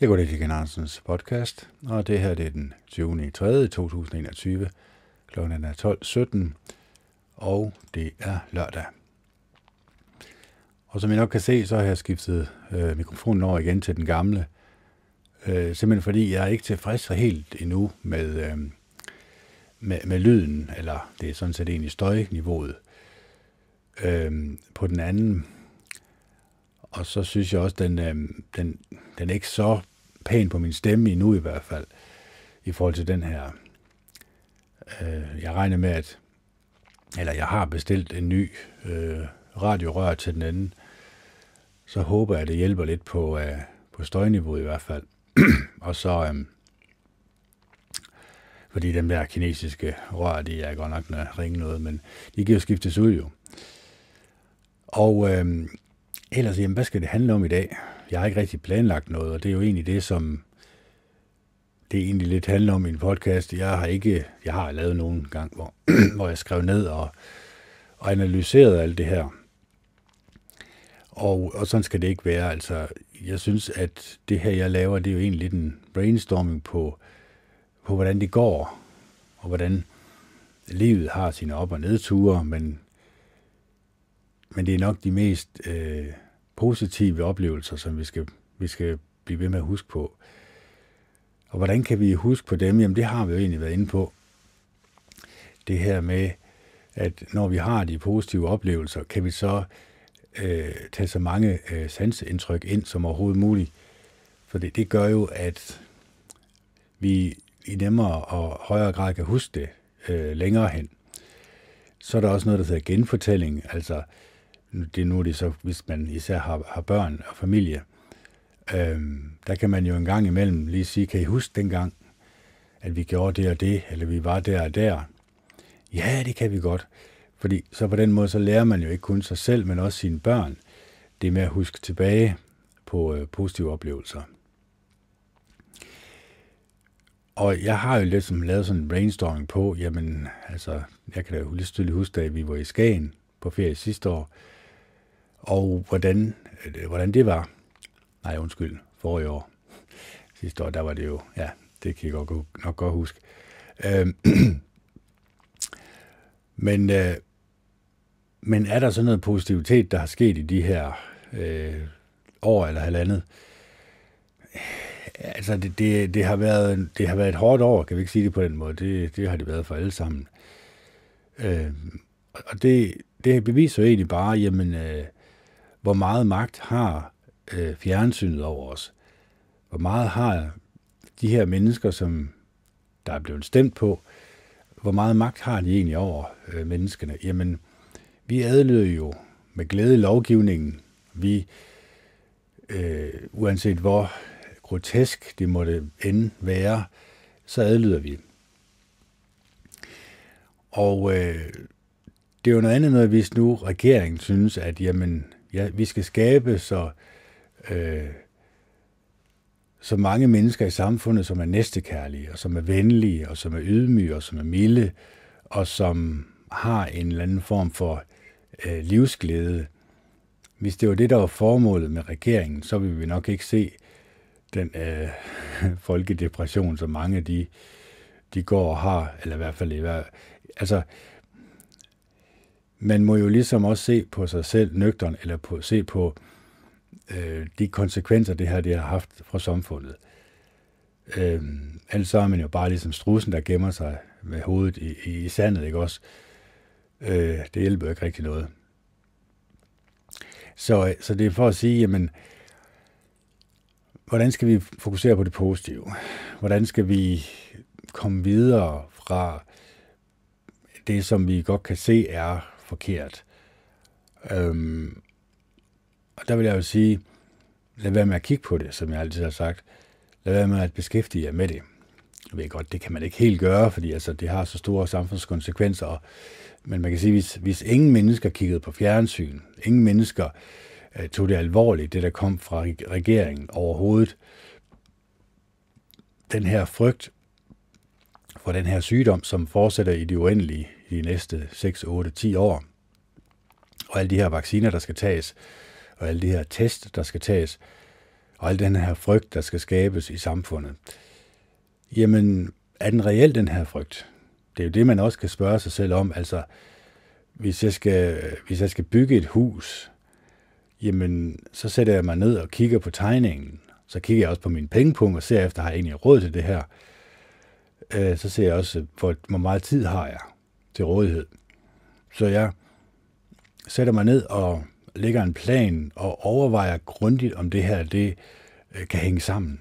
Jeg går til Ken Andersens podcast, og det her det er den 20.3.2021. Klokken er 12.17, og det er lørdag. Og som I nok kan se, så har jeg skiftet mikrofonen over igen til den gamle. Simpelthen fordi jeg er ikke tilfreds helt endnu med lyden, eller det er sådan set egentlig støjniveauet på den anden. Og så synes jeg også, den er ikke så pæn på min stemme endnu i hvert fald, i forhold til den her. Jeg regner med, jeg har bestilt en ny radiorør til den anden, så håber jeg, at det hjælper lidt på støjniveauet i hvert fald. Og så, fordi dem der kinesiske rør, de er godt nok ringe noget, men de kan jo skiftes ud jo. Og ellers, hvad skal det handle om i dag? Jeg har ikke rigtig planlagt noget, og det er jo egentlig det, som det egentlig lidt handler om i en podcast. Jeg har lavet nogle gang, hvor jeg skrev ned og analyserede alt det her. Og sådan skal det ikke være. Altså, jeg synes, at det her, jeg laver, det er jo egentlig lidt en brainstorming på hvordan det går, og hvordan livet har sine op- og nedture, men det er nok de mest positive oplevelser, som vi skal blive ved med at huske på. Og hvordan kan vi huske på dem? Jamen, det har vi jo egentlig været inde på. Det her med, at når vi har de positive oplevelser, kan vi så tage så mange sanseindtryk ind som overhovedet muligt. For det gør jo, at vi i nemmere og højere grad kan huske det længere hen. Så er der også noget, der hedder genfortælling. Altså, det er så, hvis man især har børn og familie, der kan man jo en gang imellem lige sige, kan I huske dengang, at vi gjorde det og det, eller vi var der og der? Ja, det kan vi godt. Fordi så på den måde, så lærer man jo ikke kun sig selv, men også sine børn, det med at huske tilbage på positive oplevelser. Og jeg har jo lidt lavet sådan en brainstorming på, jamen, altså, jeg kan da jo lige tydeligt huske, da vi var i Skagen på ferie sidste år, og hvordan det var. Nej, undskyld, forrige år. Sidste år, der var det jo, ja, det kan jeg nok godt huske. Men er der sådan noget positivitet, der har sket i de her år eller halvandet? Altså, det har været et hårdt år, kan vi ikke sige det på den måde. Det har det været for alle sammen. Og det beviser jo egentlig bare, jamen, hvor meget magt har fjernsynet over os. Hvor meget har de her mennesker, som der er blevet stemt på, hvor meget magt har de egentlig over menneskene? Jamen, vi adlyder jo med glæde lovgivningen. Vi, uanset hvor grotesk det måtte end være, så adlyder vi. Og det er jo noget andet, hvis nu regeringen synes, at jamen, ja, vi skal skabe så mange mennesker i samfundet, som er næstekærlige, og som er venlige, og som er ydmyge, og som er milde, og som har en eller anden form for livsglæde. Hvis det var det, der var formålet med regeringen, så ville vi nok ikke se den folkedepression, som mange af de går og har, eller i hvert fald altså, man må jo ligesom også se på sig selv nøgtern, eller se på de konsekvenser, det her har haft fra samfundet. Ellers så er man jo bare ligesom strudsen, der gemmer sig med hovedet i sandet, ikke også? Det hjælper jo ikke rigtig noget. Så det er for at sige, jamen, hvordan skal vi fokusere på det positive? Hvordan skal vi komme videre fra det, som vi godt kan se er forkert? Og der vil jeg jo sige, lad være med at kigge på det, som jeg altid har sagt. Lad være med at beskæftige jer med det. Jeg ved godt, det kan man ikke helt gøre, fordi altså, det har så store samfundskonsekvenser. Men man kan sige, hvis ingen mennesker kiggede på fjernsyn, ingen mennesker tog det alvorligt, det der kom fra regeringen overhovedet, den her frygt for den her sygdom, som fortsætter i det uendelige i de næste 6, 8, 10 år, og alle de her vacciner, der skal tages, og alle de her test, der skal tages, og al den her frygt, der skal skabes i samfundet. Jamen, er den reelt, den her frygt? Det er jo det, man også kan spørge sig selv om. Altså, hvis jeg skal bygge et hus, jamen, så sætter jeg mig ned og kigger på tegningen. Så kigger jeg også på min pengepunkt og ser efter, har jeg egentlig råd til det her. Så ser jeg også, hvor meget tid har jeg til rådighed. Så jeg sætter mig ned og lægger en plan og overvejer grundigt, om det her det kan hænge sammen.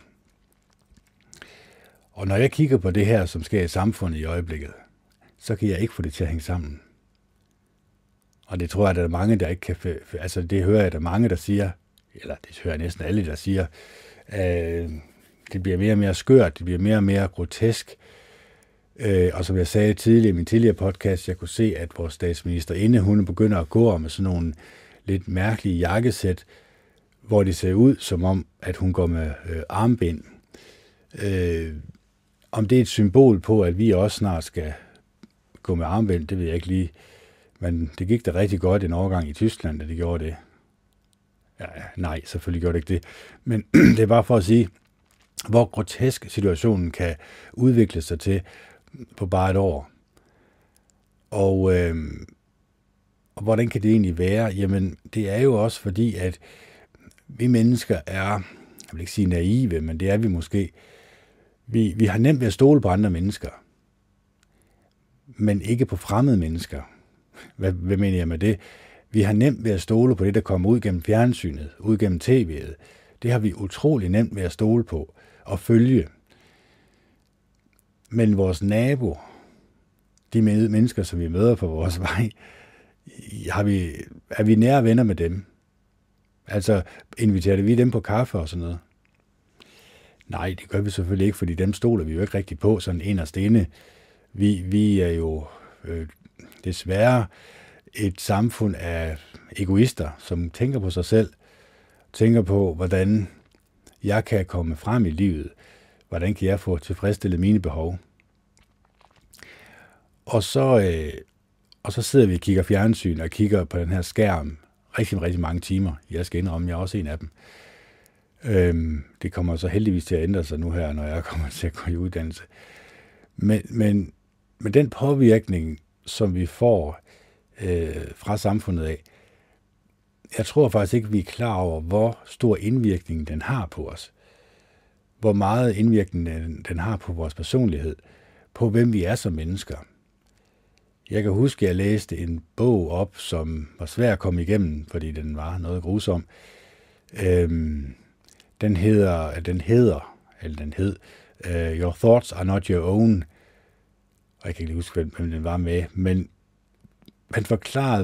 Og når jeg kigger på det her, som sker i samfundet i øjeblikket, så kan jeg ikke få det til at hænge sammen. Og det tror jeg, at der er mange, der ikke kan... Altså det hører jeg, der er mange, der siger, eller det hører jeg næsten alle, der siger, det bliver mere og mere skørt, det bliver mere og mere grotesk. Og som jeg sagde tidligere i min tidligere podcast, jeg kunne se, at vores statsministerinde, hun begynder at gå med sådan nogle lidt mærkelige jakkesæt, hvor det ser ud som om, at hun går med armbind. Om det er et symbol på, at vi også snart skal gå med armbind, det ved jeg ikke lige. Men det gik da rigtig godt en overgang i Tyskland, da de gjorde det. Ja, nej, selvfølgelig gjorde det ikke det. Men det er bare for at sige, hvor grotesk situationen kan udvikle sig til på bare et år. Og hvordan kan det egentlig være? Jamen, det er jo også fordi, at vi mennesker er, jeg vil ikke sige naive, men det er vi måske. Vi har nemt ved at stole på andre mennesker, men ikke på fremmede mennesker. Hvad mener jeg med det? Vi har nemt ved at stole på det, der kommer ud gennem fjernsynet, ud gennem tv'et. Det har vi utrolig nemt ved at stole på og følge. Men vores nabo, de mennesker, som vi møder på vores vej, er vi nære venner med dem? Altså, inviterer vi dem på kaffe og sådan noget? Nej, det gør vi selvfølgelig ikke, fordi dem stoler vi jo ikke rigtig på, sådan inderst inde. Vi er jo desværre et samfund af egoister, som tænker på sig selv, tænker på, hvordan jeg kan komme frem i livet, hvordan kan jeg få tilfredsstillet mine behov. Og så sidder vi og kigger fjernsyn og kigger på den her skærm rigtig, rigtig mange timer. Jeg skal indrømme, jeg er også en af dem. Det kommer så heldigvis til at ændre sig nu her, når jeg kommer til at gå i uddannelse. Men den påvirkning, som vi får fra samfundet af, jeg tror faktisk ikke, vi er klar over, hvor stor indvirkning den har på os. Hvor meget indvirkning den har på vores personlighed, på hvem vi er som mennesker. Jeg kan huske, at jeg læste en bog op, som var svær at komme igennem, fordi den var noget grusom. Den hed Your Thoughts Are Not Your Own. Og jeg kan ikke huske, hvem den var med, men han forklarede,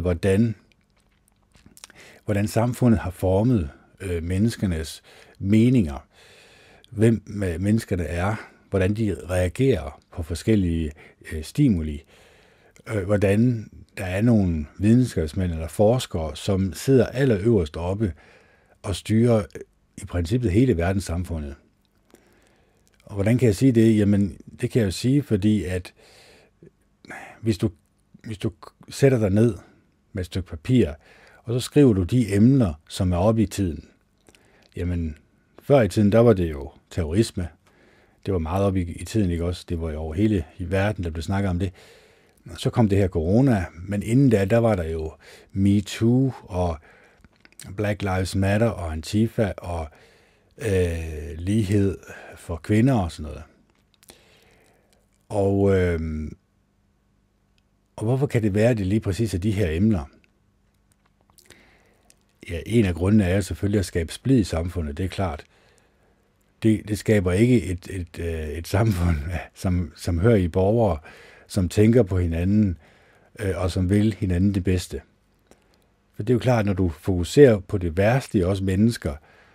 hvordan samfundet har formet menneskernes meninger, hvem menneskerne er, hvordan de reagerer på forskellige stimuli, hvordan der er nogle videnskabsmænd eller forskere, som sidder allerøverst oppe og styrer i princippet hele verdenssamfundet. Og hvordan kan jeg sige det? Jamen, det kan jeg jo sige, fordi at hvis du sætter dig ned med et stykke papir, og så skriver du de emner, som er oppe i tiden. Jamen, før i tiden, der var det jo terrorisme. Det var meget oppe i tiden, ikke også? Det var jo over hele i verden, der blev snakket om det. Så kom det her corona, men inden da, der var der jo MeToo og Black Lives Matter og Antifa og lighed for kvinder og sådan noget. Og hvorfor kan det være, at det lige præcis er de her emner? Ja, en af grundene er selvfølgelig at skabe splid i samfundet, det er klart. Det skaber ikke et samfund, som hører i borgere, som tænker på hinanden, og som vil hinanden det bedste. For det er jo klart, når du fokuserer på det værste i os mennesker,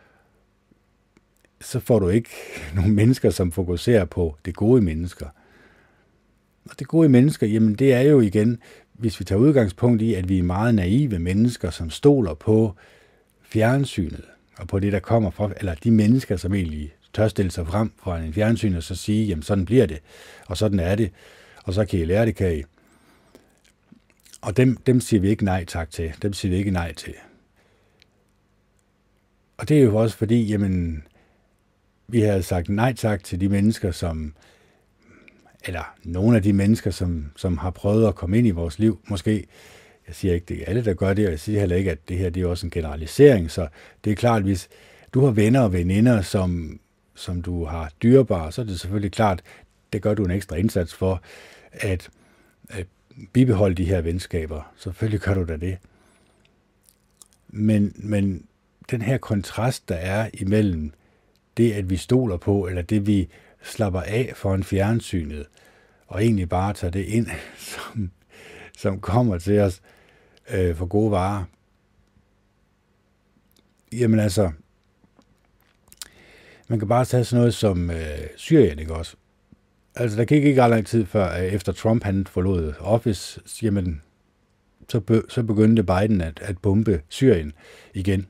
så får du ikke nogle mennesker, som fokuserer på det gode i mennesker. Og det gode i mennesker, jamen det er jo igen, hvis vi tager udgangspunkt i, at vi er meget naive mennesker, som stoler på fjernsynet, og på det, der kommer fra, eller de mennesker, som egentlig tør stille sig frem fra en fjernsyn, og så sige, jamen sådan bliver det, og sådan er det, og så kan I lære det, kan I. Og dem siger vi ikke nej tak til. Dem siger vi ikke nej til. Og det er jo også fordi, jamen, vi havde sagt nej tak til de mennesker, eller nogle af de mennesker, som har prøvet at komme ind i vores liv, måske. Jeg siger ikke, det er alle, der gør det, og jeg siger heller ikke, at det her det er også en generalisering, så det er klart, hvis du har venner og veninder, som du har dyrebare, så er det selvfølgelig klart, det gør du en ekstra indsats for, at bibeholde de her venskaber. Selvfølgelig gør du da det. Men den her kontrast, der er imellem det, at vi stoler på, eller det, vi slapper af foran fjernsynet, og egentlig bare tager det ind, som kommer til os for gode varer. Jamen altså, man kan bare tage sådan noget som Syrien, ikke også? Altså, der gik ikke ret lang tid før, efter Trump han forlod office, jamen, så begyndte Biden at bombe Syrien igen.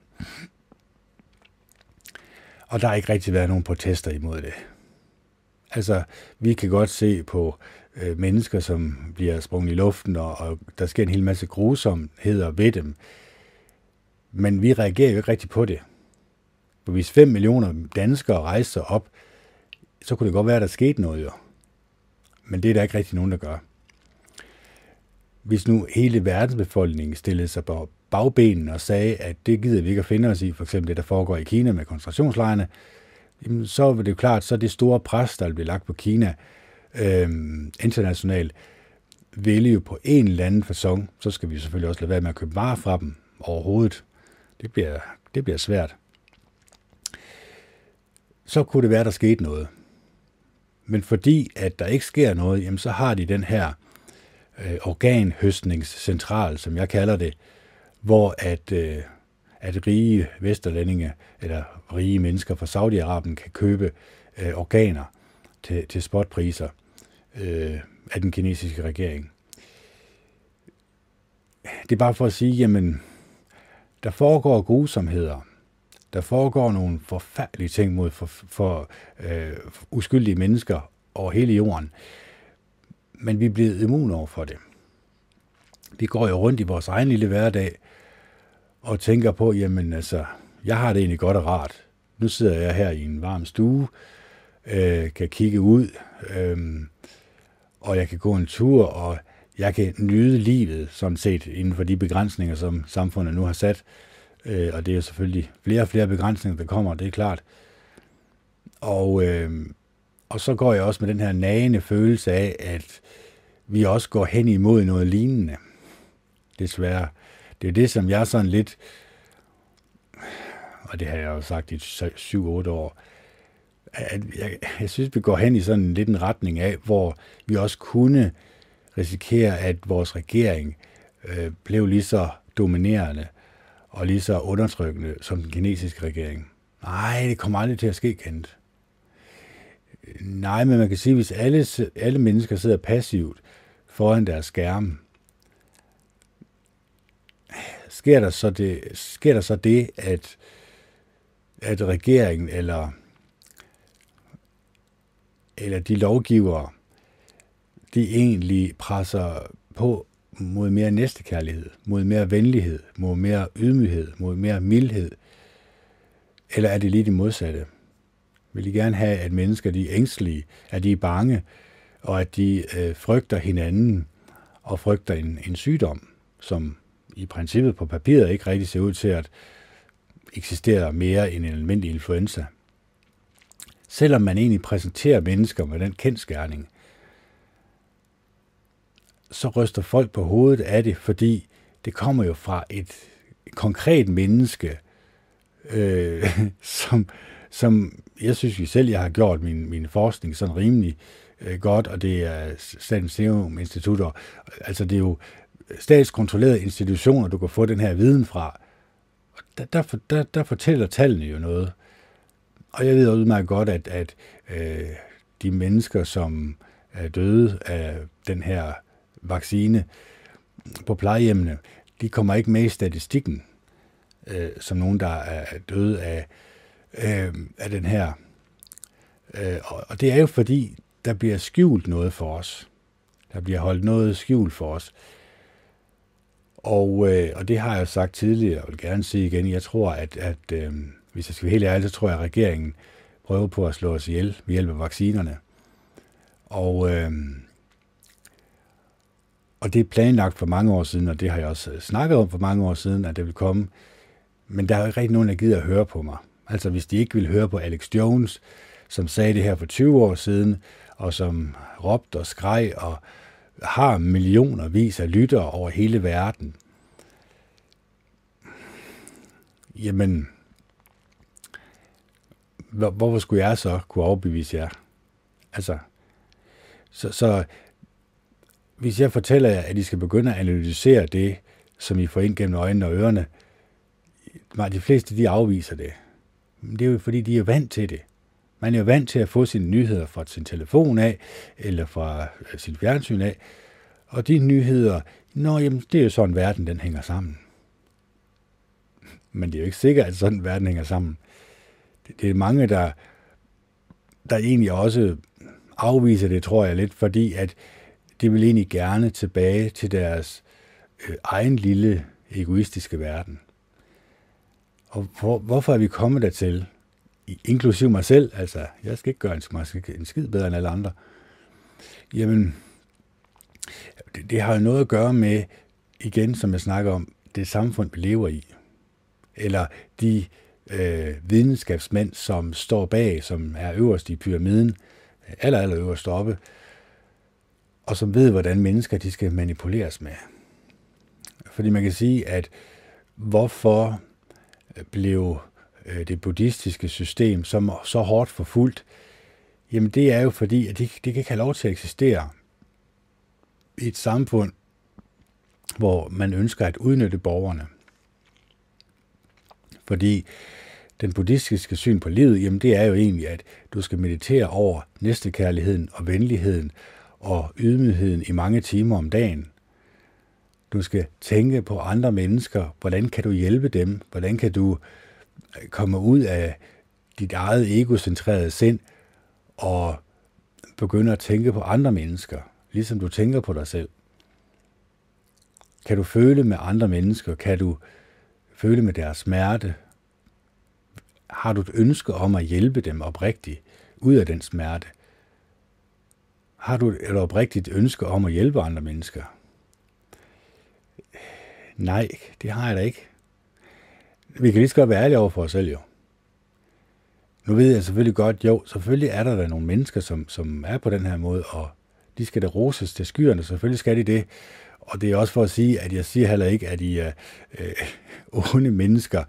Og der har ikke rigtig været nogen protester imod det. Altså, vi kan godt se på mennesker, som bliver sprunget i luften, og der sker en hel masse grusomheder ved dem. Men vi reagerer jo ikke rigtig på det. For hvis 5 millioner danskere rejser op, så kunne det godt være, at der skete noget jo. Men det er der ikke rigtig nogen, der gør. Hvis nu hele verdensbefolkningen stillede sig på bagbenene og sagde, at det gider vi ikke at finde os i, for eksempel det, der foregår i Kina med koncentrationslejrene, så er det jo klart, så det store pres, der bliver lagt på Kina internationalt, vil jo på en eller anden facon, så skal vi selvfølgelig også lade være med at købe varer fra dem overhovedet. Det bliver svært. Så kunne det være, der skete noget. Men fordi, at der ikke sker noget, jamen, så har de den her organhøstningscentral, som jeg kalder det, hvor at rige vesterlændinge, eller rige mennesker fra Saudi-Arabien kan købe organer til spotpriser af den kinesiske regering. Det er bare for at sige, jamen, der foregår grusomheder. Der foregår nogle forfærdelige ting mod for uskyldige mennesker over hele jorden. Men vi er blevet immune over for det. Vi går jo rundt i vores egen lille hverdag og tænker på, jamen altså, jeg har det egentlig godt og rart. Nu sidder jeg her i en varm stue, kan kigge ud, og jeg kan gå en tur, og jeg kan nyde livet, sådan set, inden for de begrænsninger, som samfundet nu har sat. Og det er jo selvfølgelig flere og flere begrænsninger, der kommer, det er klart. Og så går jeg også med den her nagende følelse af, at vi også går hen imod noget lignende. Desværre. Det er det, som jeg sådan lidt, og det har jeg jo sagt i 7-8 år, at jeg synes, vi går hen i sådan lidt en retning af, hvor vi også kunne risikere, at vores regering blev lige så dominerende og lige så undertrykkende som den kinesiske regering. Nej, det kommer aldrig til at ske, Kent. Nej, men man kan sige, hvis alle mennesker sidder passivt foran deres skærme, sker der så det, at regeringen eller de lovgivere, de egentlig presser på mod mere næstekærlighed, mod mere venlighed, mod mere ydmyghed, mod mere mildhed? Eller er det lige det modsatte? Vil de gerne have, at mennesker de er ængstelige, at de er bange, og at de frygter hinanden og frygter en sygdom, som i princippet på papiret ikke rigtig ser ud til at eksistere mere end en almindelig influenza? Selvom man egentlig præsenterer mennesker med den kendsgerning, så ryster folk på hovedet af det, fordi det kommer jo fra et konkret menneske, som jeg synes jo selv, jeg har gjort min forskning sådan rimelig godt, og det er Statens Serum Institut, og altså det er jo statskontrollerede institutioner, du kan få den her viden fra. Der fortæller tallene jo noget. Og jeg ved udmærket godt, at de mennesker, som er døde af den her vaccine på plejehjemmene, de kommer ikke med i statistikken, som nogen, der er døde af den her. Og det er jo fordi, der bliver skjult noget for os. Der bliver holdt noget skjult for os. Og det har jeg sagt tidligere, og vil gerne sige igen. Jeg tror, at hvis jeg skal være helt ærlig, så tror jeg, at regeringen prøver på at slå os ihjel ved hjælp af vaccinerne. Og det er planlagt for mange år siden, og det har jeg også snakket om for mange år siden, at det vil komme. Men der er jo ikke rigtig nogen, der gider at høre på mig. Altså hvis de ikke vil høre på Alex Jones, som sagde det her for 20 år siden, og som råbte og skreg og har millionervis af lyttere over hele verden. Jamen, hvorfor skulle jeg så kunne overbevise jer? Altså, så hvis jeg fortæller jer, at I skal begynde at analysere det, som I får ind gennem øjnene og ørerne, de fleste de afviser det. Det er jo fordi, de er vant til det. Man er jo vant til at få sine nyheder fra sin telefon af, eller fra sin fjernsyn af. Og de nyheder, jamen, det er jo sådan, verden den hænger sammen. Men det er jo ikke sikkert, at sådan verden hænger sammen. Det er mange, der egentlig også afviser det, tror jeg lidt, fordi at de vil egentlig gerne tilbage til deres egen lille egoistiske verden. Og hvorfor er vi kommet dertil? Inklusiv mig selv, altså, jeg skal ikke gøre en skid bedre end alle andre. Jamen, det har jo noget at gøre med, igen, som jeg snakker om, det samfund, vi lever i. Eller de videnskabsmænd, som står bag, som er øverst i pyramiden, aller øverst oppe, og som ved, hvordan mennesker de skal manipuleres med. Fordi man kan sige, at hvorfor blev det buddhistiske system så hårdt forfulgt, jamen det er jo fordi, at de kan ikke have lov til at eksistere i et samfund, hvor man ønsker at udnytte borgerne. Fordi den buddhistiske syn på livet, jamen det er jo egentlig, at du skal meditere over næstekærligheden og venligheden og ydmygheden i mange timer om dagen. Du skal tænke på andre mennesker. Hvordan kan du hjælpe dem? Hvordan kan du komme ud af dit eget egocentrerede sind og begynde at tænke på andre mennesker, ligesom du tænker på dig selv? Kan du føle med andre mennesker? Kan du føle med deres smerte? Har du et ønske om at hjælpe dem oprigtigt ud af den smerte? Har du et oprigtigt ønske om at hjælpe andre mennesker? Nej, det har jeg da ikke. Vi kan lige så godt være ærlige over for os selv, jo. Nu ved jeg selvfølgelig godt, jo, selvfølgelig er der nogle mennesker, som er på den her måde, og de skal da roses til skyerne, selvfølgelig skal de det. Og det er også for at sige, at jeg siger heller ikke, at I er onde mennesker.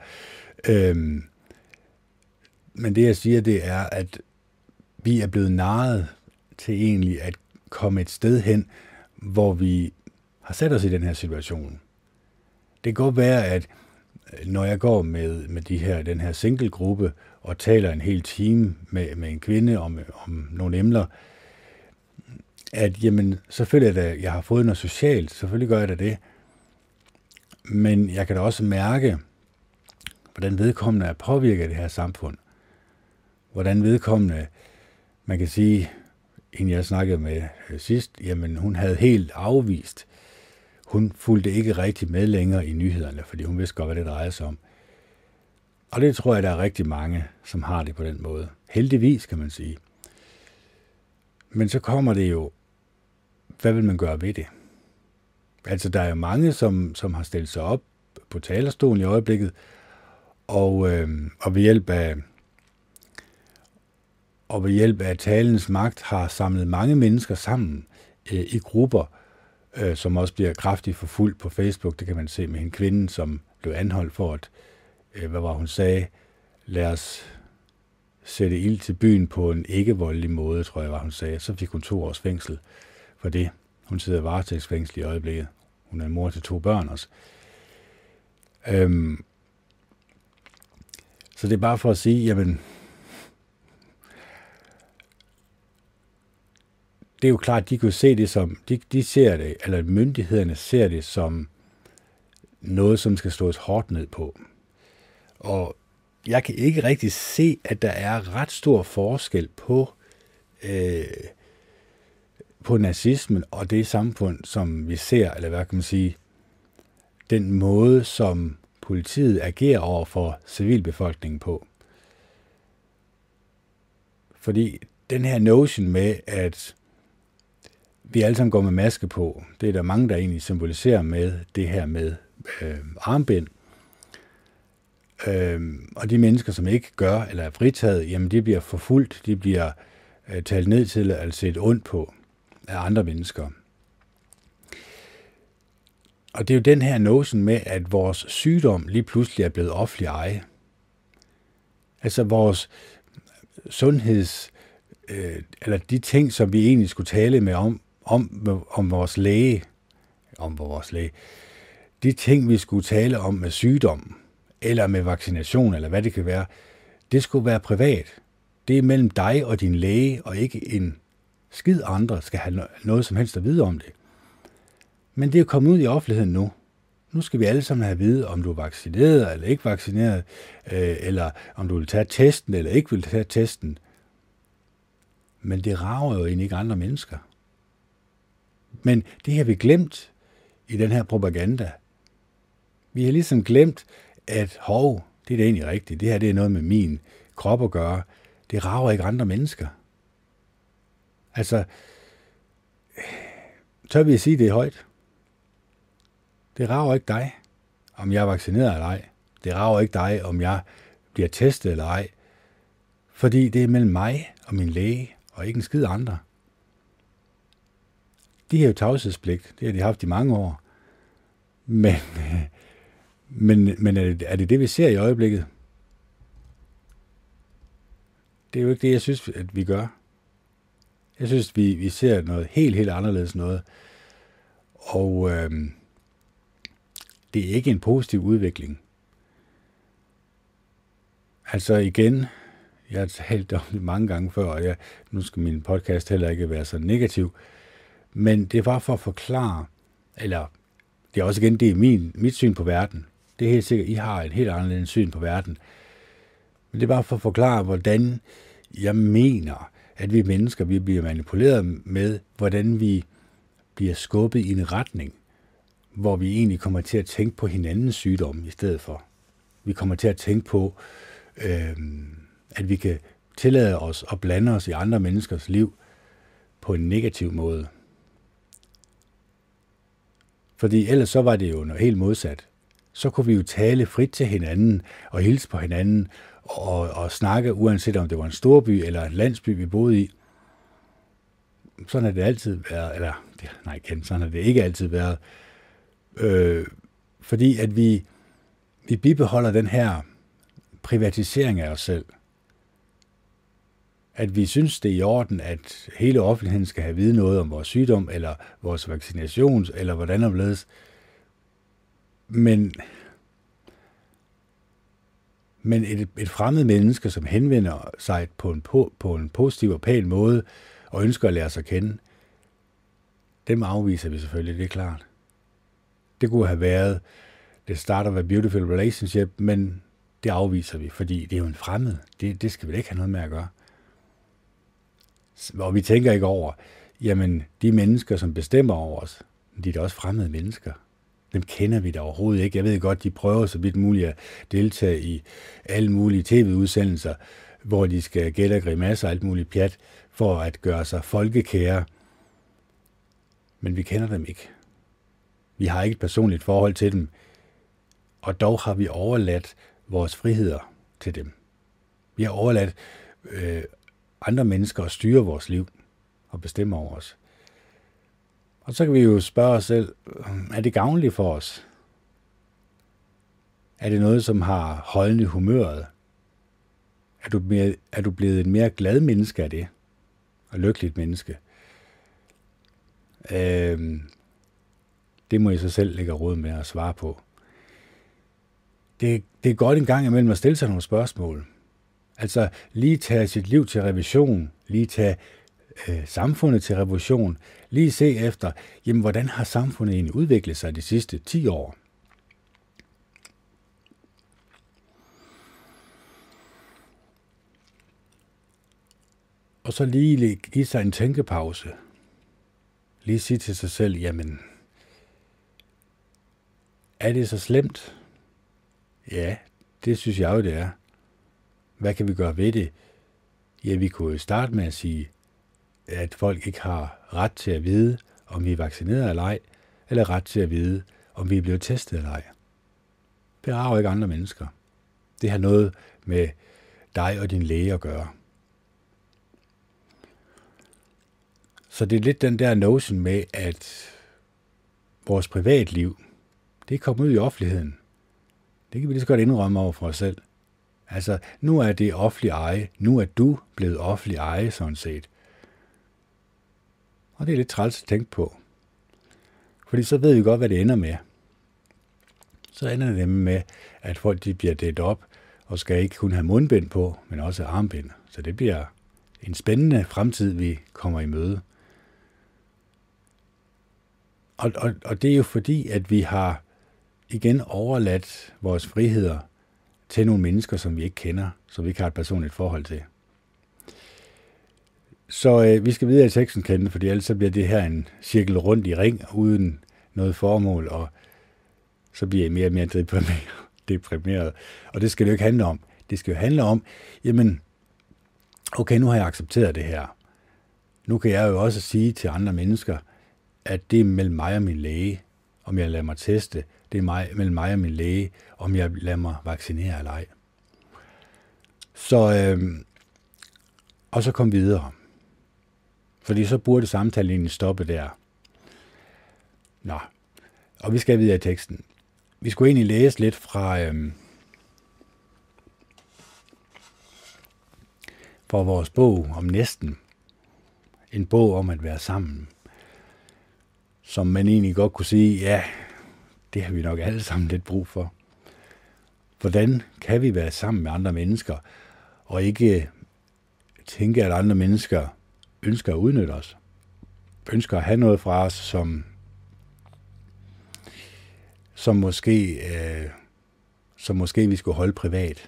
Men det jeg siger, det er, at vi er blevet narret til egentlig at komme et sted hen, hvor vi har sat os i den her situation. Det kan godt være, at når jeg går med den her single-gruppe og taler en hel time med en kvinde om nogle emner, at jamen, selvfølgelig er det, jeg har fået noget socialt, selvfølgelig gør jeg da det. Men jeg kan da også mærke, hvordan vedkommende er påvirket af det her samfund. Hvordan vedkommende, man kan sige, en jeg snakkede med sidst, jamen hun havde helt afvist. Hun fulgte ikke rigtig med længere i nyhederne, fordi hun vidste godt, hvad det drejer sig om. Og det tror jeg, der er rigtig mange, som har det på den måde. Heldigvis, kan man sige. Men så kommer det jo, hvad vil man gøre ved det? Altså, der er jo mange, som har stillet sig op på talerstolen i øjeblikket, og ved hjælp af talens magt har samlet mange mennesker sammen i grupper, som også bliver kraftigt forfulgt på Facebook. Det kan man se med en kvinde, som blev anholdt for at, hvad var hun sagde, lad os sætte ild til byen på en ikke-voldelig måde, tror jeg, var hun sagde. Så fik hun 2 års fængsel for det. Hun sidder i varetægtsfængsel i øjeblikket. Hun er mor til 2 børn også. Så det er bare for at sige, jamen, det er jo klart, at de kunne se det som, de ser det, eller myndighederne ser det som noget, som skal slås hårdt ned på. Og jeg kan ikke rigtig se, at der er ret stor forskel på nazismen og det samfund, som vi ser, eller hvad kan man sige, den måde, som politiet agerer over for civilbefolkningen på. Fordi den her notion med, at vi alle sammen går med maske på, det er der mange, der egentlig symboliserer med det her med armbind. Og de mennesker, som ikke gør eller er fritaget, jamen de bliver forfulgt, de bliver talt ned til at se et ondt på af andre mennesker. Og det er jo den her notion med, at vores sygdom lige pludselig er blevet offentlig eje. Altså vores sundheds, eller de ting, som vi egentlig skulle tale med om vores læge, de ting, vi skulle tale om med sygdom, eller med vaccination, eller hvad det kan være, det skulle være privat. Det er mellem dig og din læge, og ikke en skid andre skal have noget som helst at vide om det. Men det er jo kommet ud i offentligheden nu. Nu skal vi alle sammen have at vide, om du er vaccineret eller ikke vaccineret, eller om du vil tage testen eller ikke vil tage testen. Men det rager jo egentlig ikke andre mennesker. Men det har vi glemt i den her propaganda. Vi har ligesom glemt, at det er det egentlig rigtigt. Det her det er noget med min krop at gøre. Det rager ikke andre mennesker. Altså, tør vi at sige det højt? Det rager ikke dig, om jeg er vaccineret eller ej. Det rager ikke dig, om jeg bliver testet eller ej. Fordi det er mellem mig og min læge, og ikke en skid andre. De har jo tavshedspligt. Det har de haft i mange år. Men er det det, vi ser i øjeblikket? Det er jo ikke det, jeg synes, at vi gør. Jeg synes, vi ser noget helt anderledes noget. Og det er ikke en positiv udvikling. Altså igen, jeg har talt om det mange gange før, og nu skal min podcast heller ikke være så negativ, men det er bare for at forklare, eller det er også igen, det er mit syn på verden. Det er helt sikkert, I har et helt anderledes syn på verden. Men det er bare for at forklare, hvordan jeg mener, at vi mennesker, vi bliver manipuleret med, hvordan vi bliver skubbet i en retning, hvor vi egentlig kommer til at tænke på hinandens sygdomme i stedet for. Vi kommer til at tænke på, at vi kan tillade os at blande os i andre menneskers liv på en negativ måde. Fordi ellers så var det jo noget helt modsat. Så kunne vi jo tale frit til hinanden og hilse på hinanden og snakke, uanset om det var en storby eller en landsby, vi boede i. Sådan har det altid været, sådan har det ikke altid været. Fordi at vi bibeholder den her privatisering af os selv. At vi synes, det er i orden, at hele offentligheden skal have vide noget om vores sygdom, eller vores vaccination, eller hvordan det blevet. Men et fremmed menneske, som henvender sig på en positiv og pæn måde, og ønsker at lære sig at kende, dem afviser vi selvfølgelig, det er klart. Det kunne have været the start of a beautiful relationship, men det afviser vi, fordi det er jo en fremmed. Det skal vi ikke have noget med at gøre. Og vi tænker ikke over, jamen de mennesker, som bestemmer over os, de er da også fremmede mennesker. Dem kender vi da overhovedet ikke. Jeg ved godt, de prøver så vidt muligt at deltage i alle mulige tv-udsendelser, hvor de skal gætte grimasser og alt muligt pjat, for at gøre sig folkekære. Men vi kender dem ikke. Vi har ikke et personligt forhold til dem, og dog har vi overladt vores friheder til dem. Vi har overladt andre mennesker at styre vores liv og bestemme over os. Og så kan vi jo spørge os selv, er det gavnligt for os? Er det noget, som har højnet humøret? Er du blevet et mere glad menneske af det? Og lykkeligt menneske? Det må I så selv lægge råd med at svare på. Det er godt en gang imellem at stille sig nogle spørgsmål. Altså lige tage sit liv til revision, lige tage samfundet til revision, lige se efter, jamen hvordan har samfundet egentlig udviklet sig de sidste 10 år? Og så lige give sig en tænkepause. Lige sige til sig selv, jamen, er det så slemt? Ja, det synes jeg jo, det er. Hvad kan vi gøre ved det? Ja, vi kunne jo starte med at sige, at folk ikke har ret til at vide, om vi er vaccineret eller ej, eller ret til at vide, om vi er blevet testet eller ej. Det har jo ikke andre mennesker. Det har noget med dig og din læge at gøre. Så det er lidt den der notion med, at vores privatliv, det er kommet ud i offentligheden. Det kan vi lige så godt indrømme over for os selv. Altså, nu er det offentlig eje. Nu er du blevet offentlig eje, sådan set. Og det er lidt træls at tænke på. Fordi så ved vi godt, hvad det ender med. Så ender det med, at folk de bliver delt op, og skal ikke kun have mundbind på, men også armbind. Så det bliver en spændende fremtid, vi kommer i møde. Og det er jo fordi, at vi har igen overladt vores friheder til nogle mennesker, som vi ikke kender, som vi ikke har et personligt forhold til. Så vi skal videre i teksten, Kente, fordi ellers så bliver det her en cirkel rundt i ring, uden noget formål, og så bliver I mere og mere deprimeret. Og det skal det jo ikke handle om. Det skal jo handle om, jamen, okay, nu har jeg accepteret det her. Nu kan jeg jo også sige til andre mennesker, at det er mellem mig og min læge, om jeg lader mig teste. Det er mellem mig og min læge, om jeg lader mig vaccinere eller ej. Og så kom videre. Fordi så burde samtalen egentlig stoppe der. Nå, og vi skal videre i teksten. Vi skulle egentlig læse lidt fra vores bog om næsten. En bog om at være sammen. Som man egentlig godt kunne sige, ja, det har vi nok alle sammen lidt brug for. Hvordan kan vi være sammen med andre mennesker, og ikke tænke, at andre mennesker ønsker at udnytte os? Ønsker at have noget fra os, som måske vi skulle holde privat.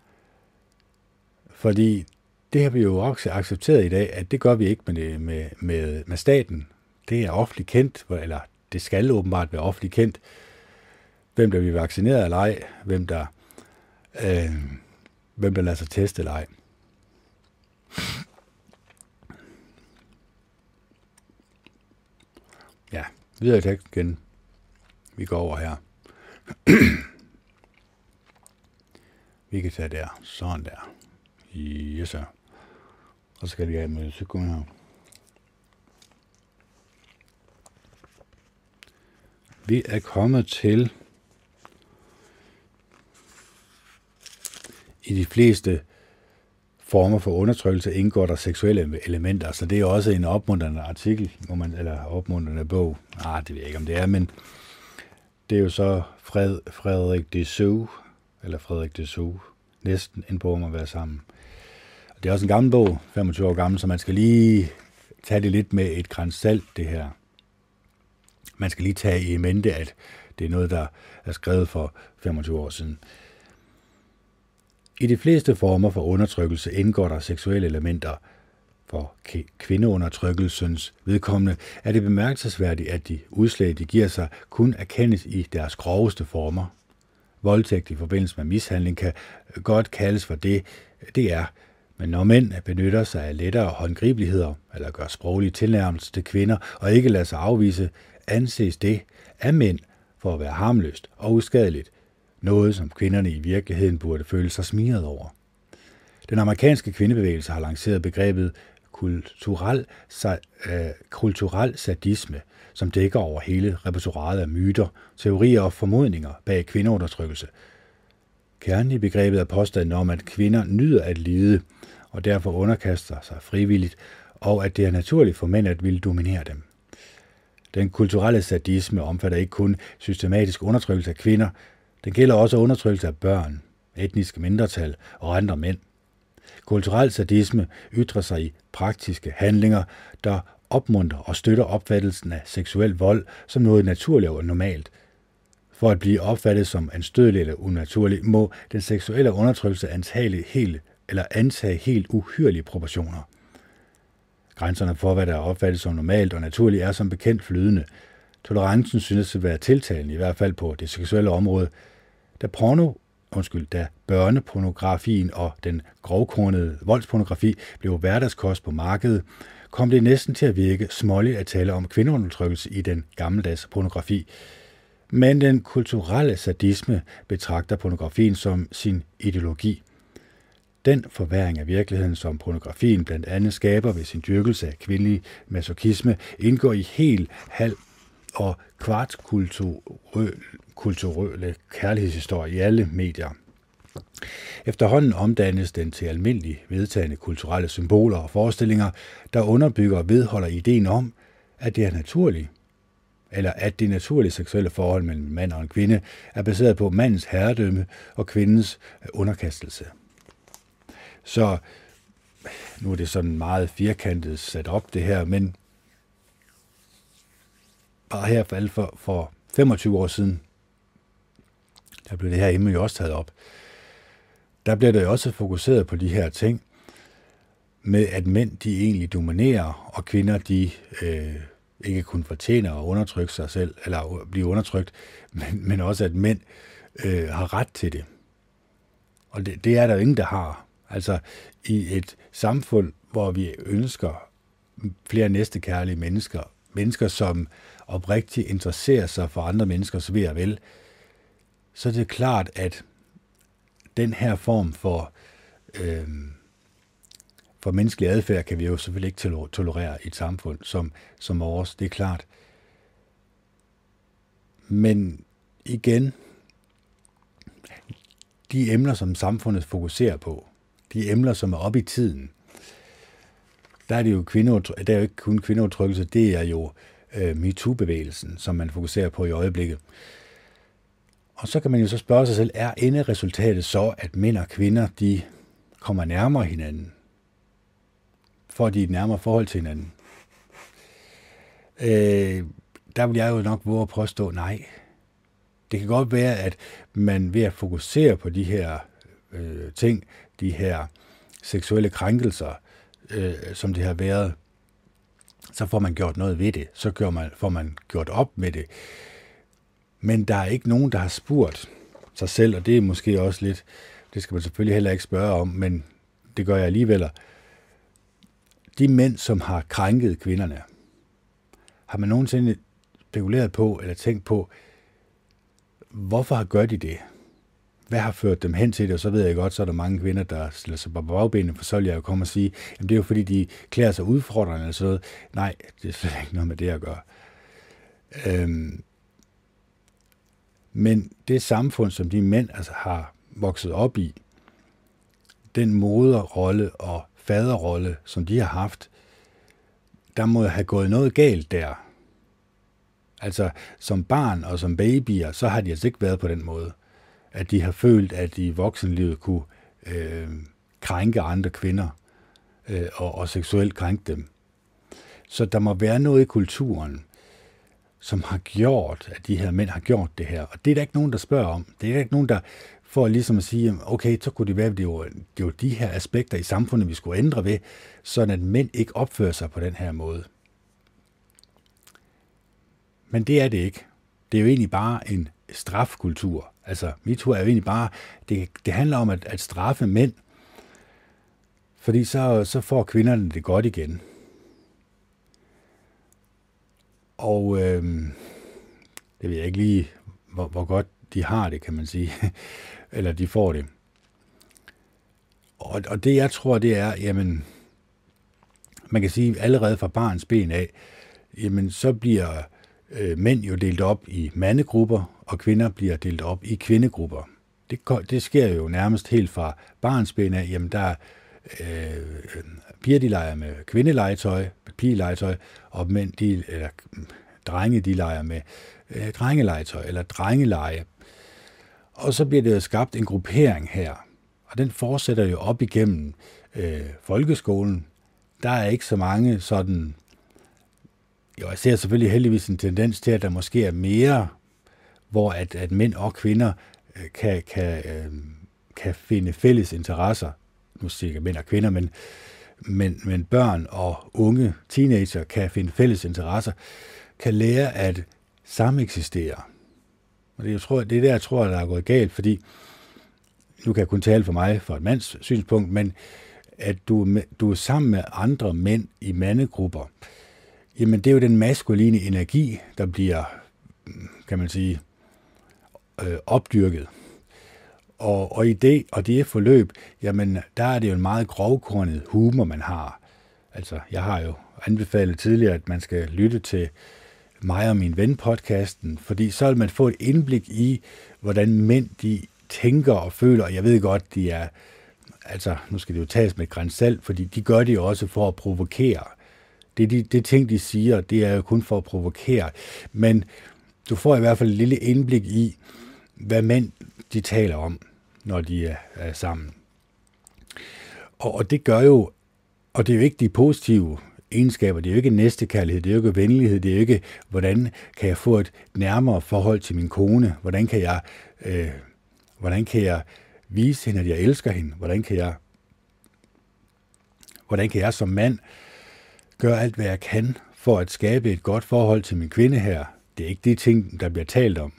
Fordi det har vi jo også accepteret i dag, at det gør vi ikke med staten. Det er offentligt kendt, eller det skal åbenbart være offentligt kendt, hvem der bliver vaccineret eller ej, hvem der lader sig teste eller ej. Ja, videre i teksten igen. Vi går over her. Vi kan tage der. Sådan der. Yes, sir. Og så skal vi have med sekunder her. Vi er kommet til i de fleste former for undertrykkelse indgår der seksuelle elementer, så det er også en opmuntrende artikel, eller opmuntrende bog. Det ved jeg ikke, om det er, men det er jo så Frederik Dessous, næsten en bog om at være sammen. Det er også en gammel bog, 25 år gammel, så man skal lige tage det lidt med et gran salt, det her. Man skal lige tage i mente, at det er noget, der er skrevet for 25 år siden. I de fleste former for undertrykkelse indgår der seksuelle elementer. For kvindeundertrykkelsens vedkommende er det bemærkelsesværdigt, at de udslag, de giver sig, kun erkendes i deres groveste former. Voldtægt i forbindelse med mishandling kan godt kaldes for det er, men når mænd benytter sig af lettere håndgribeligheder eller gør sproglige tilnærmelser til kvinder og ikke lader sig afvise, anses det af mænd for at være harmløst og uskadeligt, noget som kvinderne i virkeligheden burde føle sig smiret over. Den amerikanske kvindebevægelse har lanceret begrebet kulturel sadisme, som dækker over hele repertoiret af myter, teorier og formodninger bag kvindeundertrykkelse. Kernen i begrebet er påstanden om, at kvinder nyder at lide, og derfor underkaster sig frivilligt, og at det er naturligt for mænd at ville dominere dem. Den kulturelle sadisme omfatter ikke kun systematisk undertrykkelse af kvinder, den gælder også undertrykkelse af børn, etniske mindretal og andre mænd. Kulturel sadisme ytrer sig i praktiske handlinger, der opmuntrer og støtter opfattelsen af seksuel vold som noget naturligt og normalt. For at blive opfattet som anstødelig eller unaturlig, må den seksuelle undertrykkelse antage helt uhyrlige proportioner. Grænserne for, hvad der er opfattet som normalt og naturligt, er som bekendt flydende. Tolerancen synes at være tiltalende, i hvert fald på det seksuelle område. Da porno da børnepornografien og den grovkornede voldspornografi blev hverdagskost på markedet, kom det næsten til at virke småligt at tale om kvindeundertrykkelse i den gammeldags pornografi. Men den kulturelle sadisme betragter pornografien som sin ideologi. Den forværring af virkeligheden, som pornografien blandt andet skaber ved sin dyrkelse af kvindelig masochisme, indgår i hel, halv og kvartkulturelle kærlighedshistorier i alle medier. Efterhånden omdannes den til almindelig vedtagne kulturelle symboler og forestillinger, der underbygger og vedholder ideen om, at det er naturligt, eller at det naturlige seksuelle forhold mellem en mand og en kvinde er baseret på mandens herredømme og kvindens underkastelse. Så nu er det sådan meget firkantet sat op det her, men bare her for 25 år siden, der blev det her emne jo også taget op. Der bliver der jo også fokuseret på de her ting, med at mænd de egentlig dominerer, og kvinder de ikke kun fortjener at undertrykke sig selv, eller blive undertrykt, men også at mænd har ret til det. Og det er der jo ingen, der har. Altså i et samfund, hvor vi ønsker flere næstekærlige mennesker, som oprigtigt interesserer sig for andre menneskers ve og vel, så er det klart, at den her form for menneskelig adfærd kan vi jo selvfølgelig ikke tolerere i et samfund som vores, det er klart. Men igen, de emner, som samfundet fokuserer på, de emner, som er oppe i tiden, der er det jo der er jo ikke kun kvindeudtrykkelse, det er jo MeToo-bevægelsen, som man fokuserer på i øjeblikket. Og så kan man jo så spørge sig selv, er enderesultatet så, at mænd og kvinder, de kommer nærmere hinanden? Får de et nærmere forhold til hinanden? Der vil jeg jo nok våge at påstå, nej. Det kan godt være, at man ved at fokusere på de her ting, de her seksuelle krænkelser, som det har været, så får man gjort noget ved det. Så får man gjort op med det. Men der er ikke nogen, der har spurgt sig selv, og det er måske også lidt, det skal man selvfølgelig heller ikke spørge om, men det gør jeg alligevel. De mænd, som har krænket kvinderne, har man nogensinde spekuleret på, eller tænkt på, hvorfor gør de det? Hvad har ført dem hen til det? Og så ved jeg godt, så er der mange kvinder, der stiller sig på bagbenene, for så vil jeg jo komme og sige, jamen det er jo fordi, de klæder sig udfordrende eller sådan noget. Nej, det er slet ikke noget med det at gøre. Men det samfund, som de mænd altså har vokset op i, den moderrolle og faderrolle, som de har haft, der må have gået noget galt der. Altså som barn og som babyer, så har de altså ikke været på den måde, at de har følt, at de i voksenlivet kunne krænke andre kvinder og seksuelt krænke dem. Så der må være noget i kulturen, som har gjort, at de her mænd har gjort det her. Og det er der ikke nogen, der spørger om. Det er der ikke nogen, der får ligesom at sige, okay, så kunne det være, at det var de her aspekter i samfundet, vi skulle ændre ved, sådan at mænd ikke opfører sig på den her måde. Men det er det ikke. Det er jo egentlig bare en strafkultur. Altså, MeToo er jo egentlig bare, det handler om at straffe mænd, fordi så får kvinderne det godt igen. Og det ved jeg ikke lige, hvor godt de har det, kan man sige. Eller de får det. Og det jeg tror, det er, jamen, man kan sige allerede fra barns ben af, jamen så bliver mænd jo delt op i mandegrupper, og kvinder bliver delt op i kvindegrupper. Det sker jo nærmest helt fra barns ben af, jamen der piger de leger med kvindelegetøj, pigelegetøj, og mænd eller drenge de leger med drengelegetøj eller drengeleje. Og så bliver der skabt en gruppering her, og den fortsætter jo op igennem folkeskolen. Der er ikke så mange sådan. Jo, jeg ser selvfølgelig heldigvis en tendens til, at der måske er mere, hvor at mænd og kvinder kan finde fælles interesser. Nu siger jeg mænd og kvinder, men børn og unge teenager kan finde fælles interesser, kan lære at sameksistere. Og det er der, jeg tror, der er gået galt, fordi nu kan jeg kun tale for mig fra et mands synspunkt, men at du er sammen med andre mænd i mandegrupper, jamen det er jo den maskuline energi, der bliver, kan man sige, opdyrket. Og i det forløb, jamen der er det jo en meget grovkornet humor, man har. Altså, jeg har jo anbefalet tidligere, at man skal lytte til mig og min ven podcasten, fordi så vil man få et indblik i, hvordan mænd de tænker og føler, og jeg ved godt, de er, altså nu skal det jo tages med et gran salt, fordi de gør det jo også for at provokere. Det ting, de siger, det er jo kun for at provokere, men du får i hvert fald et lille indblik i, hvad mænd de taler om, når de er sammen. Og det gør jo, og det er jo ikke de positive egenskaber, det er jo ikke næstekærlighed, det er jo ikke venlighed, det er jo ikke, hvordan kan jeg få et nærmere forhold til min kone, hvordan kan jeg vise hende, at jeg elsker hende, hvordan kan jeg som mand gøre alt, hvad jeg kan for at skabe et godt forhold til min kvinde her. Det er ikke de ting, der bliver talt om.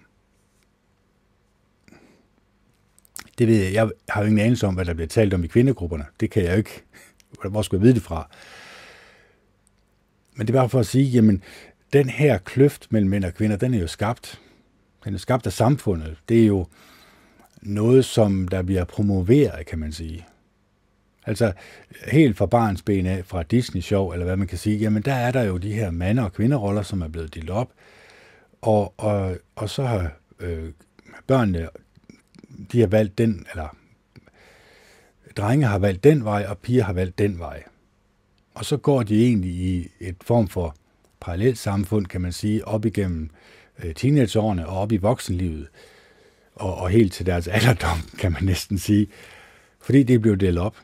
Det ved jeg. Jeg har jo ingen anelse om, hvad der bliver talt om i kvindegrupperne. Det kan jeg jo ikke. Hvor skulle jeg vide det fra? Men det er bare for at sige, jamen, den her kløft mellem mænd og kvinder, den er jo skabt. Den er skabt af samfundet. Det er jo noget, som der bliver promoveret, kan man sige. Altså, helt fra barnsben af, fra Disney-show, eller hvad man kan sige, jamen, der er der jo de her mande- og kvinderoller, som er blevet delt op. Og så har børnene, de har valgt den, eller drenge har valgt den vej, og piger har valgt den vej. Og så går de egentlig i et form for parallelt samfund, kan man sige, op igennem teenageårene og op i voksenlivet, og helt til deres alderdom, kan man næsten sige, fordi det blev delt op.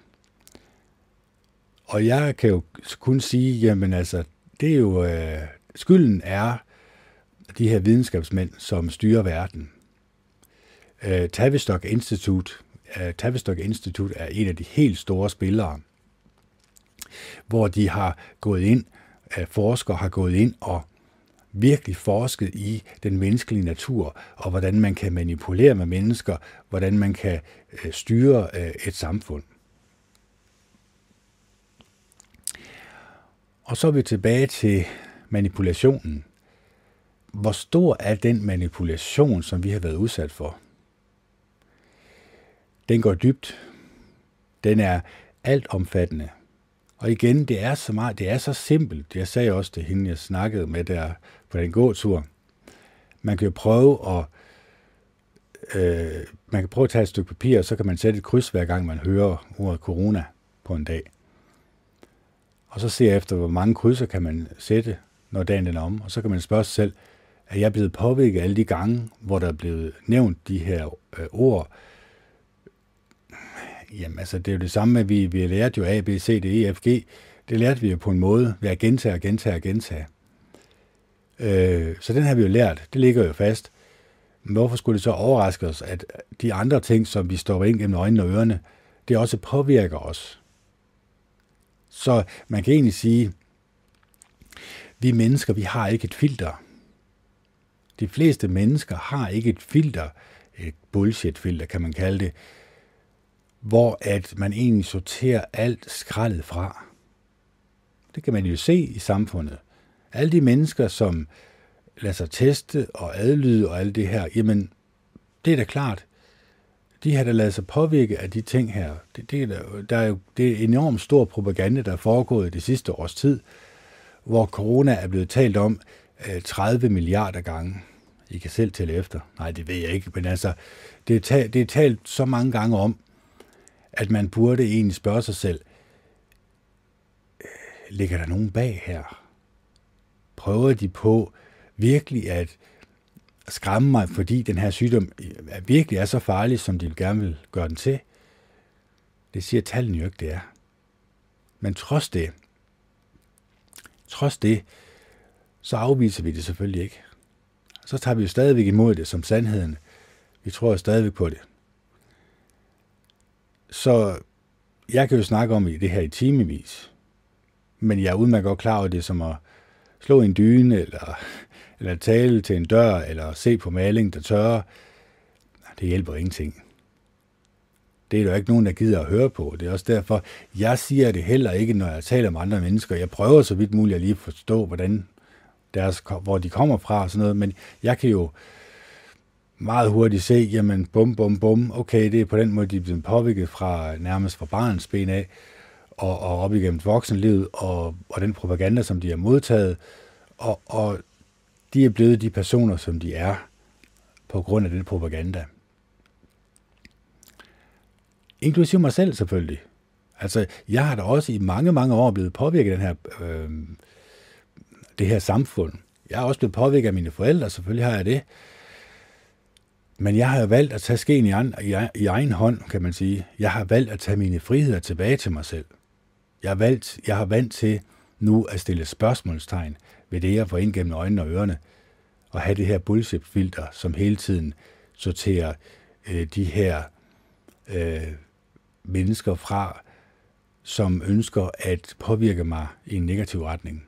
Og jeg kan jo kun sige, jamen altså, det er jo, skylden er de her videnskabsmænd, som styrer verden. Tavistock Institute er en af de helt store spillere, hvor de har gået ind, forskere har gået ind og virkelig forsket i den menneskelige natur, og hvordan man kan manipulere med mennesker, hvordan man kan styre et samfund. Og så er vi tilbage til manipulationen. Hvor stor er den manipulation, som vi har været udsat for? Den går dybt. Den er altomfattende. Og igen, det er så meget, det er så simpelt. Jeg sagde også til hende, jeg snakkede med der på den gåtur. Man kan jo prøve at tage et stykke papir, og så kan man sætte et kryds hver gang, man hører ordet corona på en dag. Og så se efter, hvor mange krydser kan man sætte, når dagen er om. Og så kan man spørge sig selv, er jeg blevet påvirket alle de gange, hvor der er blevet nævnt de her ord? Jamen altså, det er jo det samme med, vi lærte jo A, B, C, D, E, F, G. Det lærte vi jo på en måde ved at gentage. Så den har vi jo lært. Det ligger jo fast. Men hvorfor skulle det så overraske os, at de andre ting, som vi står ind gennem øjnene og ørerne, det også påvirker os? Så man kan egentlig sige, vi mennesker, vi har ikke et filter. De fleste mennesker har ikke et filter, et bullshit-filter, kan man kalde det, hvor at man egentlig sorterer alt skraldet fra. Det kan man jo se i samfundet. Alle de mennesker, som lader sig teste og adlyde og alt det her, jamen, det er da klart. De her, der lader sig påvirke af de ting her, det er enormt stor propaganda, der er foregået det sidste års tid, hvor corona er blevet talt om 30 milliarder gange. I kan selv tælle efter. Nej, det ved jeg ikke, men altså, det er talt så mange gange om, at man burde egentlig spørge sig selv, ligger der nogen bag her? Prøver de på virkelig at skræmme mig, fordi den her sygdom virkelig er så farlig, som de gerne vil gøre den til? Det siger tallene jo ikke, det er. Men trods det, så afviser vi det selvfølgelig ikke. Så tager vi jo stadigvæk imod det som sandheden. Vi tror stadigvæk på det. Så jeg kan jo snakke om det her i timevis, men jeg er udmærket godt klar over det som at slå en dyne, eller tale til en dør, eller se på maling, der tørrer. Det hjælper ingenting. Det er der ikke nogen, der gider at høre på. Det er også derfor, jeg siger det heller ikke, når jeg taler med andre mennesker. Jeg prøver så vidt muligt at lige forstå, hvor de kommer fra og sådan noget, men jeg kan jo meget hurtigt se, jamen bum, okay, det er på den måde, de er blevet påvirket nærmest fra barns ben af, og op igennem voksenlivet, og den propaganda, som de har modtaget, og de er blevet de personer, som de er, på grund af den propaganda. Inklusive mig selv selvfølgelig. Altså, jeg har da også i mange, mange år blevet påvirket af det her samfund. Jeg har også blevet påvirket af mine forældre, selvfølgelig har jeg det. Men jeg har jo valgt at tage skeen i egen hånd, kan man sige. Jeg har valgt at tage mine friheder tilbage til mig selv. Jeg har valgt til nu at stille spørgsmålstegn ved det, jeg får ind gennem øjnene og ørerne, og have det her bullshit-filter, som hele tiden sorterer de her mennesker fra, som ønsker at påvirke mig i en negativ retning.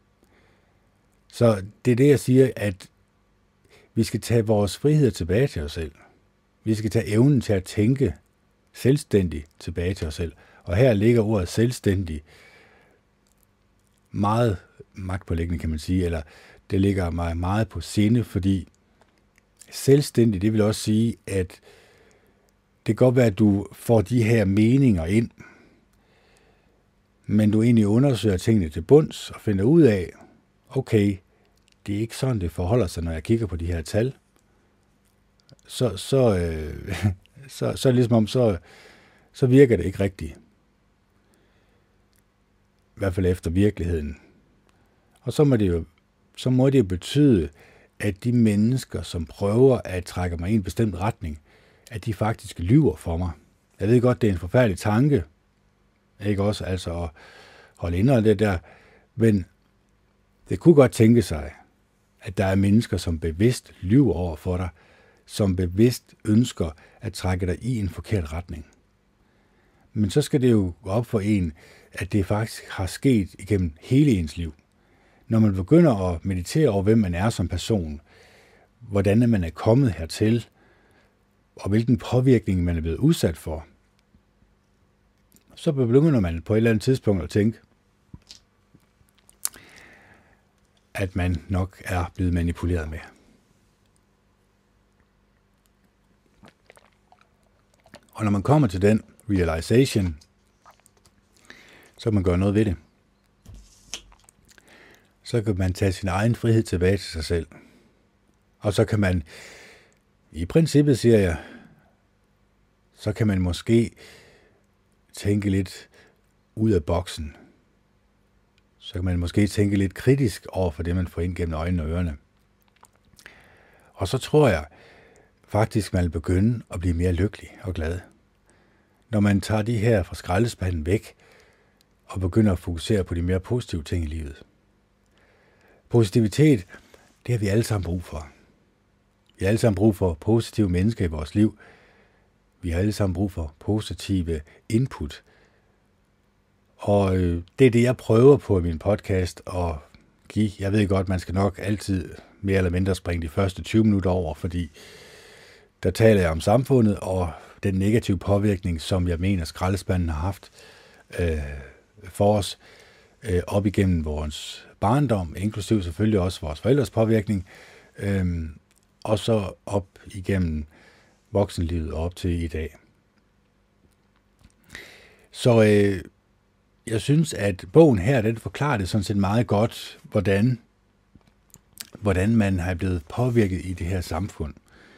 Så det er det, jeg siger, at vi skal tage vores frihed tilbage til os selv. Vi skal tage evnen til at tænke selvstændigt tilbage til os selv. Og her ligger ordet selvstændig meget magtpåliggende, kan man sige, eller det ligger mig meget på sinde, fordi selvstændig, det vil også sige, at det kan godt være, at du får de her meninger ind, men du egentlig undersøger tingene til bunds og finder ud af, okay, det er ikke sådan, det forholder sig, når jeg kigger på de her tal. Så ligesom om, så virker det ikke rigtigt. I hvert fald efter virkeligheden. Og så må det jo betyde, at de mennesker, som prøver at trække mig i en bestemt retning, at de faktisk lyver for mig. Jeg ved godt, det er en forfærdelig tanke, ikke også, altså at holde inde og det der, men det kunne godt tænke sig, at der er mennesker, som bevidst lyver over for dig, som bevidst ønsker at trække dig i en forkert retning. Men så skal det jo gå op for en, at det faktisk har sket igennem hele ens liv. Når man begynder at meditere over, hvem man er som person, hvordan man er kommet hertil, og hvilken påvirkning man er blevet udsat for, så begynder man på et eller andet tidspunkt at tænke, at man nok er blevet manipuleret med. Og når man kommer til den realization, så kan man gøre noget ved det. Så kan man tage sin egen frihed tilbage til sig selv. Og så kan man, i princippet siger jeg, så kan man måske tænke lidt ud af boksen. Så kan man måske tænke lidt kritisk over for det, man får ind gennem øjnene og ørerne. Og så tror jeg faktisk, man vil begynde at blive mere lykkelig og glad. Når man tager de her fra skraldespanden væk, og begynder at fokusere på de mere positive ting i livet. Positivitet, det har vi alle sammen brug for. Vi har alle sammen brug for positive mennesker i vores liv. Vi har alle sammen brug for positive input. Og det er det, jeg prøver på i min podcast at give. Jeg ved godt, man skal nok altid mere eller mindre springe de første 20 minutter over, fordi der taler jeg om samfundet og den negative påvirkning, som jeg mener, skraldespanden har haft for os op igennem vores barndom, inklusive selvfølgelig også vores forældres påvirkning, og så op igennem voksenlivet og op til i dag. Så jeg synes, at bogen her, den forklarer det sådan set meget godt, hvordan man har blevet påvirket i det her samfund.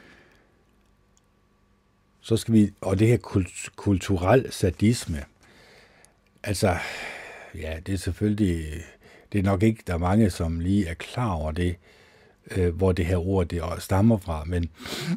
Så skal vi, og det her kulturel sadisme, altså, ja, det er selvfølgelig, det er nok ikke, der er mange, som lige er klar over det, hvor det her ord, det stammer fra, men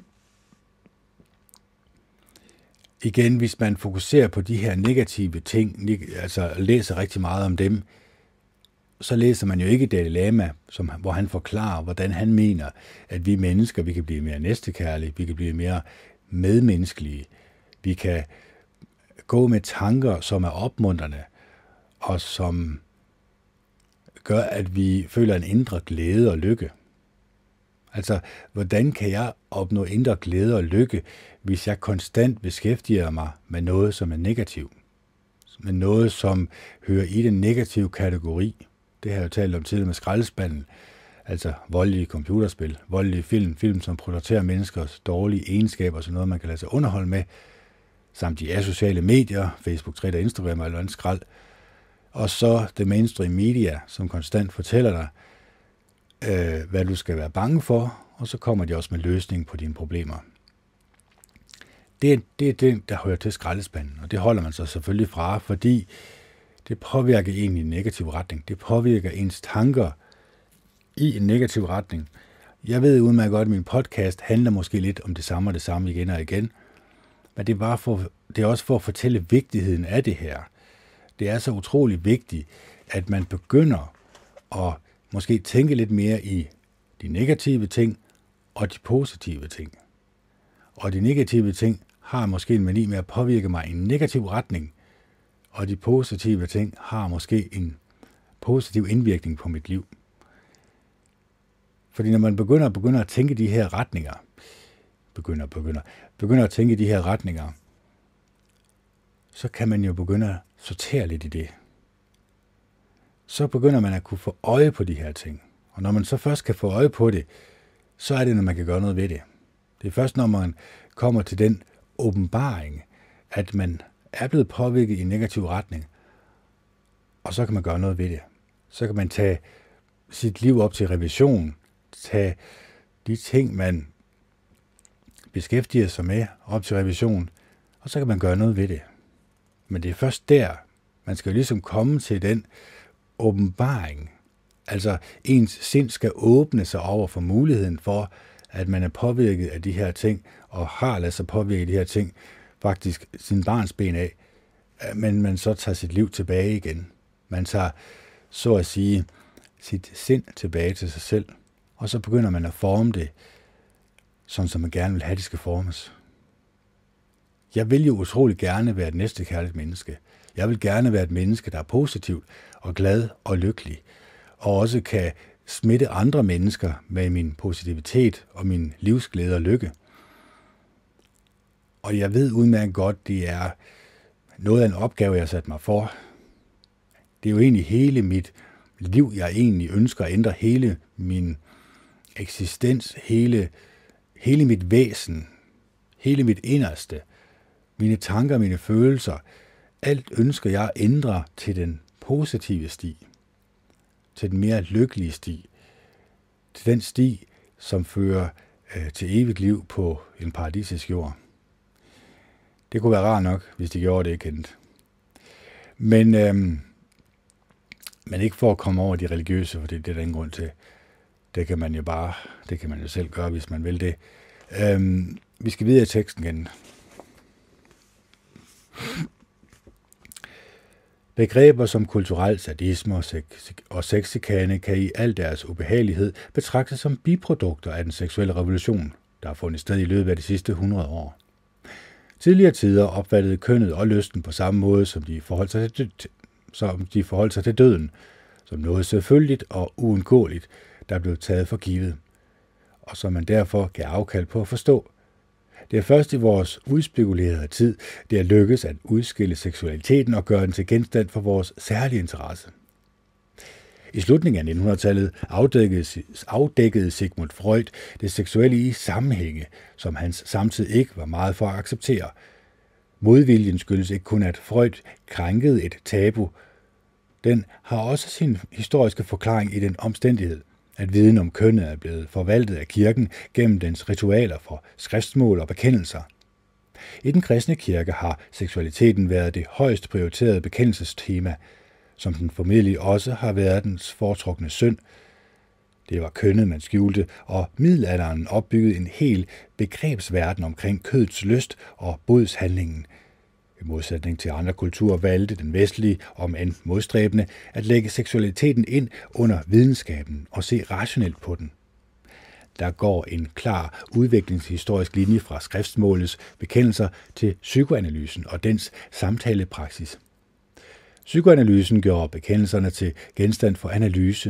igen, hvis man fokuserer på de her negative ting, altså læser rigtig meget om dem, så læser man jo ikke Dalai Lama, hvor han forklarer, hvordan han mener, at vi mennesker, vi kan blive mere næstekærlige, vi kan blive mere medmenneskelige, vi kan gå med tanker, som er opmuntrende, og som gør, at vi føler en indre glæde og lykke. Altså, hvordan kan jeg opnå indre glæde og lykke, hvis jeg konstant beskæftiger mig med noget, som er negativt? Med noget, som hører i den negative kategori. Det har jeg jo talt om tidligere med skraldespanden. Altså voldelige computerspil, voldelige film som producerer menneskers dårlige egenskaber, så noget, man kan lade sig underholde med, samt de asociale medier, Facebook, Twitter, Instagram og alt andet skrald. Og så det mainstream media, som konstant fortæller dig, hvad du skal være bange for, og så kommer de også med løsningen på dine problemer. Det er det, der hører til skraldespanden, og det holder man sig selvfølgelig fra, fordi det påvirker en i en negativ retning. Det påvirker ens tanker i en negativ retning. Jeg ved udmærket godt, at min podcast handler måske lidt om det samme igen og igen, men det er også for at fortælle vigtigheden af det her. Det er så utrolig vigtigt, at man begynder at måske tænke lidt mere i de negative ting og de positive ting. Og de negative ting har måske en mani med at påvirke mig i en negativ retning, og de positive ting har måske en positiv indvirkning på mit liv. Fordi når man begynder at tænke de her retninger, begynder at tænke de her retninger, så kan man jo begynde at sortere lidt i det. Så begynder man at kunne få øje på de her ting. Og når man så først kan få øje på det, så er det, når man kan gøre noget ved det. Det er først, når man kommer til den åbenbaring, at man er blevet påvirket i en negativ retning, og så kan man gøre noget ved det. Så kan man tage sit liv op til revision, tage de ting, man beskæftiger sig med op til revision, og så kan man gøre noget ved det. Men det er først der, man skal jo ligesom komme til den åbenbaring. Altså ens sind skal åbne sig over for muligheden for, at man er påvirket af de her ting, og har ladet sig påvirke af de her ting, faktisk sin barns ben af, men man så tager sit liv tilbage igen. Man tager, så at sige, sit sind tilbage til sig selv, og så begynder man at forme det, sådan som man gerne vil have, det skal formes. Jeg vil jo utrolig gerne være et næstekærligt menneske. Jeg vil gerne være et menneske, der er positivt og glad og lykkelig, og også kan smitte andre mennesker med min positivitet og min livsglæde og lykke. Og jeg ved udmærket godt, det er noget af en opgave, jeg har sat mig for. Det er jo egentlig hele mit liv, jeg egentlig ønsker at ændre, hele min eksistens, hele mit væsen, hele mit inderste, mine tanker, mine følelser. Alt ønsker jeg at ændre til den positive sti, til den mere lykkelige sti, til den sti, som fører til evigt liv på en paradisisk jord. Det kunne være rart nok, hvis de gjorde det, ikke kendt. Men ikke for at komme over de religiøse, for det er der ingen grund til. Det kan man jo selv gøre, hvis man vil det. Vi skal videre i teksten igen. Begreber som kulturel sadisme og sexchikane kan i al deres ubehagelighed betragtes som biprodukter af den seksuelle revolution, der har fundet sted i løbet af de sidste 100 år. Tidligere tider opfattede kønnet og lysten på samme måde, som de forholdt sig til døden, som noget selvfølgeligt og uundgåeligt, der blev taget for givet, og som man derfor gav afkald på at forstå. Det er først i vores udspekulerede tid, det er lykkedes at udskille seksualiteten og gøre den til genstand for vores særlige interesse. I slutningen af 1900-tallet afdækkede Sigmund Freud det seksuelle i sammenhænge, som hans samtid ikke var meget for at acceptere. Modviljen skyldes ikke kun, at Freud krænkede et tabu. Den har også sin historiske forklaring i den omstændighed, at viden om kønnet er blevet forvaltet af kirken gennem dens ritualer for skriftsmål og bekendelser. I den kristne kirke har seksualiteten været det højst prioriterede bekendelsestema, som den formentlig også har været dens foretrukne synd. Det var kønnet, man skjulte, og middelalderen opbyggede en hel begrebsverden omkring kødets lyst og bodshandlingen. I modsætning til andre kulturer valgte den vestlige, om end modstræbende, at lægge seksualiteten ind under videnskaben og se rationelt på den. Der går en klar udviklingshistorisk linje fra skriftsmålets bekendelser til psykoanalysen og dens samtalepraksis. Psykoanalysen gjorde bekendelserne til genstand for analyse,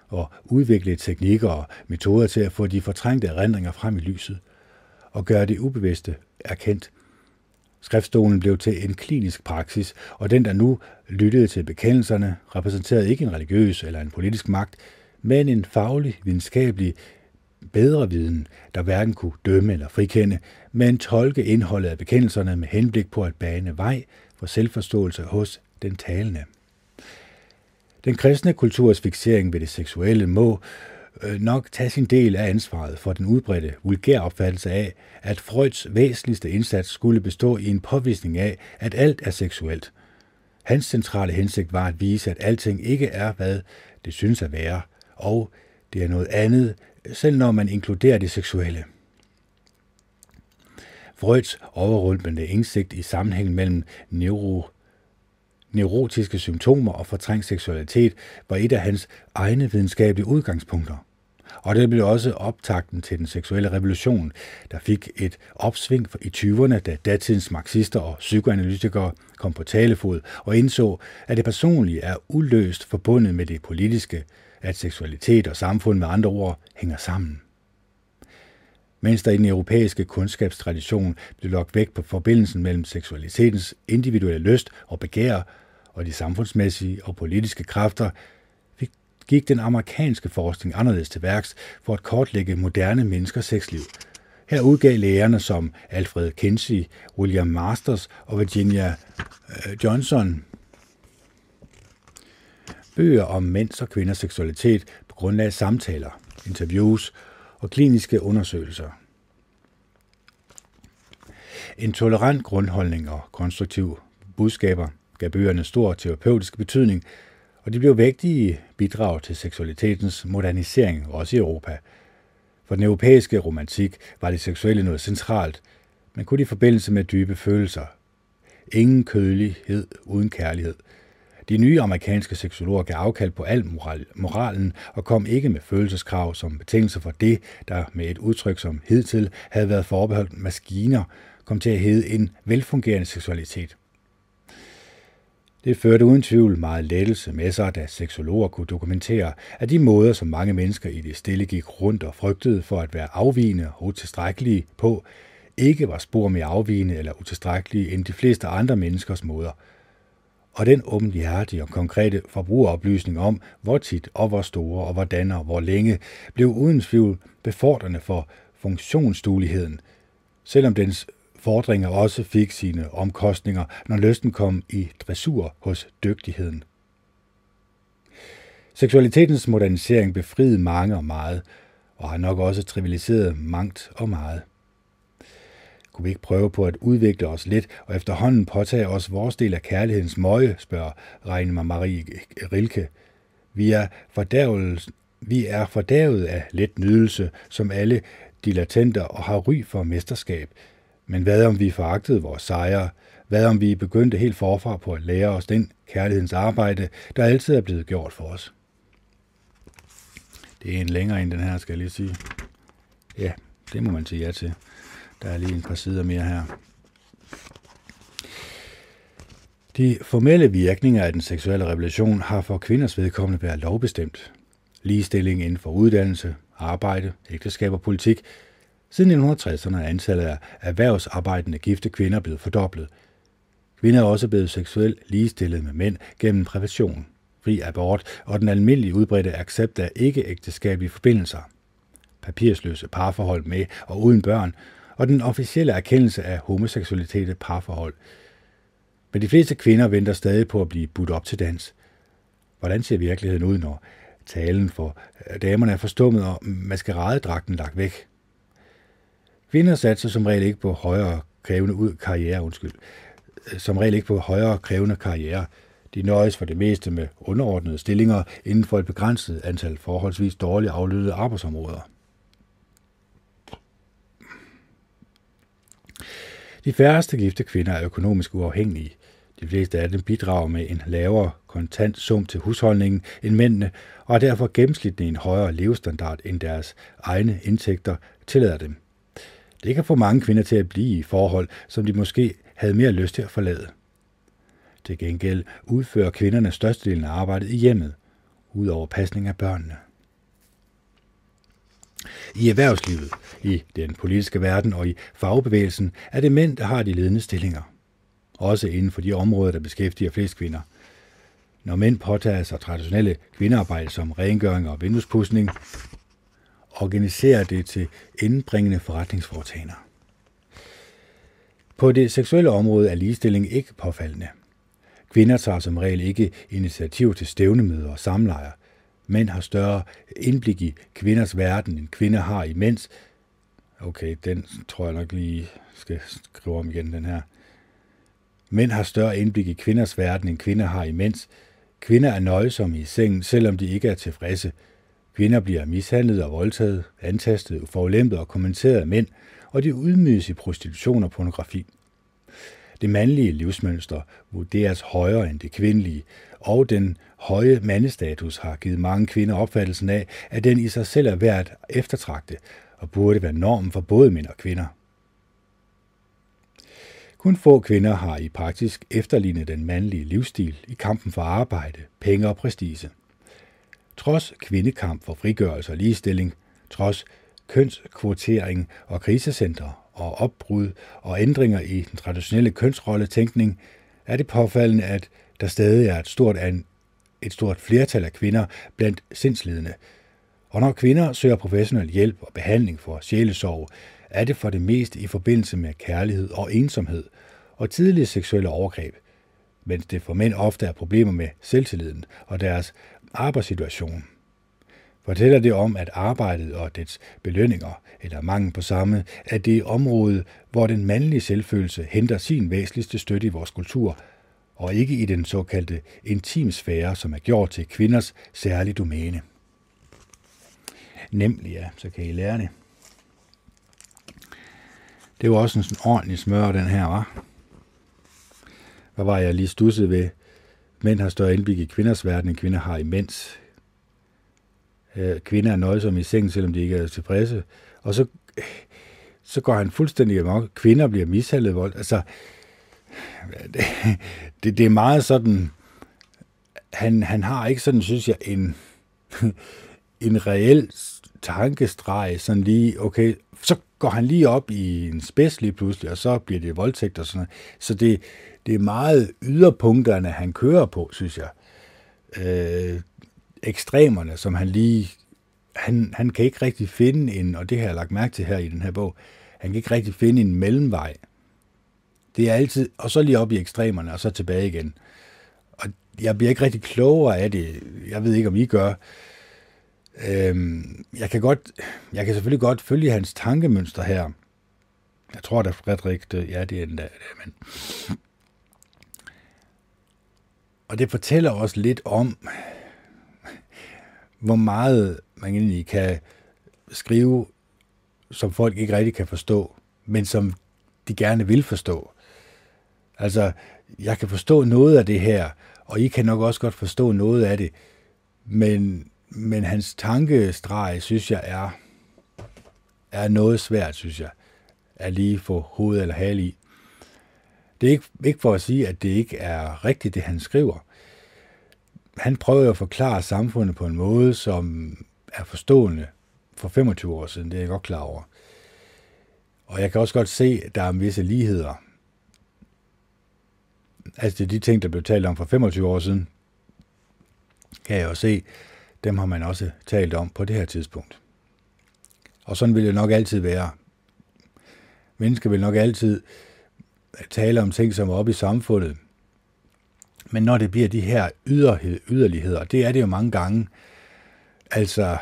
og udvikle teknikker og metoder til at få de fortrængte erindringer frem i lyset og gøre det ubevidste erkendt. Skriftstolen blev til en klinisk praksis, og den, der nu lyttede til bekendelserne, repræsenterede ikke en religiøs eller en politisk magt, men en faglig, videnskabelig, bedre viden, der hverken kunne dømme eller frikende, men tolke indholdet af bekendelserne med henblik på at bane vej for selvforståelse hos den talende. Den kristne kulturs fiksering ved det seksuelle må nok tage sin del af ansvaret for den udbredte vulgære opfattelse af, at Freuds væsentligste indsats skulle bestå i en påvisning af, at alt er seksuelt. Hans centrale hensigt var at vise, at alting ikke er, hvad det synes at være, og det er noget andet, selv når man inkluderer det seksuelle. Freuds overrumplende indsigt i sammenhængen mellem neurotiske symptomer og fortrængt seksualitet var et af hans egne videnskabelige udgangspunkter. Og det blev også optakten til den seksuelle revolution, der fik et opsving i 20'erne, da datidens marxister og psykoanalytikere kom på talefod og indså, at det personlige er uløst forbundet med det politiske, at seksualitet og samfund med andre ord hænger sammen. Mens der i den europæiske kundskabstradition blev lagt vægt på forbindelsen mellem seksualitetens individuelle lyst og begær og de samfundsmæssige og politiske kræfter, gik den amerikanske forskning anderledes til værks for at kortlægge moderne menneskers sexliv. Her udgav lægerne som Alfred Kinsey, William Masters og Virginia Johnson bøger om mænds og kvinders seksualitet på grundlag af samtaler, interviews og kliniske undersøgelser. En tolerant grundholdning og konstruktive budskaber gav bøgerne stor terapeutisk betydning, og de blev vægtige bidrag til seksualitetens modernisering, også i Europa. For den europæiske romantik var det seksuelle noget centralt, men kun i forbindelse med dybe følelser. Ingen kødelighed uden kærlighed. De nye amerikanske seksologer gav afkald på al moralen og kom ikke med følelseskrav som betingelse for det, der med et udtryk som hidtil havde været forbeholdt maskiner, kom til at hedde en velfungerende seksualitet. Det førte uden tvivl meget lettelse med sig, da seksologer kunne dokumentere, at de måder, som mange mennesker i det stille gik rundt og frygtede for at være afvigende og utilstrækkelige på, ikke var spor mere afvigende eller utilstrækkelige end de fleste andre menneskers måder. Og den åbenhjertige og konkrete forbrugeroplysning om, hvor tit og hvor store og hvordan og hvor længe, blev uden tvivl befordrende for funktionsdueligheden, selvom dens fordringer også fik sine omkostninger, når lysten kom i dressur hos dygtigheden. Seksualitetens modernisering befriede mange og meget, og har nok også trivialiseret mangt og meget. Kunne vi ikke prøve på at udvikle os lidt, og efterhånden påtage os vores del af kærlighedens møje, spørger Rainer Marie Rilke. Vi er fordærvet af let nydelse, som alle dilettenter, og har ry for mesterskab. Men hvad om vi foragtede vores sejre? Hvad om vi begyndte helt forfra på at lære os den kærlighedens arbejde, der altid er blevet gjort for os? Det er en længere end den her, skal jeg lige sige. Ja, det må man sige ja til. Der er lige et par sider mere her. De formelle virkninger af den seksuelle revolution har for kvinders vedkommende været lovbestemt. Ligestilling inden for uddannelse, arbejde, ægteskab og politik. Siden 1960'erne er antallet af erhvervsarbejdende gifte kvinder blevet fordoblet. Kvinder er også blevet seksuelt ligestillet med mænd gennem prævention, fri abort og den almindelige udbredte accept af ikke-ægteskabelige forbindelser, papirsløse parforhold med og uden børn, og den officielle erkendelse af homoseksualitet i parforhold. Men de fleste kvinder venter stadig på at blive budt op til dans. Hvordan ser virkeligheden ud, når talen for damerne er forstummet og maskeradedragten lagt væk? Kvinder satser som regel ikke på højere krævende karriere. De nøjes for det meste med underordnede stillinger inden for et begrænset antal forholdsvis dårligt aflønnede arbejdsområder. De færreste gifte kvinder er økonomisk uafhængige. De fleste af dem bidrager med en lavere kontant sum til husholdningen end mændene, og har derfor gennemsnitligt en højere levestandard end deres egne indtægter tillader dem. Det kan få mange kvinder til at blive i forhold, som de måske havde mere lyst til at forlade. Til gengæld udfører kvinderne størstedelen af arbejdet i hjemmet, udover pasning af børnene. I erhvervslivet, i den politiske verden og i fagbevægelsen er det mænd, der har de ledende stillinger. Også inden for de områder, der beskæftiger flest kvinder. Når mænd påtager sig traditionelle kvindearbejde som rengøring og vinduespudsning, organiserer det til indbringende forretningsforetagender. På det seksuelle område er ligestilling ikke påfaldende. Kvinder tager som regel ikke initiativ til stævnemøder og samlejer. Mænd har større indblik i kvinders verden, end kvinder har i mænds. Okay, den tror jeg nok lige skal skrive om igen, den her. Mænd har større indblik i kvinders verden, end kvinder har i mænds. Kvinder er nøjsomme i sengen, selvom de ikke er tilfredse. Kvinder bliver mishandlet og voldtaget, antastet, forulempet og kommenteret af mænd, og de udmydes i prostitution og pornografi. Det mandlige livsmønster vurderes højere end det kvindelige, og den høje mandestatus har givet mange kvinder opfattelsen af, at den i sig selv er værd at eftertragte og burde være normen for både mænd og kvinder. Kun få kvinder har i praktisk efterlignet den mandlige livsstil i kampen for arbejde, penge og prestige. Trods kvindekamp for frigørelse og ligestilling, trods kønskvotering og krisecentre og opbrud og ændringer i den traditionelle kønsrolletænkning, er det påfaldende, at der stadig er et stort flertal af kvinder blandt sindslidende. Og når kvinder søger professionel hjælp og behandling for sjælesorg, er det for det meste i forbindelse med kærlighed og ensomhed og tidlige seksuelle overgreb, mens det for mænd ofte er problemer med selvtilliden og deres arbejdssituation. Fortæller det om, at arbejdet og dets belønninger, eller mangel på samme, er det område, hvor den mandlige selvfølelse henter sin væsentligste støtte i vores kultur, og ikke i den såkaldte intimsfære, som er gjort til kvinders særlige domæne. Nemlig, ja, så kan I lære det. Det var også en sådan ordentlig smør, den her, var. Hvad var jeg lige studset ved? Mænd har større indblik i kvinders verden, end kvinder har i mænds. Kvinder er nøjsomme i sengen, selvom de ikke er tilfredse. Og så går han fuldstændig amok. Kvinder bliver mishandlet vold. Altså, det er meget sådan, han har ikke sådan, synes jeg, en reel tankestreg, sådan lige, okay, så går han lige op i en spids lige pludselig, og så bliver det voldtægt og sådan noget. Så det er meget yderpunkterne, han kører på, synes jeg. Ekstremerne, som han lige, han kan ikke rigtig finde en, og det har jeg lagt mærke til her i den her bog, han kan ikke rigtig finde en mellemvej. Det er altid, og så lige op i ekstremerne, og så tilbage igen. Og jeg bliver ikke rigtig klogere af det. Jeg ved ikke, om I gør. Jeg kan selvfølgelig godt følge hans tankemønster her. Jeg tror, at Frederik, ja, det er den der, men... Og det fortæller også lidt om, hvor meget man egentlig kan skrive, som folk ikke rigtig kan forstå, men som de gerne vil forstå. Altså, jeg kan forstå noget af det her, og I kan nok også godt forstå noget af det, men hans tankestreg, synes jeg, er noget svært, synes jeg, at lige få hoved eller hale i. Det er ikke for at sige, at det ikke er rigtigt, det han skriver. Han prøver at forklare samfundet på en måde, som er forstående for 25 år siden, det er jeg godt klar over. Og jeg kan også godt se, at der er visse ligheder. Altså de ting, der blev talt om for 25 år siden, kan jeg jo se, dem har man også talt om på det her tidspunkt. Og sådan vil det nok altid være. Mennesker vil nok altid tale om ting, som er oppe i samfundet. Men når det bliver de her yderligheder, det er det jo mange gange, altså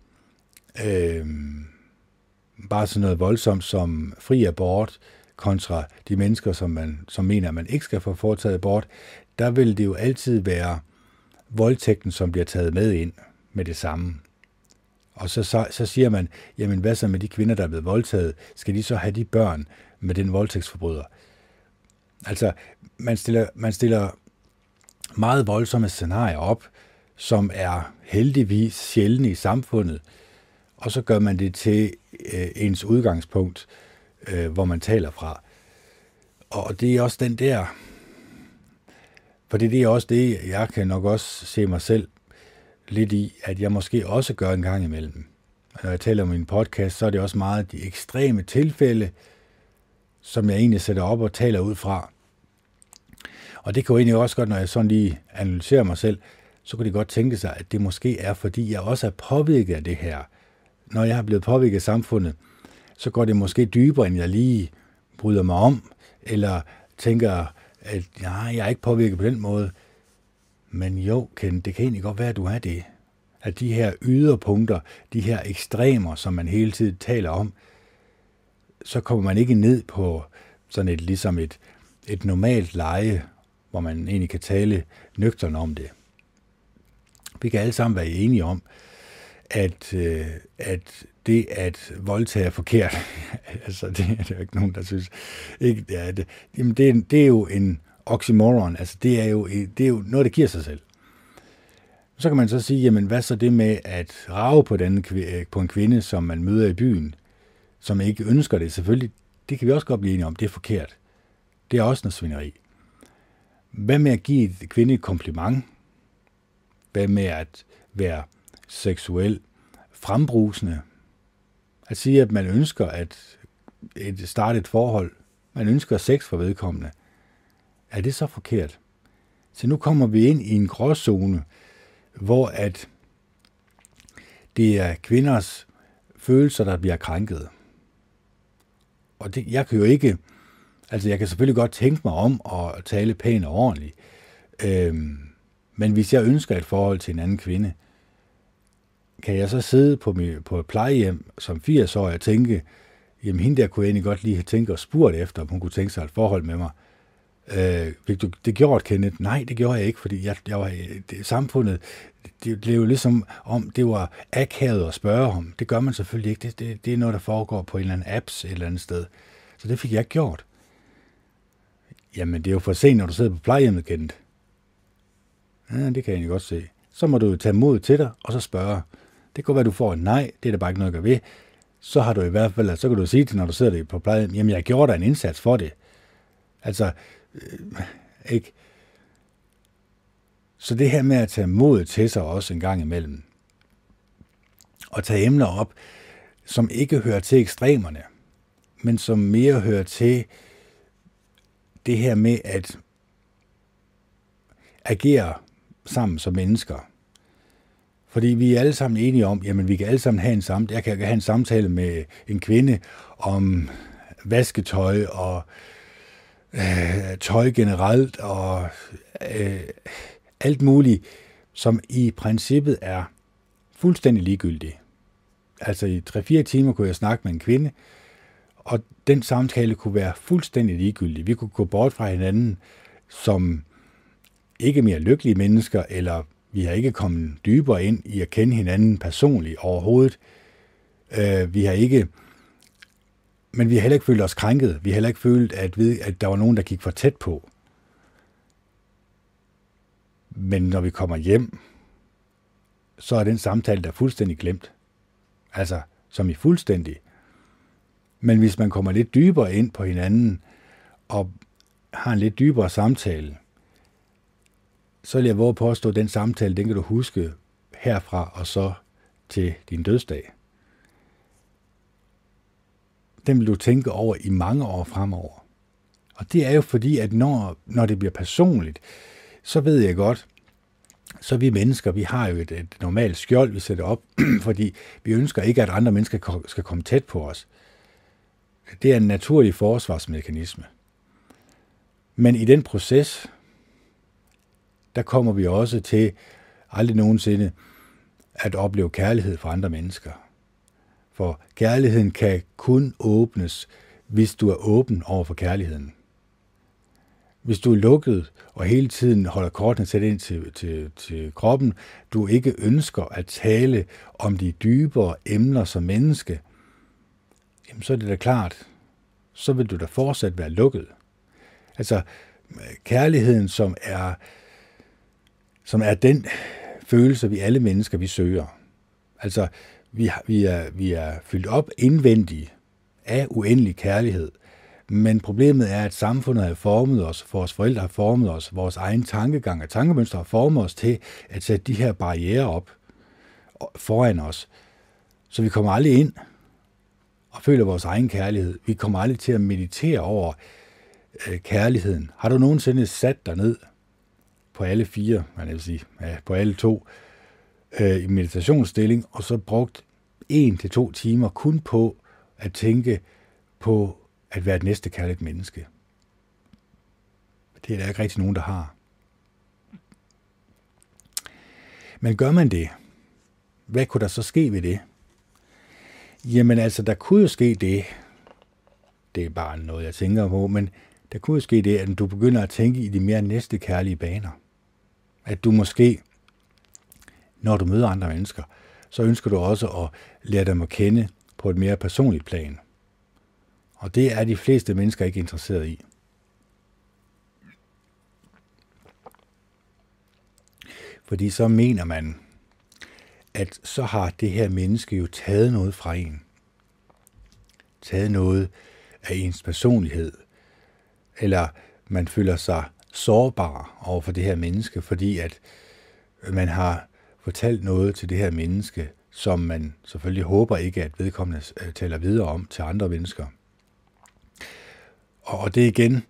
bare sådan noget voldsomt som fri abort kontra de mennesker, som mener, at man ikke skal få foretaget abort, der vil det jo altid være voldtægten, som bliver taget med ind med det samme. Og så siger man, jamen hvad så med de kvinder, der er blevet voldtaget? Skal de så have de børn med den voldtægtsforbryder? Altså, man stiller meget voldsomme scenarier op, som er heldigvis sjældne i samfundet, og så gør man det til ens udgangspunkt, hvor man taler fra. Og det er også den der, for det er også det, jeg kan nok også se mig selv lidt i, at jeg måske også gør en gang imellem. Når jeg taler om min podcast, så er det også meget de ekstreme tilfælde, som jeg egentlig sætter op og taler ud fra. Og det kan jo egentlig også godt, når jeg sådan lige analyserer mig selv, så kan det godt tænke sig, at det måske er, fordi jeg også er påvirket af det her. Når jeg har blevet påvirket af samfundet, så går det måske dybere, end jeg lige bryder mig om, eller tænker, at jeg er ikke påvirket på den måde. Men jo, Ken, det kan egentlig godt være, at du er det. At de her yderpunkter, de her ekstremer, som man hele tiden taler om, så kommer man ikke ned på sådan et normalt leje, hvor man egentlig kan tale nøgternt om det. Vi kan alle sammen være enige om, at det at voldtage er forkert, altså det er der jo ikke nogen, der synes ikke, det er det. Jamen det er jo en oxymoron, altså det er jo noget, der giver sig selv. Så kan man så sige, jamen hvad så det med at rage på en kvinde, som man møder i byen, som ikke ønsker det, selvfølgelig, det kan vi også godt blive enige om, det er forkert. Det er også noget svineri. Hvad med at give et kvinde et kompliment? Hvad med at være seksuel frembrusende? At sige, at man ønsker at starte et forhold, man ønsker sex for vedkommende. Er det så forkert? Så nu kommer vi ind i en gråzone, hvor at det er kvinders følelser, der bliver krænket. Og det, jeg kan jo ikke, altså jeg kan selvfølgelig godt tænke mig om at tale pænt og ordentligt, men hvis jeg ønsker et forhold til en anden kvinde, kan jeg så sidde på et plejehjem som 80-årig og tænke, jamen hende der kunne jeg egentlig godt lige have tænkt og spurgt efter, om hun kunne tænke sig et forhold med mig. Fik du det gjort, Kenneth? Nej, det gjorde jeg ikke, fordi jeg var samfundet, det blev jo ligesom om, det var akavet at spørge om. Det gør man selvfølgelig ikke. Det er noget, der foregår på en eller anden apps et eller andet sted. Så det fik jeg ikke gjort. Jamen, det er jo for sent, når du sidder på plejehjemmet, Kenneth. Ja, det kan jeg egentlig godt se. Så må du tage mod til dig, og så spørge. Det kan være, du får et nej, det er der bare ikke noget at gøre ved. Så har du i hvert fald, så kan du sige til, når du sidder der på plejehjem, jamen, jeg gjorde dig en indsats for det. Altså, ikke? Så det her med at tage mod til sig også en gang imellem, og tage emner op, som ikke hører til ekstremerne, men som mere hører til det her med at agere sammen som mennesker. Fordi vi er alle sammen enige om, jamen vi kan alle sammen have jeg kan have en samtale med en kvinde om vasketøj og tøj generelt og alt muligt, som i princippet er fuldstændig ligegyldigt. Altså i 3-4 timer kunne jeg snakke med en kvinde, og den samtale kunne være fuldstændig ligegyldig. Vi kunne gå bort fra hinanden som ikke mere lykkelige mennesker, eller vi har ikke kommet dybere ind i at kende hinanden personligt overhovedet. Men vi har heller ikke følt os krænket. Vi har heller ikke følt, at der var nogen, der gik for tæt på. Men når vi kommer hjem, så er den samtale der fuldstændig glemt. Altså, som i fuldstændig. Men hvis man kommer lidt dybere ind på hinanden, og har en lidt dybere samtale, så vil jeg våge på at stå, den samtale, den kan du huske herfra og så til din dødsdag. Den vil du tænke over i mange år fremover. Og det er jo fordi, at når det bliver personligt, så ved jeg godt, så vi mennesker, vi har jo et normalt skjold, vi sætter op, fordi vi ønsker ikke, at andre mennesker skal komme tæt på os. Det er en naturlig forsvarsmekanisme. Men i den proces, der kommer vi også til aldrig nogensinde at opleve kærlighed for andre mennesker. For kærligheden kan kun åbnes, hvis du er åben over for kærligheden. Hvis du er lukket og hele tiden holder kortene sat ind til kroppen, du ikke ønsker at tale om de dybere emner som menneske, jamen så er det da klart, så vil du da fortsat være lukket. Altså kærligheden, som er den følelse, vi alle mennesker, vi søger. Altså vi er fyldt op indvendigt af uendelig kærlighed. Men problemet er, at samfundet har formet os, vores forældre har formet os, vores egen tankegang og tankemønstre har formet os til at sætte de her barrierer op foran os, Så vi kommer aldrig ind og føler vores egen kærlighed. Vi kommer aldrig til at meditere over kærligheden. Har du nogensinde sat dig ned på alle fire, på alle to, i meditationsstilling, og så brugt 1 til 2 timer kun på at tænke på at være et næstekærligt menneske? Det er der ikke rigtig nogen, der har. Men gør man det, hvad kunne der så ske ved det? Jamen altså, der kunne jo ske det er bare noget, jeg tænker på, men der kunne jo ske det, at du begynder at tænke i de mere næstekærlige baner. At du måske, når du møder andre mennesker, så ønsker du også at lære dem at kende på et mere personligt plan. Og det er de fleste mennesker ikke interesseret i. Fordi så mener man, at så har det her menneske jo taget noget fra en. Taget noget af ens personlighed. Eller man føler sig sårbar over for det her menneske, fordi at man har fortalt noget til det her menneske, som man selvfølgelig håber ikke, at vedkommende taler videre om til andre mennesker. Og det er igen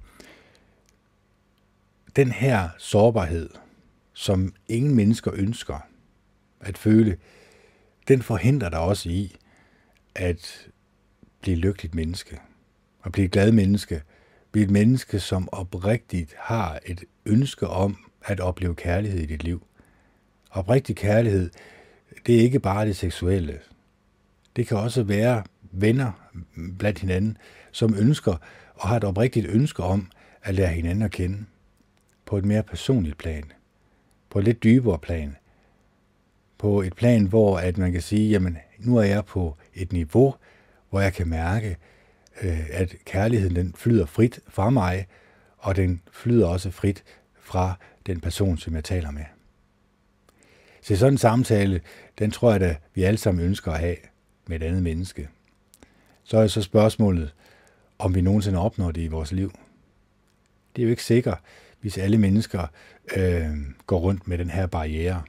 den her sårbarhed, som ingen mennesker ønsker at føle, den forhindrer dig også i at blive et lykkeligt menneske, at blive et glad menneske, blive et menneske, som oprigtigt har et ønske om at opleve kærlighed i dit liv. Oprigtig kærlighed, det er ikke bare det seksuelle. Det kan også være venner blandt hinanden, som ønsker og har et oprigtigt ønske om at lære hinanden at kende på et mere personligt plan, på et lidt dybere plan, på et plan, hvor at man kan sige, jamen nu er jeg på et niveau, hvor jeg kan mærke, at kærligheden den flyder frit fra mig, og den flyder også frit fra den person, som jeg taler med. Så sådan en samtale, den tror jeg da, vi alle sammen ønsker at have med et andet menneske. Så er så spørgsmålet, om vi nogensinde opnår det i vores liv. Det er jo ikke sikkert, hvis alle mennesker går rundt med den her barriere.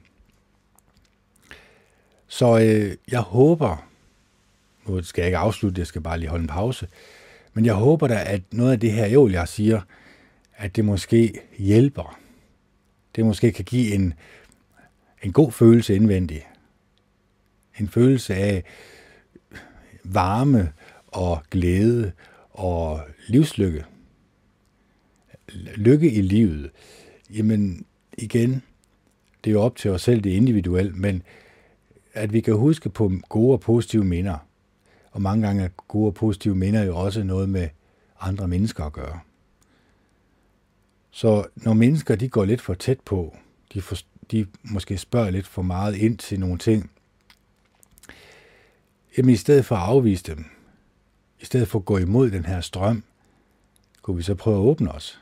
Så jeg håber, nu skal jeg ikke afslutte, jeg skal bare lige holde en pause, men jeg håber da, at noget af det her ævl, jeg siger, at det måske hjælper. Det måske kan give en god følelse indvendig. En følelse af varme og glæde og livslykke. Lykke i livet. Jamen igen, det er jo op til os selv, det er individuelt, men at vi kan huske på gode og positive minder. Og mange gange er gode og positive minder jo også noget med andre mennesker at gøre. Så når mennesker de går lidt for tæt på, de måske spørger lidt for meget ind til nogle ting, jamen i stedet for at afvise dem, i stedet for at gå imod den her strøm, kunne vi så prøve at åbne os.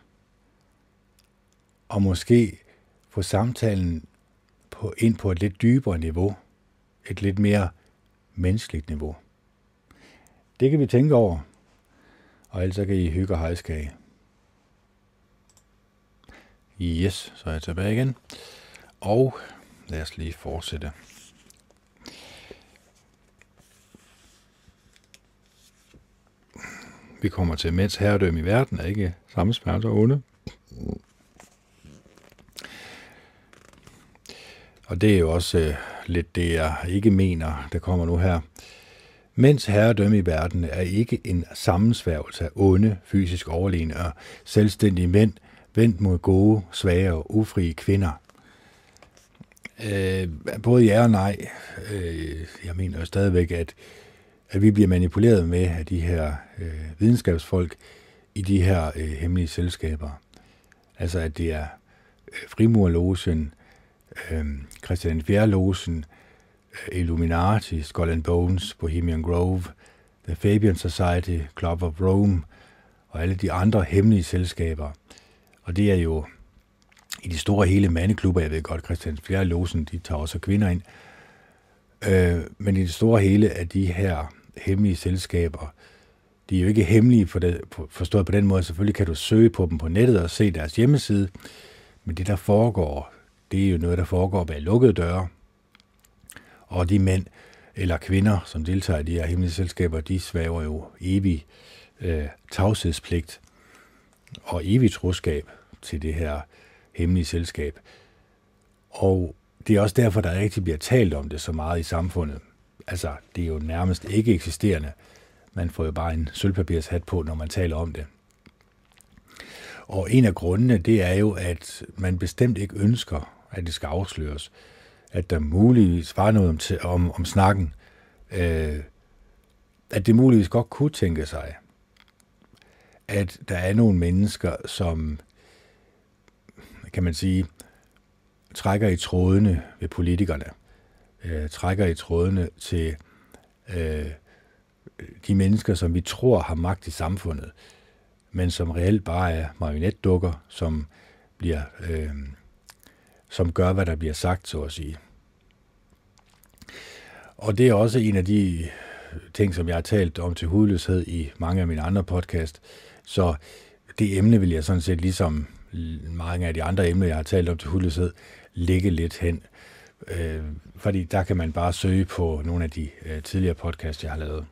Og måske få samtalen ind på et lidt dybere niveau, et lidt mere menneskeligt niveau. Det kan vi tænke over, og ellers kan I hygge og hejskage. Yes, så er jeg tilbage igen. Og lad os lige fortsætte. Vi kommer til mænds herredømme i verden, er ikke samme smerte og onde. Og det er jo også lidt det, jeg ikke mener, der kommer nu her. Mænds herredømme i verden er ikke en sammensværgelse af onde, fysisk overlegne og selvstændige mænd, vendt mod gode, svage og ufrie kvinder. Både ja og nej. Jeg mener jo stadigvæk, at vi bliver manipuleret med af de her videnskabsfolk i de her hemmelige selskaber. Altså at det er Frimurlogen, Christian IV Logen, Illuminati, Skull and Bones, Bohemian Grove, The Fabian Society, Club of Rome og alle de andre hemmelige selskaber. Og det er jo i de store hele mandeklubber, jeg ved godt, Christian IV Logen, de tager også kvinder ind, men i det store hele af de her hemmelige selskaber, de er jo ikke hemmelige forstået på den måde. Selvfølgelig kan du søge på dem på nettet og se deres hjemmeside, men det der foregår, det er jo noget, der foregår bag lukkede døre. Og de mænd, eller kvinder, som deltager i de her hemmelige selskaber, de svæver jo evig tavshedspligt og evig troskab til det her hemmelige selskab. Og det er også derfor, der rigtig bliver talt om det så meget i samfundet. Altså, det er jo nærmest ikke eksisterende. Man får jo bare en sølvpapirshat på, når man taler om det. Og en af grundene, det er jo, at man bestemt ikke ønsker, at det skal afsløres. At der muligvis var noget om snakken. At det muligvis godt kunne tænke sig, at der er nogle mennesker, som, kan man sige, trækker i trådene ved politikerne. Trækker i trådene til de mennesker, som vi tror har magt i samfundet, men som reelt bare er marionetdukker, som gør, hvad der bliver sagt, så at sige. Og det er også en af de ting, som jeg har talt om til hudløshed i mange af mine andre podcast. Så det emne vil jeg sådan set, ligesom mange af de andre emner, jeg har talt om til hudløshed, ligge lidt hen. Fordi der kan man bare søge på nogle af de tidligere podcasts, jeg har lavet.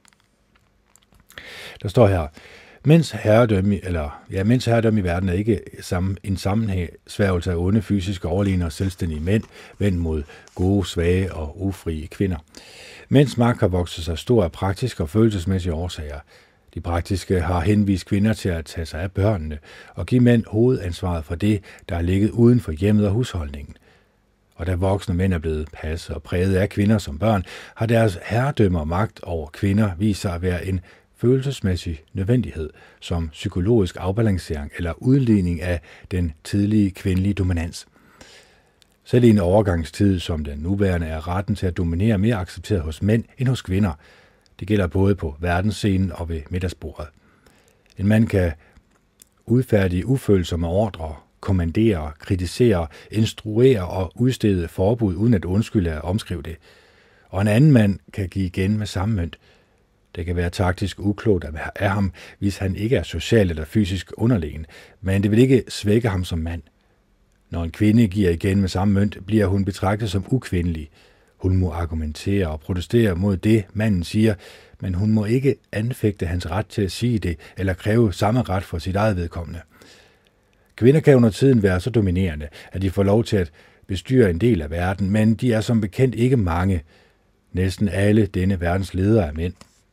Der står her, mens herredømme i verden er ikke en sammensværgelse af onde, fysiske, overlegne og selvstændige mænd, vendt mod gode, svage og ufrie kvinder. Mænds magt har vokset sig stor af praktiske og følelsesmæssige årsager. De praktiske har henvist kvinder til at tage sig af børnene og give mænd hovedansvaret for det, der er ligget uden for hjemmet og husholdningen. Og da voksne mænd er blevet passet og præget af kvinder som børn, har deres herredømme og magt over kvinder vist sig at være en følelsesmæssig nødvendighed, som psykologisk afbalancering eller udligning af den tidlige kvindelige dominans. Selv i en overgangstid som den nuværende er retten til at dominere mere accepteret hos mænd end hos kvinder. Det gælder både på verdensscenen og ved middagsbordet. En mand kan udfærdige ufølsomme ordrer, kommandere, kritisere, instruere og udstede forbud uden at undskylde at omskrive det. Og en anden mand kan give igen med samme mønt. Det kan være taktisk uklogt af ham, hvis han ikke er socialt eller fysisk underlegen, men det vil ikke svække ham som mand. Når en kvinde giver igen med samme mønt, bliver hun betragtet som ukvindelig. Hun må argumentere og protestere mod det, manden siger, men hun må ikke anfægte hans ret til at sige det, eller kræve samme ret for sit eget vedkommende. Kvinder kan under tiden være så dominerende, at de får lov til at bestyre en del af verden, men de er som bekendt ikke mange. Næsten alle denne verdens ledere er mænd.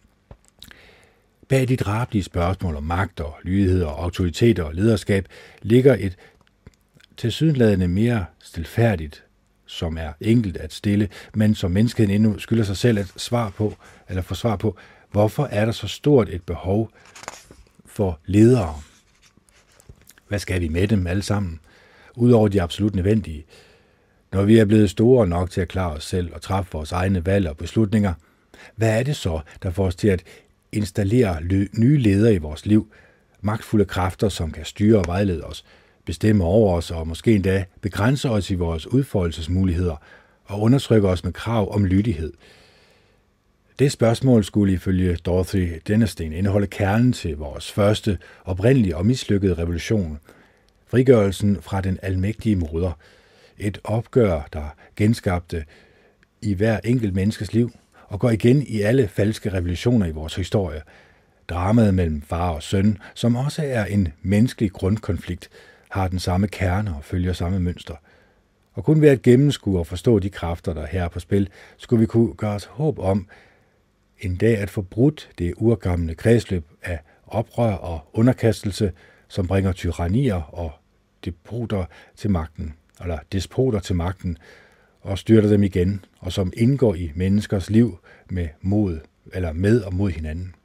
Bag de drabelige spørgsmål om magt og lydighed og autoriteter og lederskab ligger et tilsyneladende mere stilfærdigt, som er enkelt at stille, men som menneskeheden endnu skylder sig selv at få svar på, hvorfor er der så stort et behov for ledere? Hvad skal vi med dem alle sammen? Udover de absolut nødvendige. Når vi er blevet store nok til at klare os selv og træffe vores egne valg og beslutninger, hvad er det så, der får os til at installere nye ledere i vores liv? Magtfulde kræfter, som kan styre og vejlede os, bestemme over os og måske endda begrænse os i vores udfoldelsesmuligheder og undertrykke os med krav om lydighed. Det spørgsmål skulle ifølge Dorothy Dennerstein indeholde kernen til vores første, oprindelige og mislykkede revolution. Frigørelsen fra den almægtige moder. Et opgør, der genskabte i hver enkelt menneskes liv og går igen i alle falske revolutioner i vores historie. Dramaet mellem far og søn, som også er en menneskelig grundkonflikt, har den samme kerne og følger samme mønster. Og kun ved at gennemskue og forstå de kræfter, der her er på spil, skulle vi kunne gøre os håb om en dag at få brudt det urgamle kredsløb af oprør og underkastelse, som bringer tyrannier og despoter til magten og styrter dem igen, og som indgår i menneskers liv med og mod hinanden.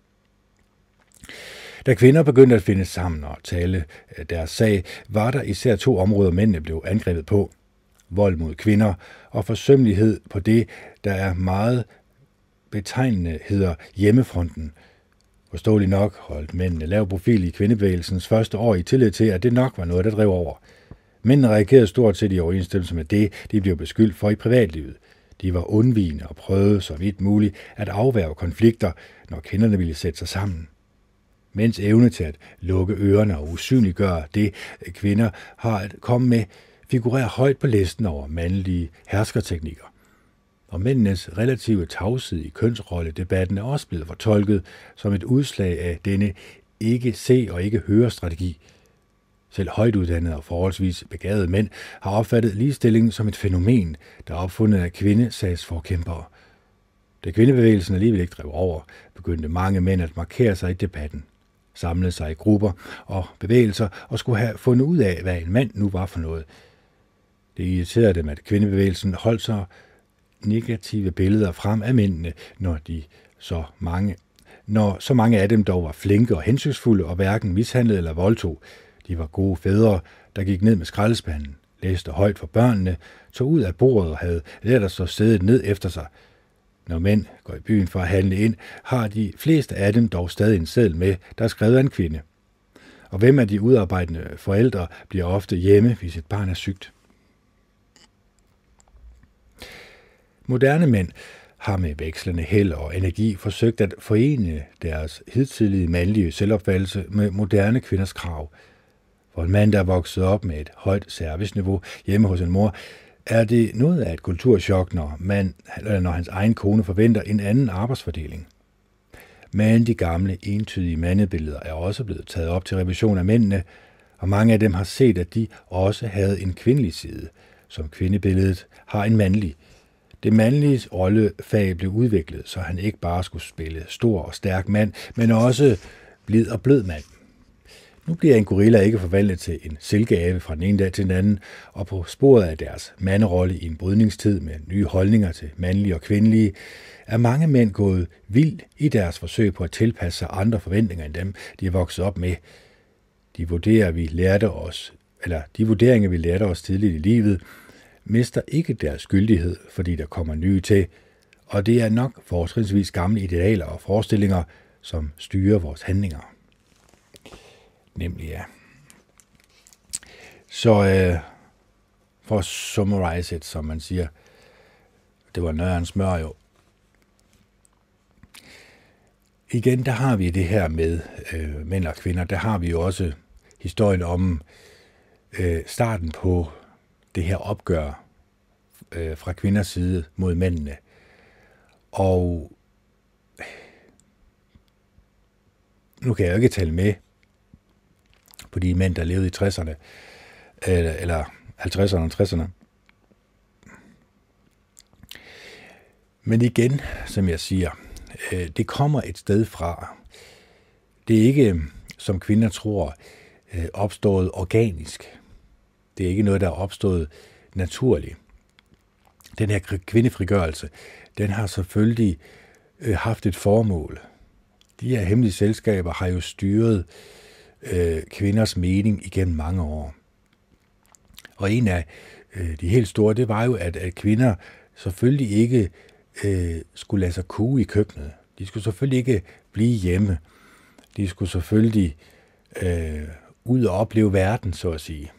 Da kvinder begyndte at finde sammen og tale deres sag, var der især 2 områder, mændene blev angrebet på. Vold mod kvinder og forsømmelighed på det, der er meget betegnende hedder hjemmefronten. Forståeligt nok holdt mændene lav profil i kvindebevægelsens første år i tillid til, at det nok var noget, der drev over. Mændene reagerede stort set i overensstemmelse med det, de blev beskyldt for i privatlivet. De var undvigende og prøvede så vidt muligt at afværge konflikter, når kvinderne ville sætte sig sammen. Mænds evne til at lukke ørerne og usynliggøre det, kvinder har at komme med, figurerer højt på listen over mandlige herskerteknikker. Og mændenes relative tavshed i kønsrolledebatten er også blevet fortolket som et udslag af denne ikke se og ikke høre strategi. Selv højtuddannede og forholdsvis begavede mænd har opfattet ligestillingen som et fænomen, der er opfundet af kvindesagsforkæmpere. Da kvindebevægelsen alligevel ikke drev over, begyndte mange mænd at markere sig i debatten, samlede sig i grupper og bevægelser og skulle have fundet ud af, hvad en mand nu var for noget. Det irriterede dem, at kvindebevægelsen holdt så negative billeder frem af mændene, når så mange af dem dog var flinke og hensynsfulde og hverken mishandlede eller voldtog. De var gode fædre, der gik ned med skraldespanden, læste højt for børnene, tog ud af bordet og havde lært at stå sædet ned efter sig. Når mænd går i byen for at handle ind, har de fleste af dem dog stadig en seddel med, der er skrevet af en kvinde. Og hvem af de udarbejdende forældre bliver ofte hjemme, hvis et barn er sygt? Moderne mænd har med vekslende held og energi forsøgt at forene deres hidtidige mandlige selvopfattelse med moderne kvinders krav. For en mand, der er vokset op med et højt serviceniveau hjemme hos en mor, er det noget af et kulturschok, når hans egen kone forventer en anden arbejdsfordeling. Men de gamle, entydige mandebilleder er også blevet taget op til revision af mændene, og mange af dem har set, at de også havde en kvindelig side, som kvindebilledet har en mandlig. Det mandlige rollefag blev udviklet, så han ikke bare skulle spille stor og stærk mand, men også blid og blød mand. Nu bliver en gorilla ikke forvandlet til en silkeave fra den ene dag til den anden, og på sporet af deres manderolle i en brydningstid med nye holdninger til mandlige og kvindelige, er mange mænd gået vild i deres forsøg på at tilpasse sig andre forventninger end dem, de er vokset op med. De vurderinger, vi lærte os tidligt i livet, mister ikke deres gyldighed, fordi der kommer nye til, og det er nok fortrinsvis gamle idealer og forestillinger, som styrer vores handlinger. Nemlig ja. Så for at summarize it, som man siger, det var nøjeren smør jo. Igen, der har vi det her med mænd og kvinder. Der har vi jo også historien om starten på det her opgør fra kvinders side mod mændene. Og nu kan jeg jo ikke tale med på de mænd, der levede i 60'erne, eller 50'erne og 60'erne. Men igen, som jeg siger, det kommer et sted fra. Det er ikke, som kvinder tror, opstået organisk. Det er ikke noget, der er opstået naturligt. Den her kvindefrigørelse, den har selvfølgelig haft et formål. De her hemmelige selskaber har jo styret kvinders mening igennem mange år. Og en af de helt store, det var jo, at kvinder selvfølgelig ikke skulle lade sig kue i køkkenet. De skulle selvfølgelig ikke blive hjemme. De skulle selvfølgelig ud og opleve verden, så at sige.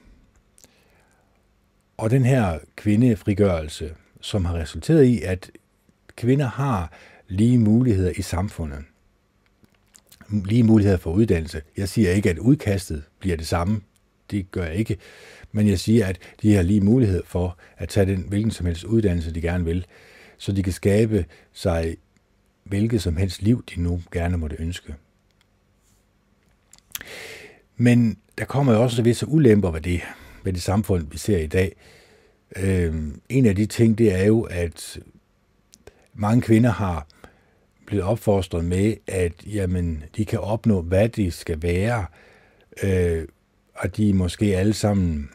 Og den her kvindefrigørelse, som har resulteret i, at kvinder har lige muligheder i samfundet. Lige muligheder for uddannelse. Jeg siger ikke, at udkastet bliver det samme. Det gør jeg ikke. Men jeg siger, at de har lige mulighed for at tage den hvilken som helst uddannelse, de gerne vil, så de kan skabe sig hvilket som helst liv, de nu gerne måtte ønske. Men der kommer jo også visse ulemper ved det samfund, vi ser i dag. En af de ting, det er jo, at mange kvinder har blevet opfostret med, at jamen, de kan opnå, hvad de skal være, og de måske alle sammen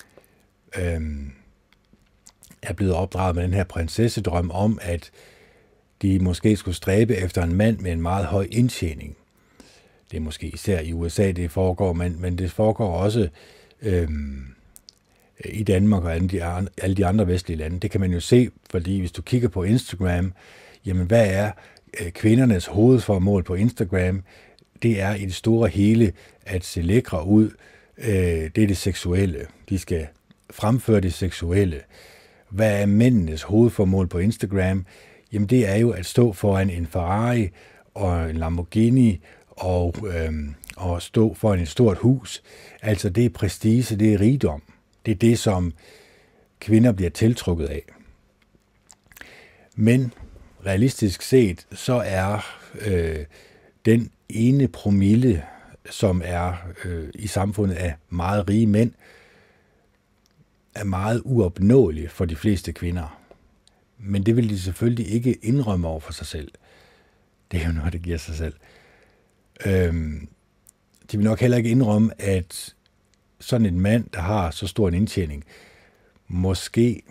er blevet opdraget med den her prinsessedrøm om, at de måske skulle stræbe efter en mand med en meget høj indtjening. Det er måske især i USA, det foregår, men det foregår også i Danmark og alle de andre vestlige lande. Det kan man jo se, fordi hvis du kigger på Instagram, jamen hvad er kvindernes hovedformål på Instagram? Det er i det store hele at se lækre ud. Det er det seksuelle. De skal fremføre det seksuelle. Hvad er mændenes hovedformål på Instagram? Jamen det er jo at stå foran en Ferrari og en Lamborghini og stå foran et stort hus. Altså det er prestige, det er rigdom. Det er det, som kvinder bliver tiltrukket af. Men realistisk set, så er den ene promille, som er i samfundet af meget rige mænd, er meget uopnåelig for de fleste kvinder. Men det vil de selvfølgelig ikke indrømme over for sig selv. Det er jo noget, der giver sig selv. De vil nok heller ikke indrømme, at sådan en mand, der har så stor en indtjening, måske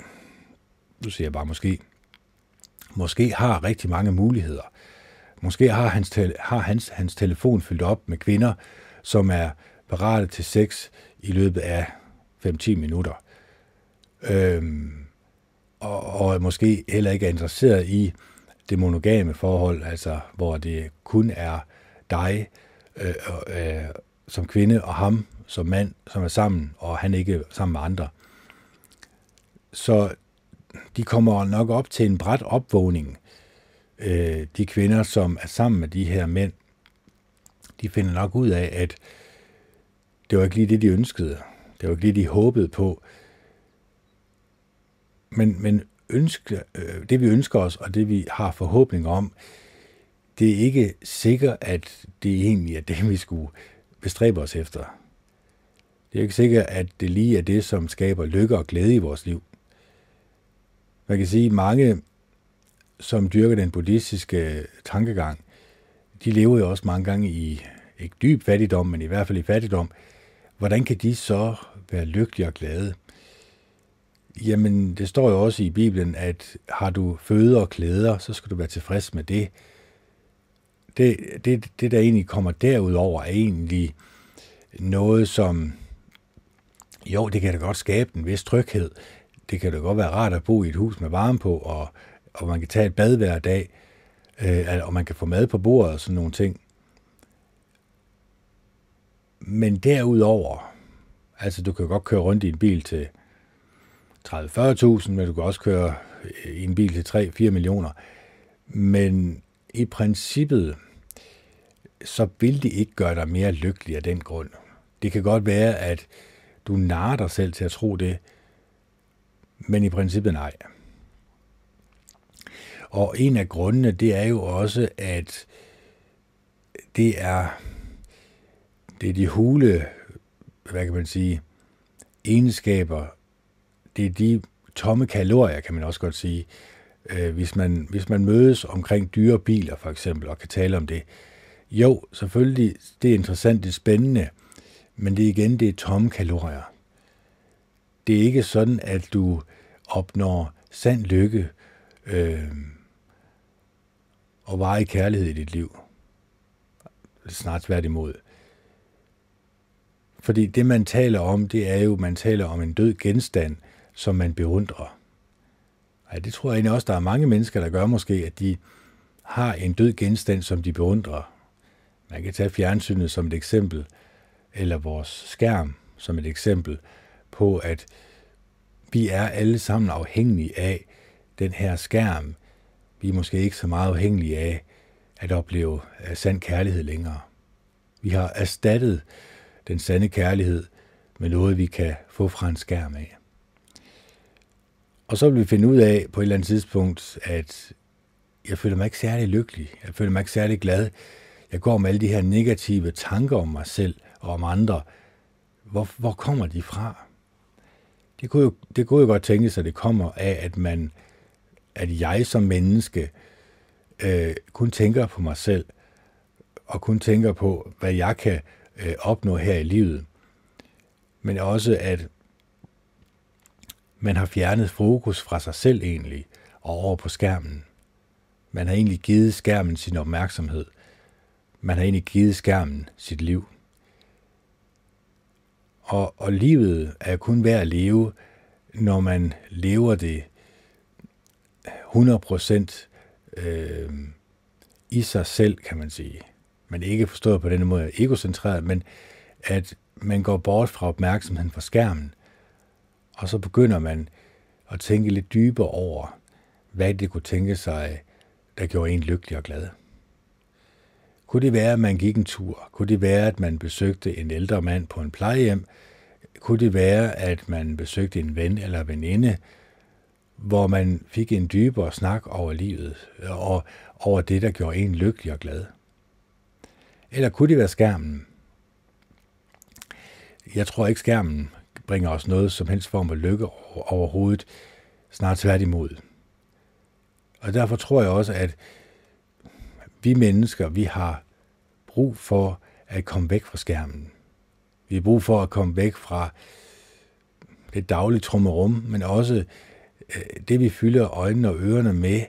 har rigtig mange muligheder. Måske har hans telefon fyldt op med kvinder, som er parate til sex i løbet af 5-10 minutter. Og måske heller ikke er interesseret i det monogame forhold, altså hvor det kun er dig som kvinde og ham som mand, som er sammen, og han ikke sammen med andre. Så de kommer nok op til en brat opvågning. De kvinder, som er sammen med de her mænd, de finder nok ud af, at det var ikke lige det, de ønskede. Det var ikke lige, de håbede på. Men det, vi ønsker os, og det, vi har forhåbning om, det er ikke sikkert, at det egentlig er det, vi skulle bestræbe os efter. Det er ikke sikkert, at det lige er det, som skaber lykke og glæde i vores liv. Man kan sige, at mange, som dyrker den buddhistiske tankegang, de lever jo også mange gange i ikke dyb fattigdom, men i hvert fald i fattigdom. Hvordan kan de så være lykkelige og glade? Jamen, det står jo også i Bibelen, at har du føde og klæder, så skal du være tilfreds med det. Det, der egentlig kommer derudover, er egentlig noget, som, jo, det kan da godt skabe en vis tryghed. Det kan da godt være rart at bo i et hus med varme på, og man kan tage et bad hver dag, og man kan få mad på bordet og sådan nogle ting. Men derudover, altså du kan godt køre rundt i en bil til 30-40.000, men du kan også køre i en bil til 3-4 millioner. Men i princippet, så vil det ikke gøre dig mere lykkelig af den grund. Det kan godt være, at du narrer dig selv til at tro det, men i princippet nej. Og en af grundene, det er jo også, at det er de hule, hvad kan man sige, egenskaber, det er de tomme kalorier, kan man også godt sige. Hvis man mødes omkring dyre biler, for eksempel, og kan tale om det. Jo, selvfølgelig, det er interessant, det er spændende, men det er tomme kalorier. Det er ikke sådan, at du opnår sand lykke og varig kærlighed i dit liv. Snart tværtimod. Fordi det, man taler om, det er jo, man taler om en død genstand, som man beundrer. Ja, det tror jeg egentlig også, der er mange mennesker, der gør måske, at de har en død genstand, som de beundrer. Man kan tage fjernsynet som et eksempel, eller vores skærm som et eksempel på, at vi er alle sammen afhængige af den her skærm. Vi er måske ikke så meget afhængige af at opleve sand kærlighed længere. Vi har erstattet den sande kærlighed med noget, vi kan få fra en skærm af. Og så vil vi finde ud af på et eller andet tidspunkt, at jeg føler mig ikke særlig lykkelig. Jeg føler mig ikke særlig glad. Jeg går med alle de her negative tanker om mig selv og om andre. Hvor kommer de fra? Det kunne jo godt tænkes, at det kommer af, at jeg som menneske kun tænker på mig selv, og kun tænker på, hvad jeg kan opnå her i livet. Men også, at man har fjernet fokus fra sig selv egentlig, og over på skærmen. Man har egentlig givet skærmen sin opmærksomhed. Man har egentlig givet skærmen sit liv. Og livet er kun værd at leve, når man lever det 100% i sig selv, kan man sige. Men ikke forstået på denne måde egocentreret, men at man går bort fra opmærksomheden fra skærmen, og så begynder man at tænke lidt dybere over, hvad det kunne tænke sig, der gjorde en lykkelig og glad. Kunne det være, at man gik en tur? Kunne det være, at man besøgte en ældre mand på en plejehjem? Kunne det være, at man besøgte en ven eller veninde, hvor man fik en dybere snak over livet, og over det, der gjorde en lykkelig og glad. Eller kunne det være skærmen? Jeg tror ikke, skærmen bringer os noget som helst form af lykke overhovedet, snart tværtimod. Og derfor tror jeg også, at vi mennesker, vi har brug for at komme væk fra skærmen. Vi har brug for at komme væk fra det daglige trummerum, men også det, vi fylder øjnene og ørerne med,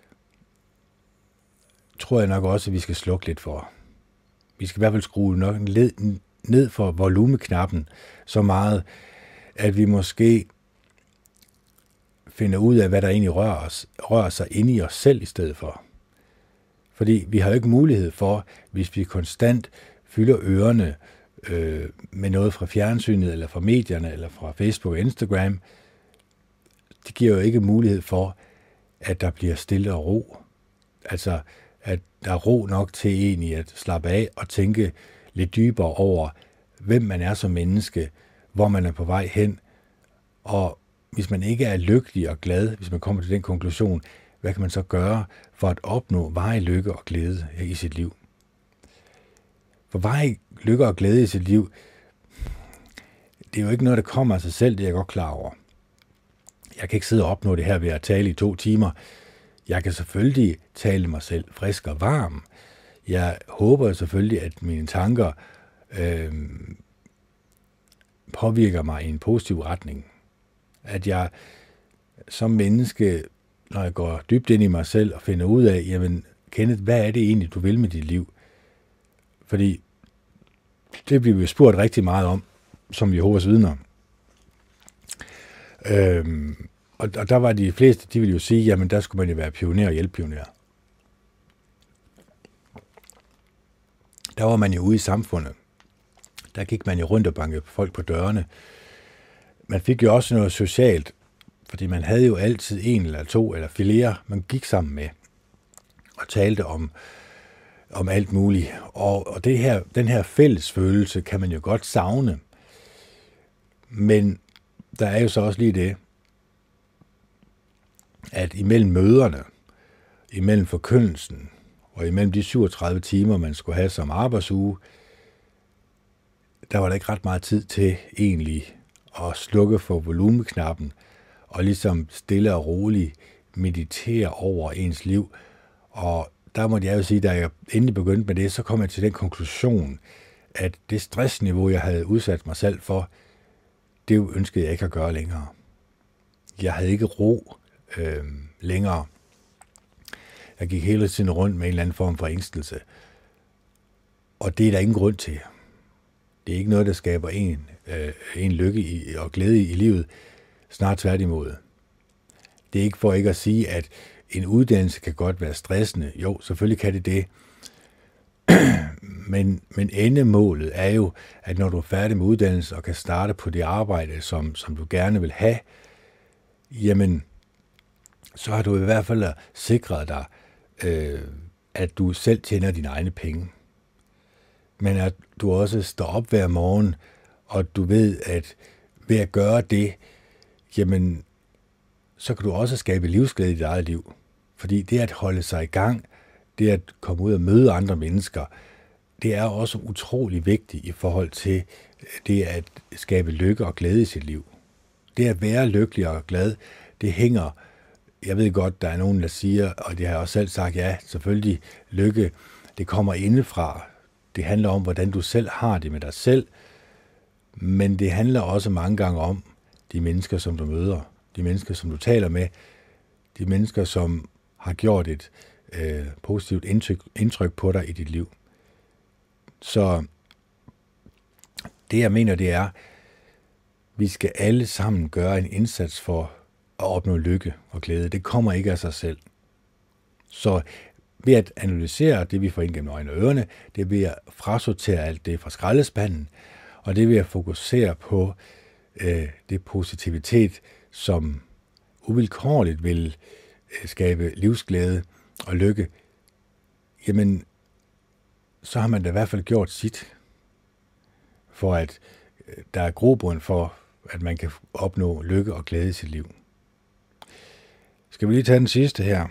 tror jeg nok også, at vi skal slukke lidt for. Vi skal i hvert fald skrue nok ned for volumeknappen så meget, at vi måske finder ud af, hvad der egentlig rører sig inde i os selv i stedet for. Fordi vi har jo ikke mulighed for, hvis vi konstant fylder ørerne med noget fra fjernsynet, eller fra medierne, eller fra Facebook og Instagram. Det giver jo ikke mulighed for, at der bliver stille og ro. Altså, at der er ro nok til egentlig at slappe af og tænke lidt dybere over, hvem man er som menneske, hvor man er på vej hen. Og hvis man ikke er lykkelig og glad, hvis man kommer til den konklusion, hvad kan man så gøre for at opnå varig lykke og glæde i sit liv? For varig lykke og glæde i sit liv, det er jo ikke noget, der kommer af sig selv, det er jeg godt klar over. Jeg kan ikke sidde og opnå det her ved at tale i 2 timer. Jeg kan selvfølgelig tale mig selv frisk og varm. Jeg håber selvfølgelig, at mine tanker påvirker mig i en positiv retning. At jeg som menneske, når jeg går dybt ind i mig selv og finder ud af, jamen Kenneth, hvad er det egentlig, du vil med dit liv? Fordi det bliver vi spurgt rigtig meget om, som Jehovas vidner. Og der var de fleste, de ville jo sige, jamen der skulle man jo være pioner og hjælpepioner. Der var man jo ude i samfundet. Der gik man jo rundt og bankede folk på dørene. Man fik jo også noget socialt, fordi man havde jo altid en eller to eller flere, man gik sammen med og talte om alt muligt. Og den her fællesfølelse kan man jo godt savne. Men der er jo så også lige det, at imellem møderne, imellem forkyndelsen og imellem de 37 timer, man skulle have som arbejdsuge, der var der ikke ret meget tid til egentlig at slukke for volumeknappen og ligesom stille og roligt meditere over ens liv. Og der måtte jeg jo sige, da jeg endelig begyndte med det, så kom jeg til den konklusion, at det stressniveau, jeg havde udsat mig selv for, det ønskede jeg ikke at gøre længere. Jeg havde ikke ro længere. Jeg gik hele tiden rundt med en eller anden form for ængstelse. Og det er der ingen grund til. Det er ikke noget, der skaber en lykke og glæde i livet. Snart tværtimod. Det er ikke for ikke at sige, at en uddannelse kan godt være stressende. Jo, selvfølgelig kan det. Men endemålet er jo, at når du er færdig med uddannelse og kan starte på det arbejde, som du gerne vil have, jamen, så har du i hvert fald sikret dig, at du selv tjener dine egne penge. Men at du også står op hver morgen, og du ved, at ved at gøre det, jamen, så kan du også skabe livsglæde i dit eget liv. Fordi det at holde sig i gang, det at komme ud og møde andre mennesker, det er også utrolig vigtigt i forhold til det at skabe lykke og glæde i sit liv. Det at være lykkelig og glad, det hænger, jeg ved godt, der er nogen, der siger, og det har jeg også selv sagt, ja, selvfølgelig lykke, det kommer indefra. Det handler om, hvordan du selv har det med dig selv, men det handler også mange gange om de mennesker, som du møder, de mennesker, som du taler med, de mennesker, som har gjort et positivt indtryk på dig i dit liv. Så det, jeg mener, det er, vi skal alle sammen gøre en indsats for at opnå lykke og glæde. Det kommer ikke af sig selv. Så ved at analysere det, vi får ind gennem øjnene og ørerne, det er ved at frasortere alt det fra skraldespanden, og det er ved at fokusere på det positivitet, som uvilkårligt vil skabe livsglæde og lykke, jamen, så har man da i hvert fald gjort sit, for at der er grobund for, at man kan opnå lykke og glæde i sit liv. Skal vi lige tage den sidste her?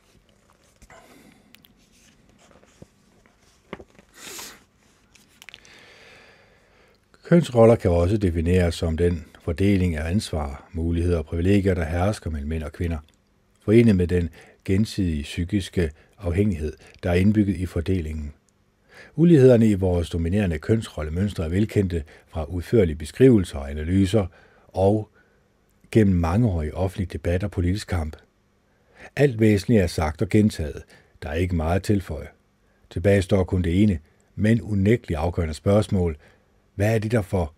Kønsroller kan også defineres som den fordeling af ansvar, muligheder og privilegier, der hersker mellem mænd og kvinder, forenet med den gensidige psykiske afhængighed, der er indbygget i fordelingen. Ulighederne i vores dominerende kønsrollemønstre er velkendte fra udførlige beskrivelser og analyser og gennem mangeårig offentlig debat og politisk kamp. Alt væsentligt er sagt og gentaget. Der er ikke meget at tilføje. Tilbage står kun det ene, men unægteligt afgørende spørgsmål. Hvad er det,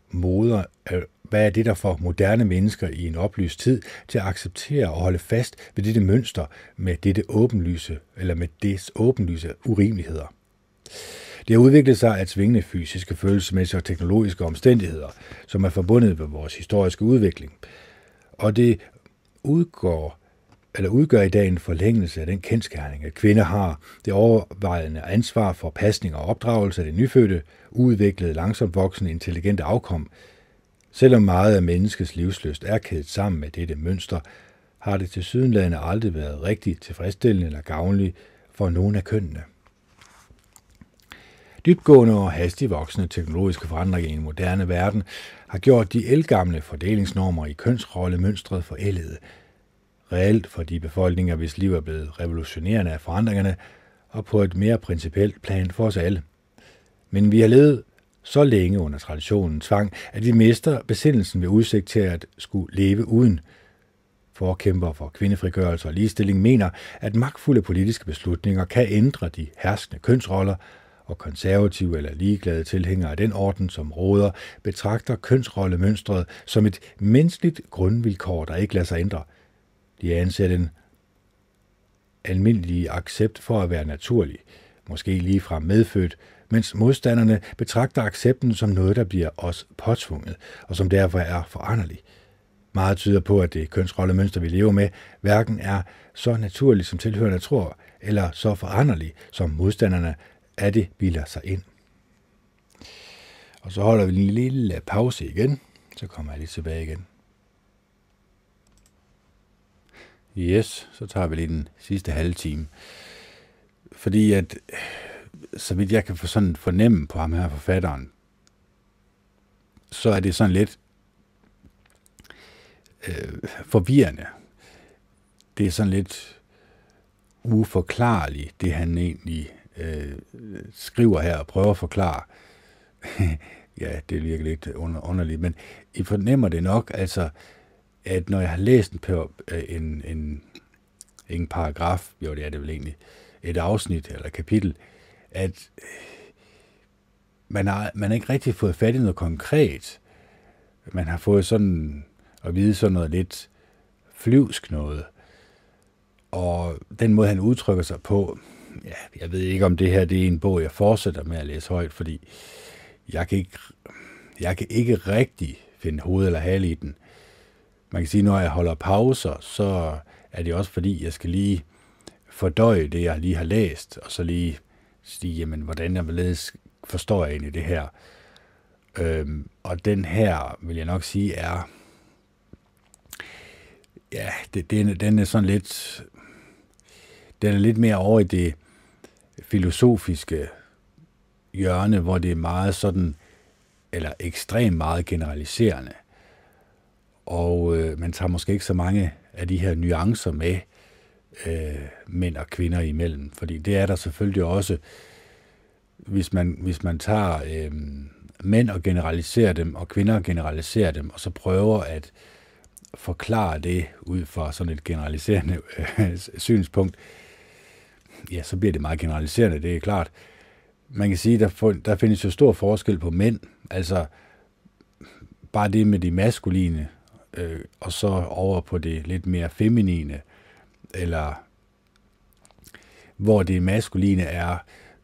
der får moderne mennesker i en oplyst tid til at acceptere og holde fast ved dette mønster med dets åbenlyse urimeligheder? Det har udviklet sig af svingende fysiske, følelsesmæssige og teknologiske omstændigheder, som er forbundet med vores historiske udvikling. Og det udgør i dag en forlængelse af den kendsgerning, at kvinder har det overvejende ansvar for pasning og opdragelse af det nyfødte, udviklede, langsomt voksende, intelligente afkom. Selvom meget af menneskets livslyst er kædet sammen med dette mønster, har det tilsyneladende aldrig været rigtig tilfredsstillende eller gavnligt for nogen af kønnene. Dybtgående og hastigt voksende teknologiske forandringer i en moderne verden har gjort de ældgamle fordelingsnormer i kønsrollemønstret forældede, reelt for de befolkninger, hvis liv er blevet revolutionerende af forandringerne, og på et mere principielt plan for os alle. Men vi har levet så længe under traditionens tvang, at vi mister besindelsen ved udsigt til at skulle leve uden. Forkæmper for kvindefrigørelse og ligestilling mener, at magtfulde politiske beslutninger kan ændre de herskende kønsroller, og konservative eller ligeglade tilhængere af den orden, som råder, betragter kønsrollemønstret som et menneskeligt grundvilkår, der ikke lader sig ændre. De anser den almindelige accept for at være naturlig, måske ligefrem medfødt, mens modstanderne betragter accepten som noget, der bliver os påtvunget, og som derfor er foranderlig. Meget tyder på, at det kønsrollemønster, vi lever med, hverken er så naturligt, som tilhørende tror, eller så foranderlig, som modstanderne af det bilder sig ind. Og så holder vi en lille pause igen, så kommer jeg lige tilbage igen. Yes, så tager vi lige den sidste halve time. Fordi at, så vidt jeg kan få sådan fornemme på ham her forfatteren, så er det sådan lidt forvirrende. Det er sådan lidt uforklarligt, det han egentlig skriver her og prøver at forklare. Ja, det virker lidt underligt, men I fornemmer det nok, altså, at når jeg har læst en paragraf, jo det er det vel egentlig, et afsnit eller kapitel, at man har ikke rigtig fået fat i noget konkret. Man har fået sådan at vide sådan noget lidt flyvsk noget. Og den måde, han udtrykker sig på, ja, jeg ved ikke, om det her det er en bog, jeg fortsætter med at læse højt, fordi jeg kan ikke rigtig finde hoved eller hale i den. Man kan sige, når jeg holder pauser, så er det også fordi, jeg skal lige fordøje det, jeg lige har læst, og så lige sige, jamen, hvordan jeg forstår jeg egentlig det her. Og den her, vil jeg nok sige, er, ja, den er sådan lidt, den er lidt mere over i det filosofiske hjørne, hvor det er meget sådan, eller ekstremt meget generaliserende. Og man tager måske ikke så mange af de her nuancer med mænd og kvinder imellem, fordi det er der selvfølgelig også, hvis man tager mænd og generaliserer dem, og kvinder og generaliserer dem, og så prøver at forklare det ud fra sådan et generaliserende synspunkt, ja, så bliver det meget generaliserende, det er klart. Man kan sige, der findes jo stor forskel på mænd, altså bare det med de maskuline, og så over på det lidt mere feminine, eller hvor det maskuline er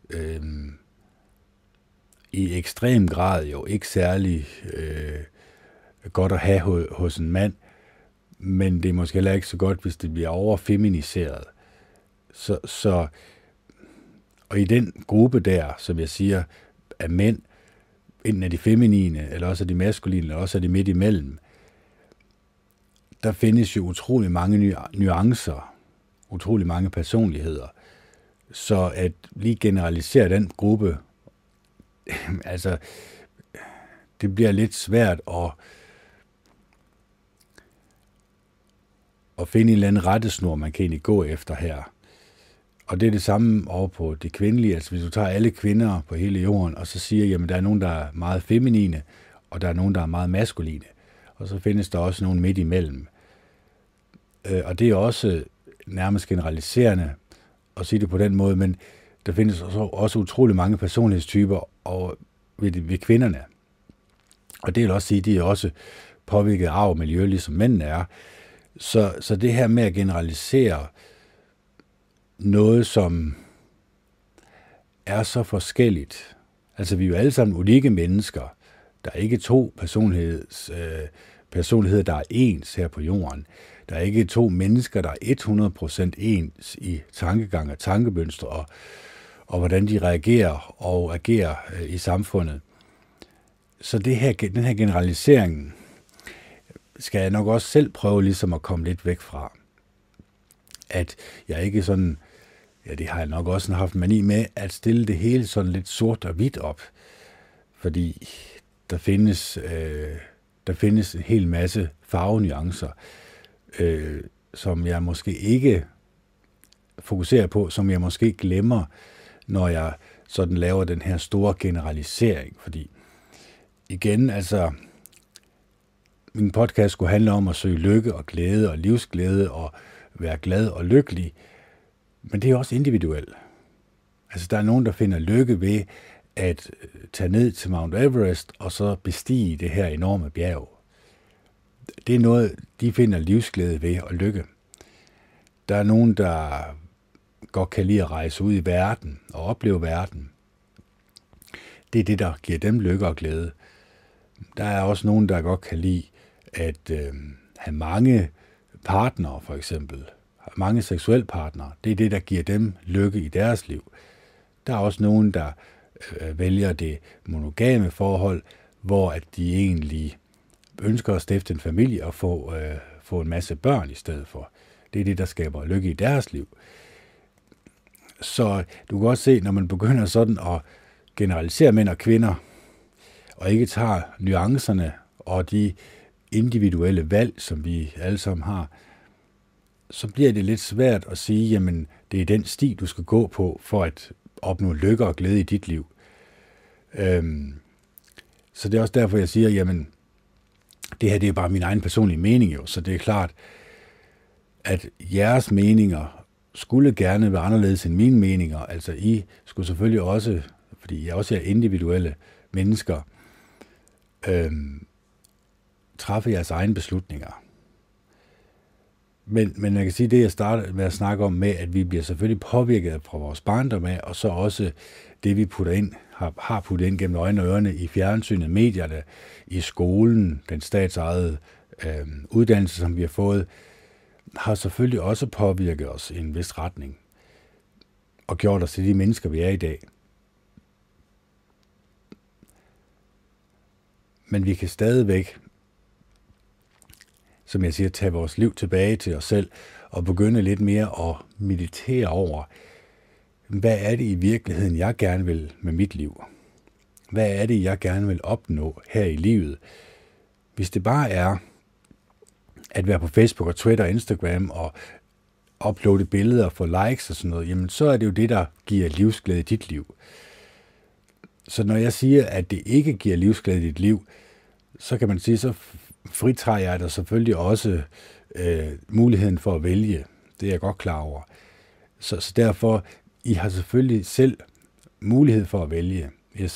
i ekstrem grad jo ikke særlig godt at have hos en mand, men det er måske heller ikke så godt, hvis det bliver overfeminiseret. Så og i den gruppe der, som jeg siger, af mænd, enten er de feminine, eller også er de maskuline, eller også er de midt imellem, der findes jo utrolig mange nuancer, utrolig mange personligheder. Så at lige generalisere den gruppe, altså, det bliver lidt svært at finde en eller anden rettesnor, man kan egentlig gå efter her. Og det er det samme over på det kvindelige. Altså hvis du tager alle kvinder på hele jorden, og så siger, jamen der er nogen, der er meget feminine, og der er nogen, der er meget maskuline. Og så findes der også nogen midt imellem. Og det er også nærmest generaliserende at sige det på den måde, men der findes også utrolig mange personlighedstyper ved kvinderne. Og det vil også sige, at de er også påvirket af arv og miljø, ligesom mændene er. Så det her med at generalisere noget, som er så forskelligt. Altså, vi er jo alle sammen unikke mennesker. Der er ikke to personligheder, der er ens her på jorden. Der er ikke to mennesker, der er 100% ens i tankegang og tankemønstre, og hvordan de reagerer og agerer i samfundet. Så den her generalisering skal jeg nok også selv prøve ligesom at komme lidt væk fra. At jeg ikke sådan, ja, det har jeg nok også haft mani med, at stille det hele sådan lidt sort og hvidt op. Fordi der findes en hel masse farvenuancer, som jeg måske ikke fokuserer på, som jeg måske glemmer, når jeg sådan laver den her store generalisering. Fordi igen, altså, min podcast skulle handle om at søge lykke og glæde og livsglæde og være glad og lykkelig, men det er også individuelt. Altså, der er nogen, der finder lykke ved at tage ned til Mount Everest og så bestige det her enorme bjerg. Det er noget, de finder livsglæde ved og lykke. Der er nogen, der godt kan lide at rejse ud i verden og opleve verden. Det er det, der giver dem lykke og glæde. Der er også nogen, der godt kan lide at have mange partnere, for eksempel. Mange seksuelle partnere. Det er det, der giver dem lykke i deres liv. Der er også nogen, der vælger det monogame forhold, hvor at de egentlig ønsker at stifte en familie og få en masse børn i stedet for. Det er det, der skaber lykke i deres liv. Så du kan også se, når man begynder sådan at generalisere mænd og kvinder, og ikke tager nuancerne og de individuelle valg, som vi alle sammen har, så bliver det lidt svært at sige, jamen, det er den sti, du skal gå på, for at opnå lykke og glæde i dit liv. Så det er også derfor, jeg siger, jamen, det her det er bare min egen personlige mening jo, så det er klart, at jeres meninger skulle gerne være anderledes end mine meninger. Altså, I skulle selvfølgelig også, fordi jeg også er individuelle mennesker, træffe jeres egne beslutninger. Men jeg kan sige, det jeg startede med at snakke om med, at vi bliver selvfølgelig påvirket fra vores barndom af, og så også det, vi putter ind, har puttet ind gennem øjne og ørerne i fjernsynet, medierne, i skolen, den statsejede uddannelse, som vi har fået, har selvfølgelig også påvirket os i en vis retning, og gjort os til de mennesker, vi er i dag. Men vi kan stadigvæk, som jeg siger, tage vores liv tilbage til os selv, og begynde lidt mere at meditere over, hvad er det i virkeligheden, jeg gerne vil med mit liv? Hvad er det, jeg gerne vil opnå her i livet? Hvis det bare er at være på Facebook og Twitter og Instagram og uploade billeder og få likes og sådan noget, jamen så er det jo det, der giver livsglæde i dit liv. Så når jeg siger, at det ikke giver livsglæde i dit liv, så kan man sige, så fritager jeg dig selvfølgelig også muligheden for at vælge. Det er jeg godt klar over. Så derfor, I har selvfølgelig selv mulighed for at vælge.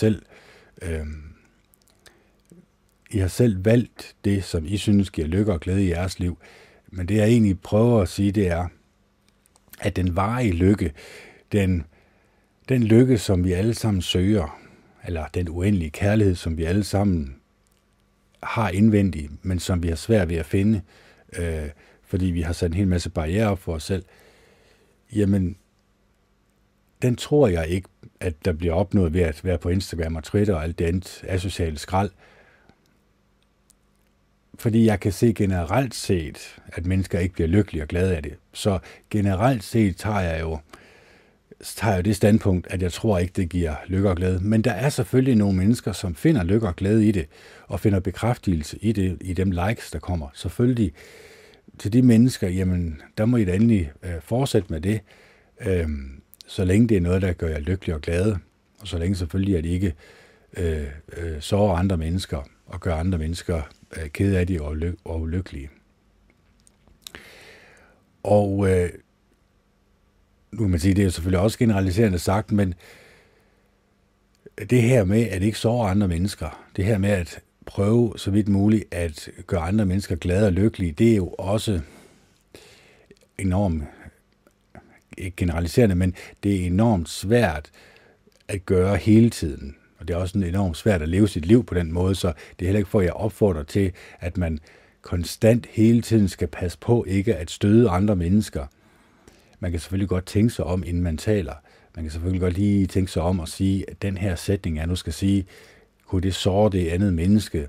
I har selv valgt det, som I synes giver lykke og glæde i jeres liv. Men det jeg egentlig prøver at sige, det er, at den varige lykke, den lykke, som vi alle sammen søger, eller den uendelige kærlighed, som vi alle sammen har indvendigt, men som vi har svært ved at finde, fordi vi har sat en hel masse barrierer op for os selv, jamen, den tror jeg ikke, at der bliver opnået ved at være på Instagram og Twitter og alt det andet asociale skrald. fordi jeg kan se generelt set, at mennesker ikke bliver lykkelige og glade af det. Så generelt set tager jeg det standpunkt, at jeg tror ikke, det giver lykke og glæde. Men der er selvfølgelig nogle mennesker, som finder lykke og glæde i det, og finder bekræftelse i det, i dem likes, der kommer. Selvfølgelig til de mennesker, jamen, der må I da endelig fortsætte med det, så længe det er noget, der gør jer lykkelig og glade, og så længe selvfølgelig, at I ikke sårer andre mennesker, og gør andre mennesker kede af det og ulykkelige. Og nu kan man sige, det er jo selvfølgelig også generaliserende sagt, men det her med at ikke såre andre mennesker, det her med at prøve så vidt muligt at gøre andre mennesker glade og lykkelige, det er jo også enormt, ikke generaliserende, men det er enormt svært at gøre hele tiden. Og det er også enormt svært at leve sit liv på den måde, så det er heller ikke for, at jeg opfordrer til, at man konstant hele tiden skal passe på ikke at støde andre mennesker. Man kan selvfølgelig godt tænke sig om, inden man taler. Man kan selvfølgelig godt lige tænke sig om at sige, at den her sætning, jeg nu skal sige, kunne det såre det andet menneske?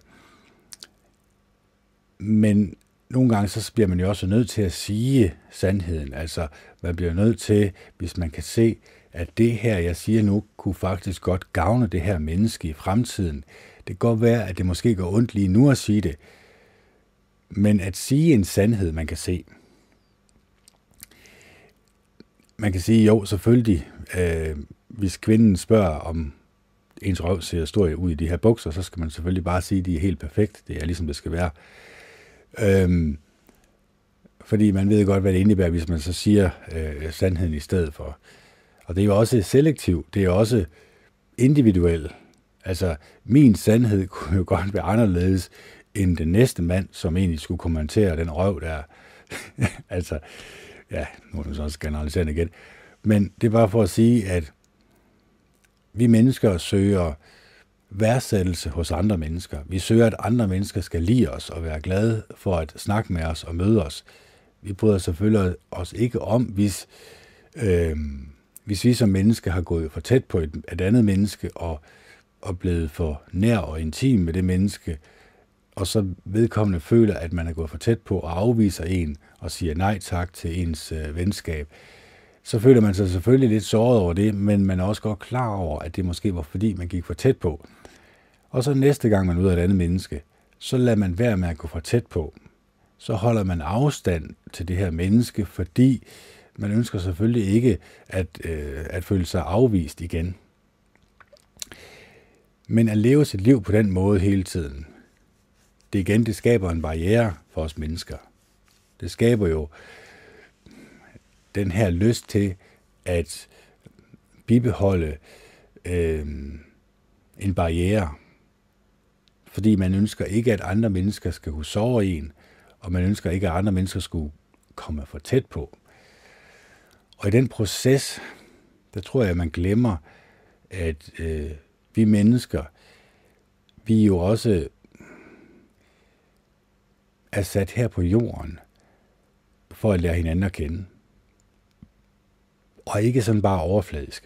Men nogle gange så bliver man jo også nødt til at sige sandheden. Altså, man bliver nødt til, hvis man kan se, at det her, jeg siger nu, kunne faktisk godt gavne det her menneske i fremtiden. Det kan godt være, at det måske går ondt lige nu at sige det, men at sige en sandhed, man kan se. Man kan sige, jo, selvfølgelig, hvis kvinden spørger, om ens røv ser stor ud i de her bukser, så skal man selvfølgelig bare sige, at de er helt perfekt. Det er ligesom det skal være. Fordi man ved godt, hvad det indebærer, hvis man så siger sandheden i stedet for. Og det er jo også selektivt, det er også individuelt. Altså, min sandhed kunne jo godt være anderledes end den næste mand, som egentlig skulle kommentere den røv der. Altså, ja, nu er det så også generaliserende igen. Men det er bare for at sige, at vi mennesker søger værdsættelse hos andre mennesker. Vi søger, at andre mennesker skal lide os og være glade for at snakke med os og møde os. Vi bryder selvfølgelig os ikke om, hvis vi som menneske har gået for tæt på et andet menneske og blevet for nær og intim med det menneske, og så vedkommende føler, at man er gået for tæt på og afviser en og siger nej tak til ens venskab, så føler man sig selvfølgelig lidt såret over det, men man er også godt klar over, at det måske var fordi, man gik for tæt på. Og så næste gang man møder et andet menneske, så lader man være med at gå for tæt på. Så holder man afstand til det her menneske, fordi man ønsker selvfølgelig ikke at føle sig afvist igen. Men at leve sit liv på den måde hele tiden, det skaber en barriere for os mennesker. Det skaber jo den her lyst til at bibeholde en barriere, fordi man ønsker ikke, at andre mennesker skal kunne såre en, og man ønsker ikke, at andre mennesker skulle komme for tæt på. Og i den proces, der tror jeg, at man glemmer, at vi mennesker, vi jo også er sat her på jorden for at lære hinanden at kende. Og ikke sådan bare overfladisk.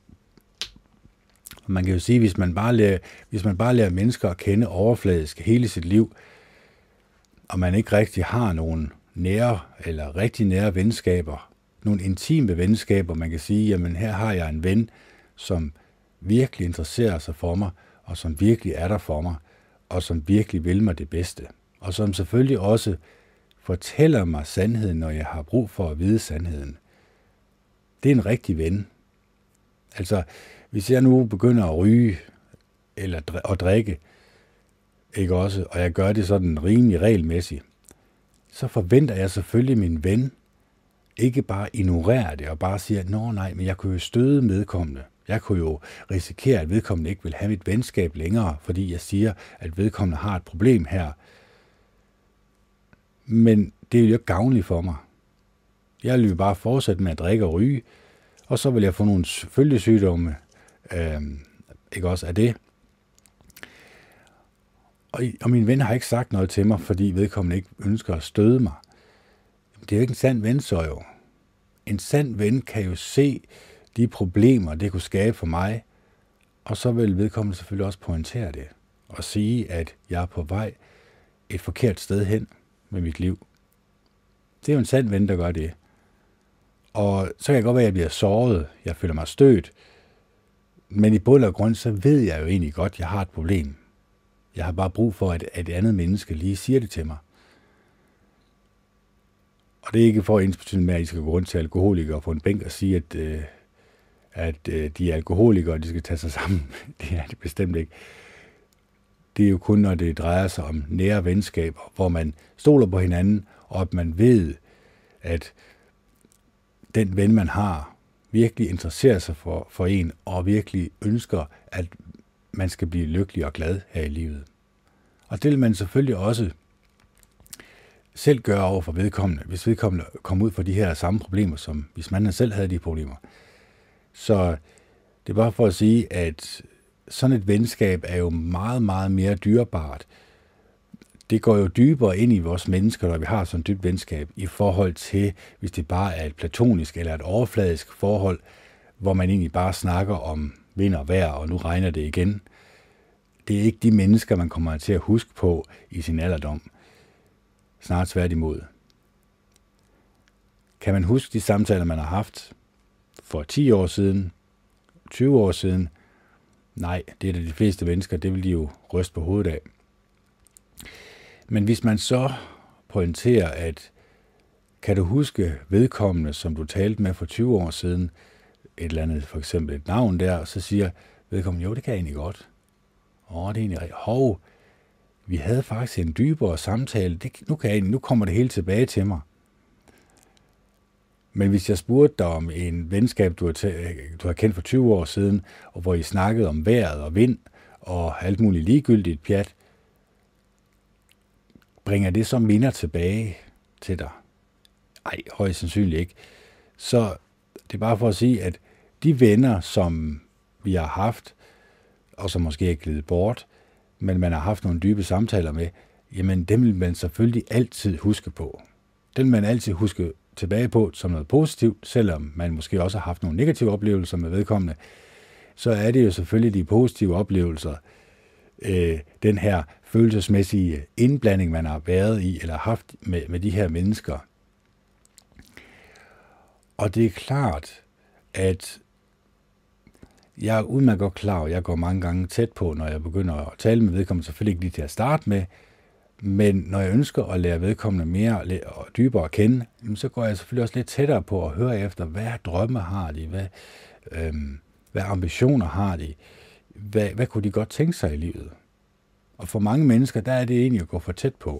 Man kan jo sige, hvis man bare lærer mennesker at kende overfladisk hele sit liv, og man ikke rigtig har nogen nære eller rigtig nære venskaber, nogle intime venskaber, man kan sige, jamen her har jeg en ven, som virkelig interesserer sig for mig, og som virkelig er der for mig, og som virkelig vil mig det bedste. Og som selvfølgelig også fortæller mig sandheden, når jeg har brug for at vide sandheden. Det er en rigtig ven. Altså, hvis jeg nu begynder at ryge eller at drikke, ikke også, og jeg gør det sådan rimelig regelmæssigt, så forventer jeg selvfølgelig, at min ven ikke bare ignorerer det og bare siger, nå nej, men jeg kunne jo støde vedkommende. Jeg kunne jo risikere, at vedkommende ikke vil have mit venskab længere, fordi jeg siger, at vedkommende har et problem her. Men det er jo ikke gavnligt for mig. Jeg vil jo bare fortsætte med at drikke og ryge, og så vil jeg få nogle følgesygdomme, ikke også af det. Og min ven har ikke sagt noget til mig, fordi vedkommende ikke ønsker at støde mig. Det er jo ikke en sand ven, så jo. En sand ven kan jo se de problemer, det kunne skabe for mig, og så vil vedkommende selvfølgelig også pointere det, og sige, at jeg er på vej et forkert sted hen med mit liv. Det er jo en sand ven, der gør det. Og så kan jeg godt være, at jeg bliver såret, jeg føler mig stødt, men i bund og grund, så ved jeg jo egentlig godt, at jeg har et problem. Jeg har bare brug for, at et andet menneske lige siger det til mig. Og det er ikke for ensbetydende med, at I skal gå rundt til alkoholikere på en bænk og sige, at de er alkoholikere, og de skal tage sig sammen. Det er det bestemt ikke. Det er jo kun, når det drejer sig om nære venskaber, hvor man stoler på hinanden, og at man ved, at den ven, man har, virkelig interesserer sig for en, og virkelig ønsker, at man skal blive lykkelig og glad her i livet. Og det vil man selvfølgelig også selv gøre over for vedkommende, hvis vedkommende kommer ud for de her samme problemer, som hvis man selv havde de problemer. Så det er bare for at sige, at sådan et venskab er jo meget, meget mere dyrebart. Det går jo dybere ind i vores mennesker, når vi har sådan et dybt venskab, i forhold til, hvis det bare er et platonisk eller et overfladisk forhold, hvor man egentlig bare snakker om vind og vejr, og nu regner det igen. Det er ikke de mennesker, man kommer til at huske på i sin alderdom. Snart tværtimod. Kan man huske de samtaler, man har haft for 10 år siden, 20 år siden? Nej, det er det de fleste mennesker, det vil de jo ryste på hovedet af. Men hvis man så pointerer, at kan du huske vedkommende, som du talte med for 20 år siden, et eller andet, for eksempel et navn der, så siger vedkommende, jo, det kan jeg egentlig godt. Det er egentlig rigtigt. Vi havde faktisk en dybere samtale. Nu kommer det hele tilbage til mig. Men hvis jeg spurgte dig om en venskab, du har kendt for 20 år siden, og hvor I snakkede om vejret og vind og alt muligt ligegyldigt pjat, bringer det så minder tilbage til dig? Ej, højst sandsynligt ikke. Så det er bare for at sige, at de venner, som vi har haft, og som måske er glidet bort, men man har haft nogle dybe samtaler med, jamen dem vil man selvfølgelig altid huske på. Den vil man altid huske tilbage på som noget positivt, selvom man måske også har haft nogle negative oplevelser med vedkommende, så er det jo selvfølgelig de positive oplevelser, den her følelsesmæssige indblanding, man har været i, eller haft med de her mennesker. Og det er klart, at jeg er udmærket godt klar, og jeg går mange gange tæt på, når jeg begynder at tale med vedkommende, selvfølgelig ikke lige til at starte med, men når jeg ønsker at lære vedkommende mere og dybere at kende, så går jeg selvfølgelig også lidt tættere på at høre efter, hvad drømme har de, hvad ambitioner har de, hvad kunne de godt tænke sig i livet. Og for mange mennesker, der er det egentlig at gå for tæt på.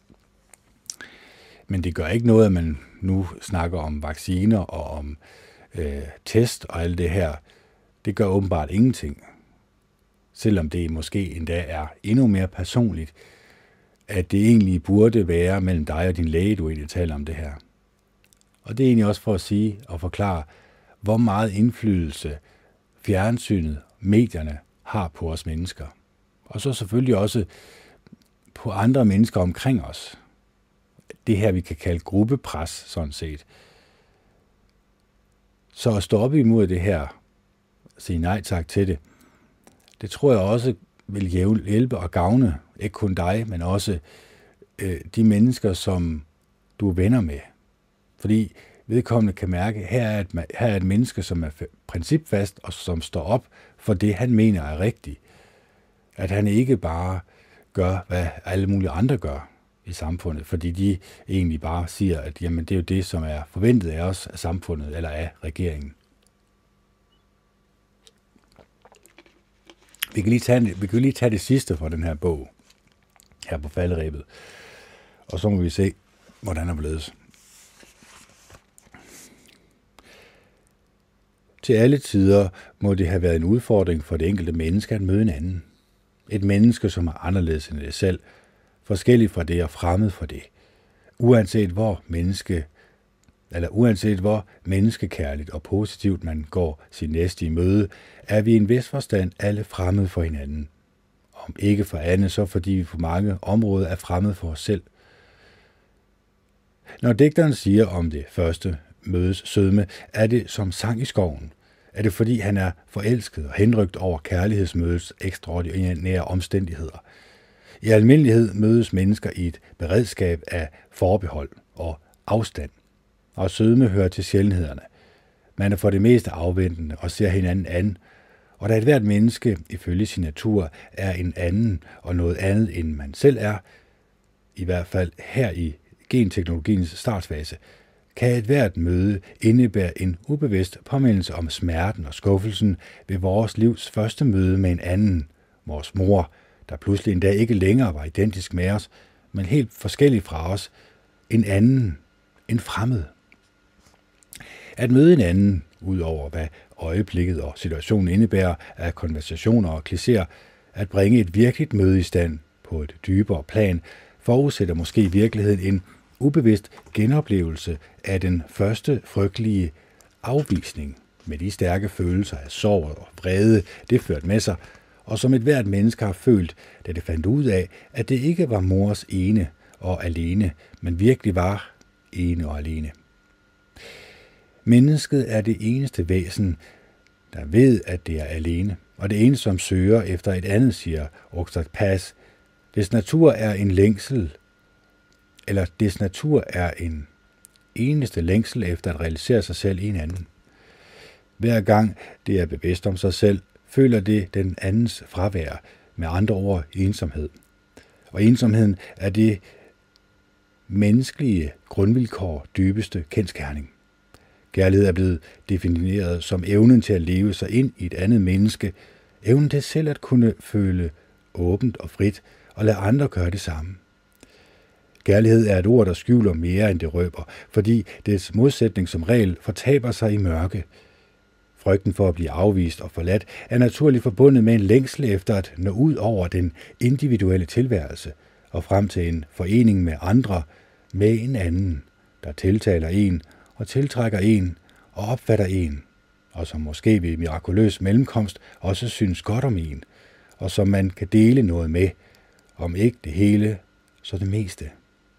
Men det gør ikke noget, at man nu snakker om vacciner og om test og alt det her. Det gør åbenbart ingenting. Selvom det måske endda er endnu mere personligt, at det egentlig burde være mellem dig og din læge, du egentlig taler om det her. Og det er egentlig også for at sige og forklare, hvor meget indflydelse fjernsynet, medierne har på os mennesker. Og så selvfølgelig også på andre mennesker omkring os. Det her, vi kan kalde gruppepres, sådan set. Så at stå op imod det her, sige nej tak til det, det tror jeg også vil hjælpe og gavne, ikke kun dig, men også de mennesker, som du er venner med. Fordi vedkommende kan mærke, her er et menneske, som er principfast, og som står op for det, han mener er rigtigt. At han ikke bare gør, hvad alle mulige andre gør i samfundet, fordi de egentlig bare siger, at jamen, det er jo det, som er forventet af os, af samfundet eller af regeringen. Vi kan lige tage det sidste fra den her bog, her på falderebet, og så må vi se, hvordan det er blevet. Til alle tider må det have været en udfordring for det enkelte menneske at møde en anden. Et menneske, som er anderledes end det selv, forskellig fra det og fremmed for det. Uanset hvor menneskekærligt og positivt man går sin næste i møde, er vi i en vis forstand alle fremmede for hinanden. Om ikke for andet, så fordi vi på mange områder er fremmede for os selv. Når digteren siger om det første mødes sødme, er det som sang i skoven. Er det fordi han er forelsket og henrygt over kærlighedsmødets ekstraordinære omstændigheder? I almindelighed mødes mennesker i et beredskab af forbehold og afstand, og sødme hører til sjældenhederne. Man er for det meste afventende og ser hinanden an, og da et hvert menneske ifølge sin natur er en anden og noget andet end man selv er, i hvert fald her i genteknologiens startfase, kan et hvert møde indebære en ubevidst påmindelse om smerten og skuffelsen ved vores livs første møde med en anden, vores mor, der pludselig en dag ikke længere var identisk med os, men helt forskellig fra os, en anden, en fremmed. At møde en anden, ud over hvad øjeblikket og situationen indebærer af konversationer og klichéer, at bringe et virkeligt møde i stand på et dybere plan, forudsætter måske i virkeligheden en ubevidst genoplevelse af den første frygtelige afvisning med de stærke følelser af sorg og vrede, det førte med sig, og som et hvert menneske har følt, da det fandt ud af, at det ikke var mors ene og alene, men virkelig var ene og alene. Mennesket er det eneste væsen, der ved, at det er alene, og det eneste, som søger efter et andet, siger Oxford Pass. Dets natur er en længsel, eller dets natur er en eneste længsel efter at realisere sig selv i en anden. Hver gang det er bevidst om sig selv, føler det den andens fravær, med andre ord ensomhed. Og ensomheden er det menneskelige grundvilkår dybeste kendsgerning. Kærlighed er blevet defineret som evnen til at leve sig ind i et andet menneske, evnen til selv at kunne føle åbent og frit og lade andre gøre det samme. Kærlighed er et ord, der skjuler mere end det røber, fordi dets modsætning som regel fortaber sig i mørke. Frygten for at blive afvist og forladt er naturligt forbundet med en længsel efter at nå ud over den individuelle tilværelse og frem til en forening med andre, med en anden, der tiltaler en og tiltrækker en og opfatter en, og som måske ved mirakuløs mellemkomst også synes godt om en, og som man kan dele noget med, om ikke det hele, så det meste.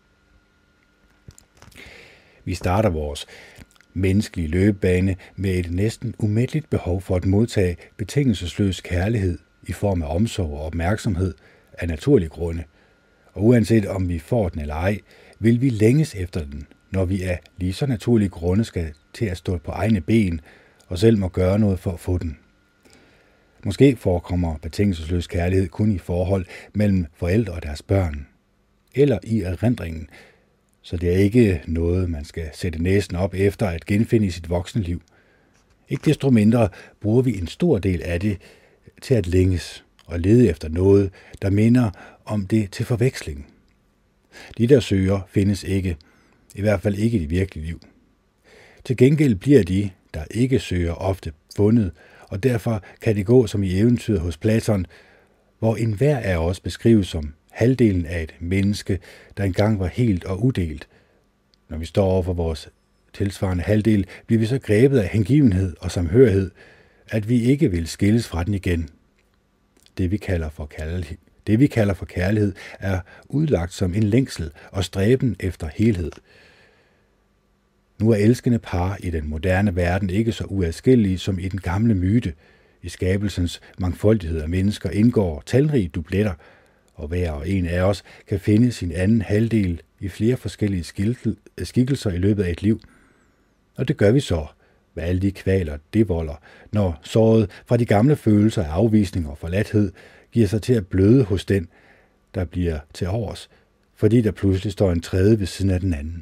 Vi starter vores menneskelige løbebane med et næsten umætteligt behov for at modtage betingelsesløs kærlighed i form af omsorg og opmærksomhed af naturlige grunde. Og uanset om vi får den eller ej, vil vi længes efter den, når vi af lige så naturlige grunde skal til at stå på egne ben og selv må gøre noget for at få den. Måske forekommer betingelsesløs kærlighed kun i forhold mellem forældre og deres børn, eller i erindringen, så det er ikke noget, man skal sætte næsen op efter at genfinde i sit voksne liv. Ikke desto mindre bruger vi en stor del af det til at længes og lede efter noget, der minder om det til forveksling. De, der søger, findes ikke, i hvert fald ikke i det virkelige liv. Til gengæld bliver de, der ikke søger, ofte fundet, og derfor kan det gå som i eventyret hos Platon, hvor enhver af os beskrives som halvdelen af et menneske, der engang var helt og udelt. Når vi står over for vores tilsvarende halvdel, bliver vi så grebet af hengivenhed og samhørighed, at vi ikke vil skilles fra den igen. Det vi kalder for kærlighed er udlagt som en længsel og stræben efter helhed. Nu er elskende par i den moderne verden ikke så uadskillelige som i den gamle myte. I skabelsens mangfoldighed af mennesker indgår talrige dubletter, og hver og en af os kan finde sin anden halvdel i flere forskellige skikkelser i løbet af et liv. Og det gør vi så, hvad alle de kvaler det volder, når såret fra de gamle følelser af afvisning og forladthed giver sig til at bløde hos den, der bliver til overs, fordi der pludselig står en tredje ved siden af den anden.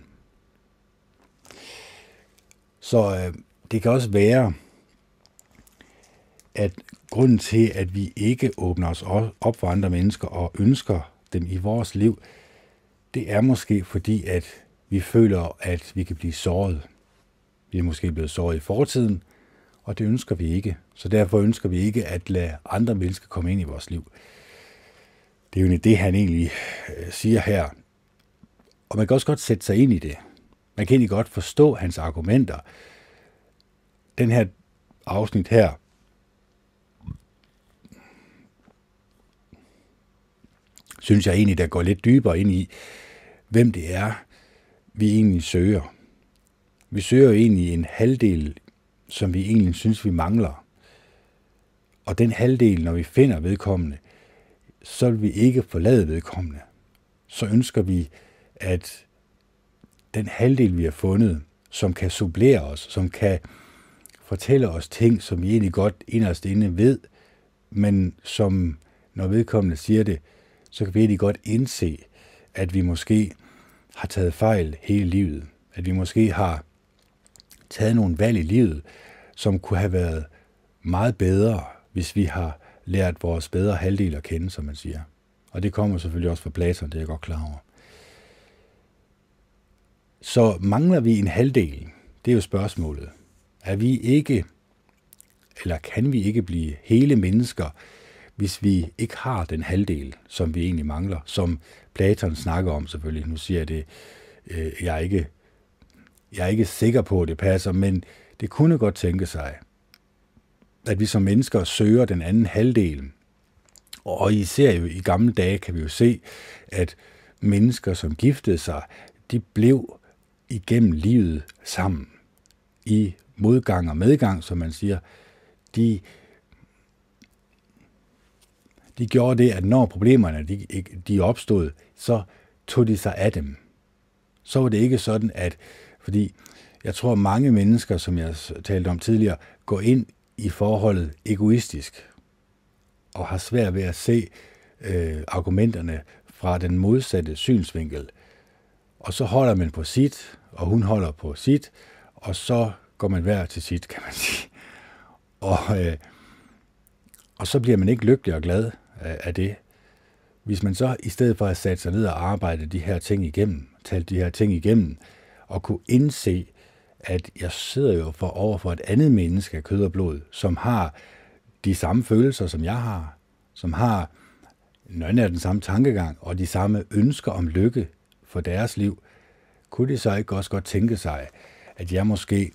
Så det kan også være, at grunden til, at vi ikke åbner os op for andre mennesker og ønsker dem i vores liv, det er måske fordi, at vi føler, at vi kan blive såret. Vi er måske blevet såret i fortiden, og det ønsker vi ikke. Så derfor ønsker vi ikke at lade andre mennesker komme ind i vores liv. Det er jo det, han egentlig siger her. Og man kan også godt sætte sig ind i det. Man kan egentlig godt forstå hans argumenter. Den her afsnit her, synes jeg egentlig, der går lidt dybere ind i, hvem det er, vi egentlig søger. Vi søger jo egentlig en halvdel, som vi egentlig synes, vi mangler. Og den halvdel, når vi finder vedkommende, så vil vi ikke forlade vedkommende. Så ønsker vi, at den halvdel, vi har fundet, som kan supplere os, som kan fortælle os ting, som vi egentlig godt inderst inde ved, men som, når vedkommende siger det, så kan vi egentlig godt indse, at vi måske har taget fejl hele livet. At vi måske har taget nogle valg i livet, som kunne have været meget bedre, hvis vi har lært vores bedre halvdel at kende, som man siger. Og det kommer selvfølgelig også fra Platon, det er jeg godt klar over. Så mangler vi en halvdel? Det er jo spørgsmålet. Er vi ikke, eller kan vi ikke blive hele mennesker, hvis vi ikke har den halvdel, som vi egentlig mangler, som Platon snakker om selvfølgelig. Nu siger jeg det, jeg er ikke sikker på, at det passer, men det kunne godt tænke sig, at vi som mennesker søger den anden halvdel. Og især jo i gamle dage kan vi jo se, at mennesker, som giftede sig, de blev igennem livet sammen. I modgang og medgang, som man siger, de gjorde det, at når problemerne de opstod, så tog de sig af dem. Så var det ikke sådan, at, fordi jeg tror, mange mennesker, som jeg talte om tidligere, går ind i forholdet egoistisk og har svært ved at se argumenterne fra den modsatte synsvinkel. Og så holder man på sit, og hun holder på sit, og så går man hver til sit, kan man sige. Og så bliver man ikke lykkelig og glad af det. Hvis man så i stedet for at sætte sig ned og arbejde de her ting igennem, tale de her ting igennem, og kunne indse, at jeg sidder jo over for et andet menneske af kød og blod, som har de samme følelser, som jeg har, som har nøjnær den samme tankegang, og de samme ønsker om lykke for deres liv, kunne det så ikke også godt tænke sig, at jeg måske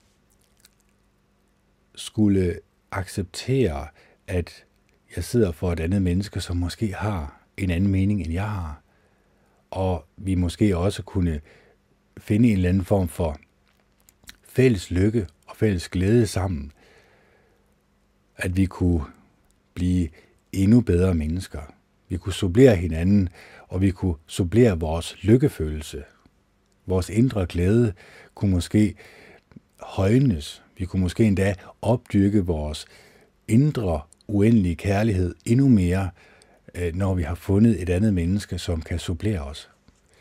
skulle acceptere, at jeg sidder for et andet menneske, som måske har en anden mening, end jeg har. Og vi måske også kunne finde en eller anden form for fælles lykke og fælles glæde sammen. At vi kunne blive endnu bedre mennesker. Vi kunne supplere hinanden, og vi kunne supplere vores lykkefølelse. Vores indre glæde kunne måske højnes. Vi kunne måske endda opdyrke vores indre uendelige kærlighed endnu mere, når vi har fundet et andet menneske, som kan supplere os.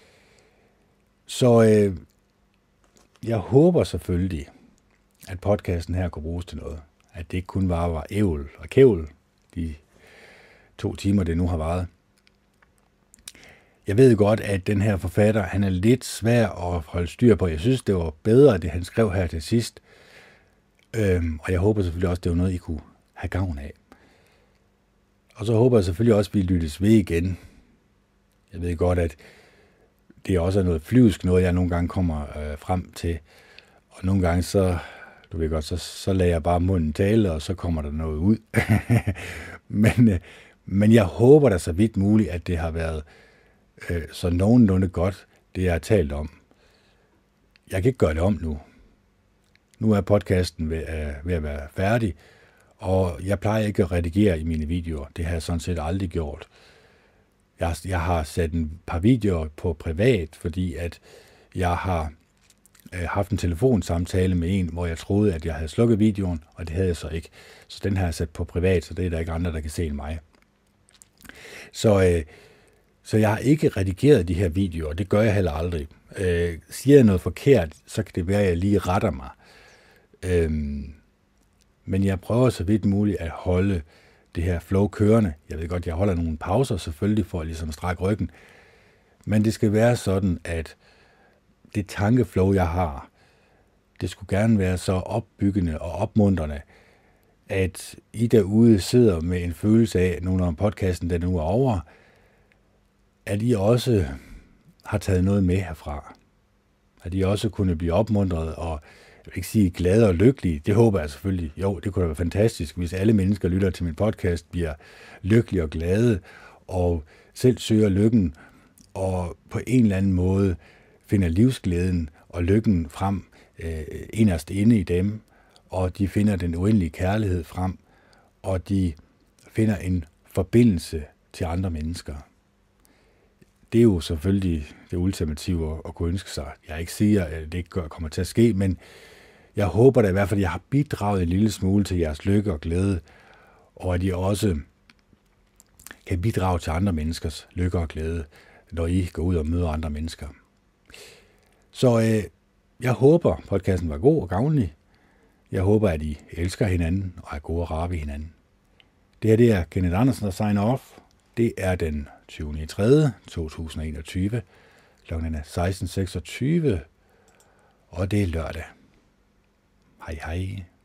Så jeg håber selvfølgelig, at podcasten her kunne bruges til noget. At det ikke kun var ævl og kævl, de 2 timer, det nu har varet. Jeg ved godt, at den her forfatter, han er lidt svær at holde styr på. Jeg synes, det var bedre, det han skrev her til sidst. Og jeg håber selvfølgelig også, det var noget, I kunne have gavn af. Og så håber jeg selvfølgelig også, at vi lyttes ved igen. Jeg ved godt, at det også er noget flyvsk, noget jeg nogle gange kommer frem til. Og nogle gange så, du ved godt, så lader jeg bare munden tale, og så kommer der noget ud. men jeg håber da så vidt muligt, at det har været så nogenlunde godt, det jeg har talt om. Jeg kan ikke gøre det om nu. Nu er podcasten ved at være færdig, og jeg plejer ikke at redigere i mine videoer. Det har jeg sådan set aldrig gjort. Jeg har sat et par videoer på privat, fordi at jeg har haft en telefonsamtale med en, hvor jeg troede, at jeg havde slukket videoen, og det havde jeg så ikke. Så den har jeg sat på privat, så det er der ikke andre, der kan se end mig. Så jeg har ikke redigeret de her videoer, det gør jeg heller aldrig. Siger jeg noget forkert, så kan det være, at jeg lige retter mig. Men jeg prøver så vidt muligt at holde det her flow kørende. Jeg ved godt, jeg holder nogle pauser selvfølgelig for at ligesom strække ryggen. Men det skal være sådan, at det tankeflow, jeg har, det skulle gerne være så opbyggende og opmuntrende, at I derude sidder med en følelse af, nu når podcasten den nu er over, at I også har taget noget med herfra. At I også kunne blive opmuntret og jeg vil ikke sige glade og lykkelige. Det håber jeg selvfølgelig. Jo, det kunne da være fantastisk, hvis alle mennesker lytter til min podcast, bliver lykkelige og glade og selv søger lykken og på en eller anden måde finder livsglæden og lykken frem inderst inde i dem, og de finder den uendelige kærlighed frem, og de finder en forbindelse til andre mennesker. Det er jo selvfølgelig det ultimative at kunne ønske sig. Jeg ikke siger, at det ikke kommer til at ske, men jeg håber da i hvert fald, at jeg har bidraget en lille smule til jeres lykke og glæde, og at I også kan bidrage til andre menneskers lykke og glæde, når I går ud og møder andre mennesker. Så jeg håber, podcasten var god og gavnlig. Jeg håber, at I elsker hinanden og er gode og rare ved hinanden. Det er Kenneth Andersen, der signer off. Det er den 20.3.2021. Klokken er 16.26, og det er lørdag. Hej hej.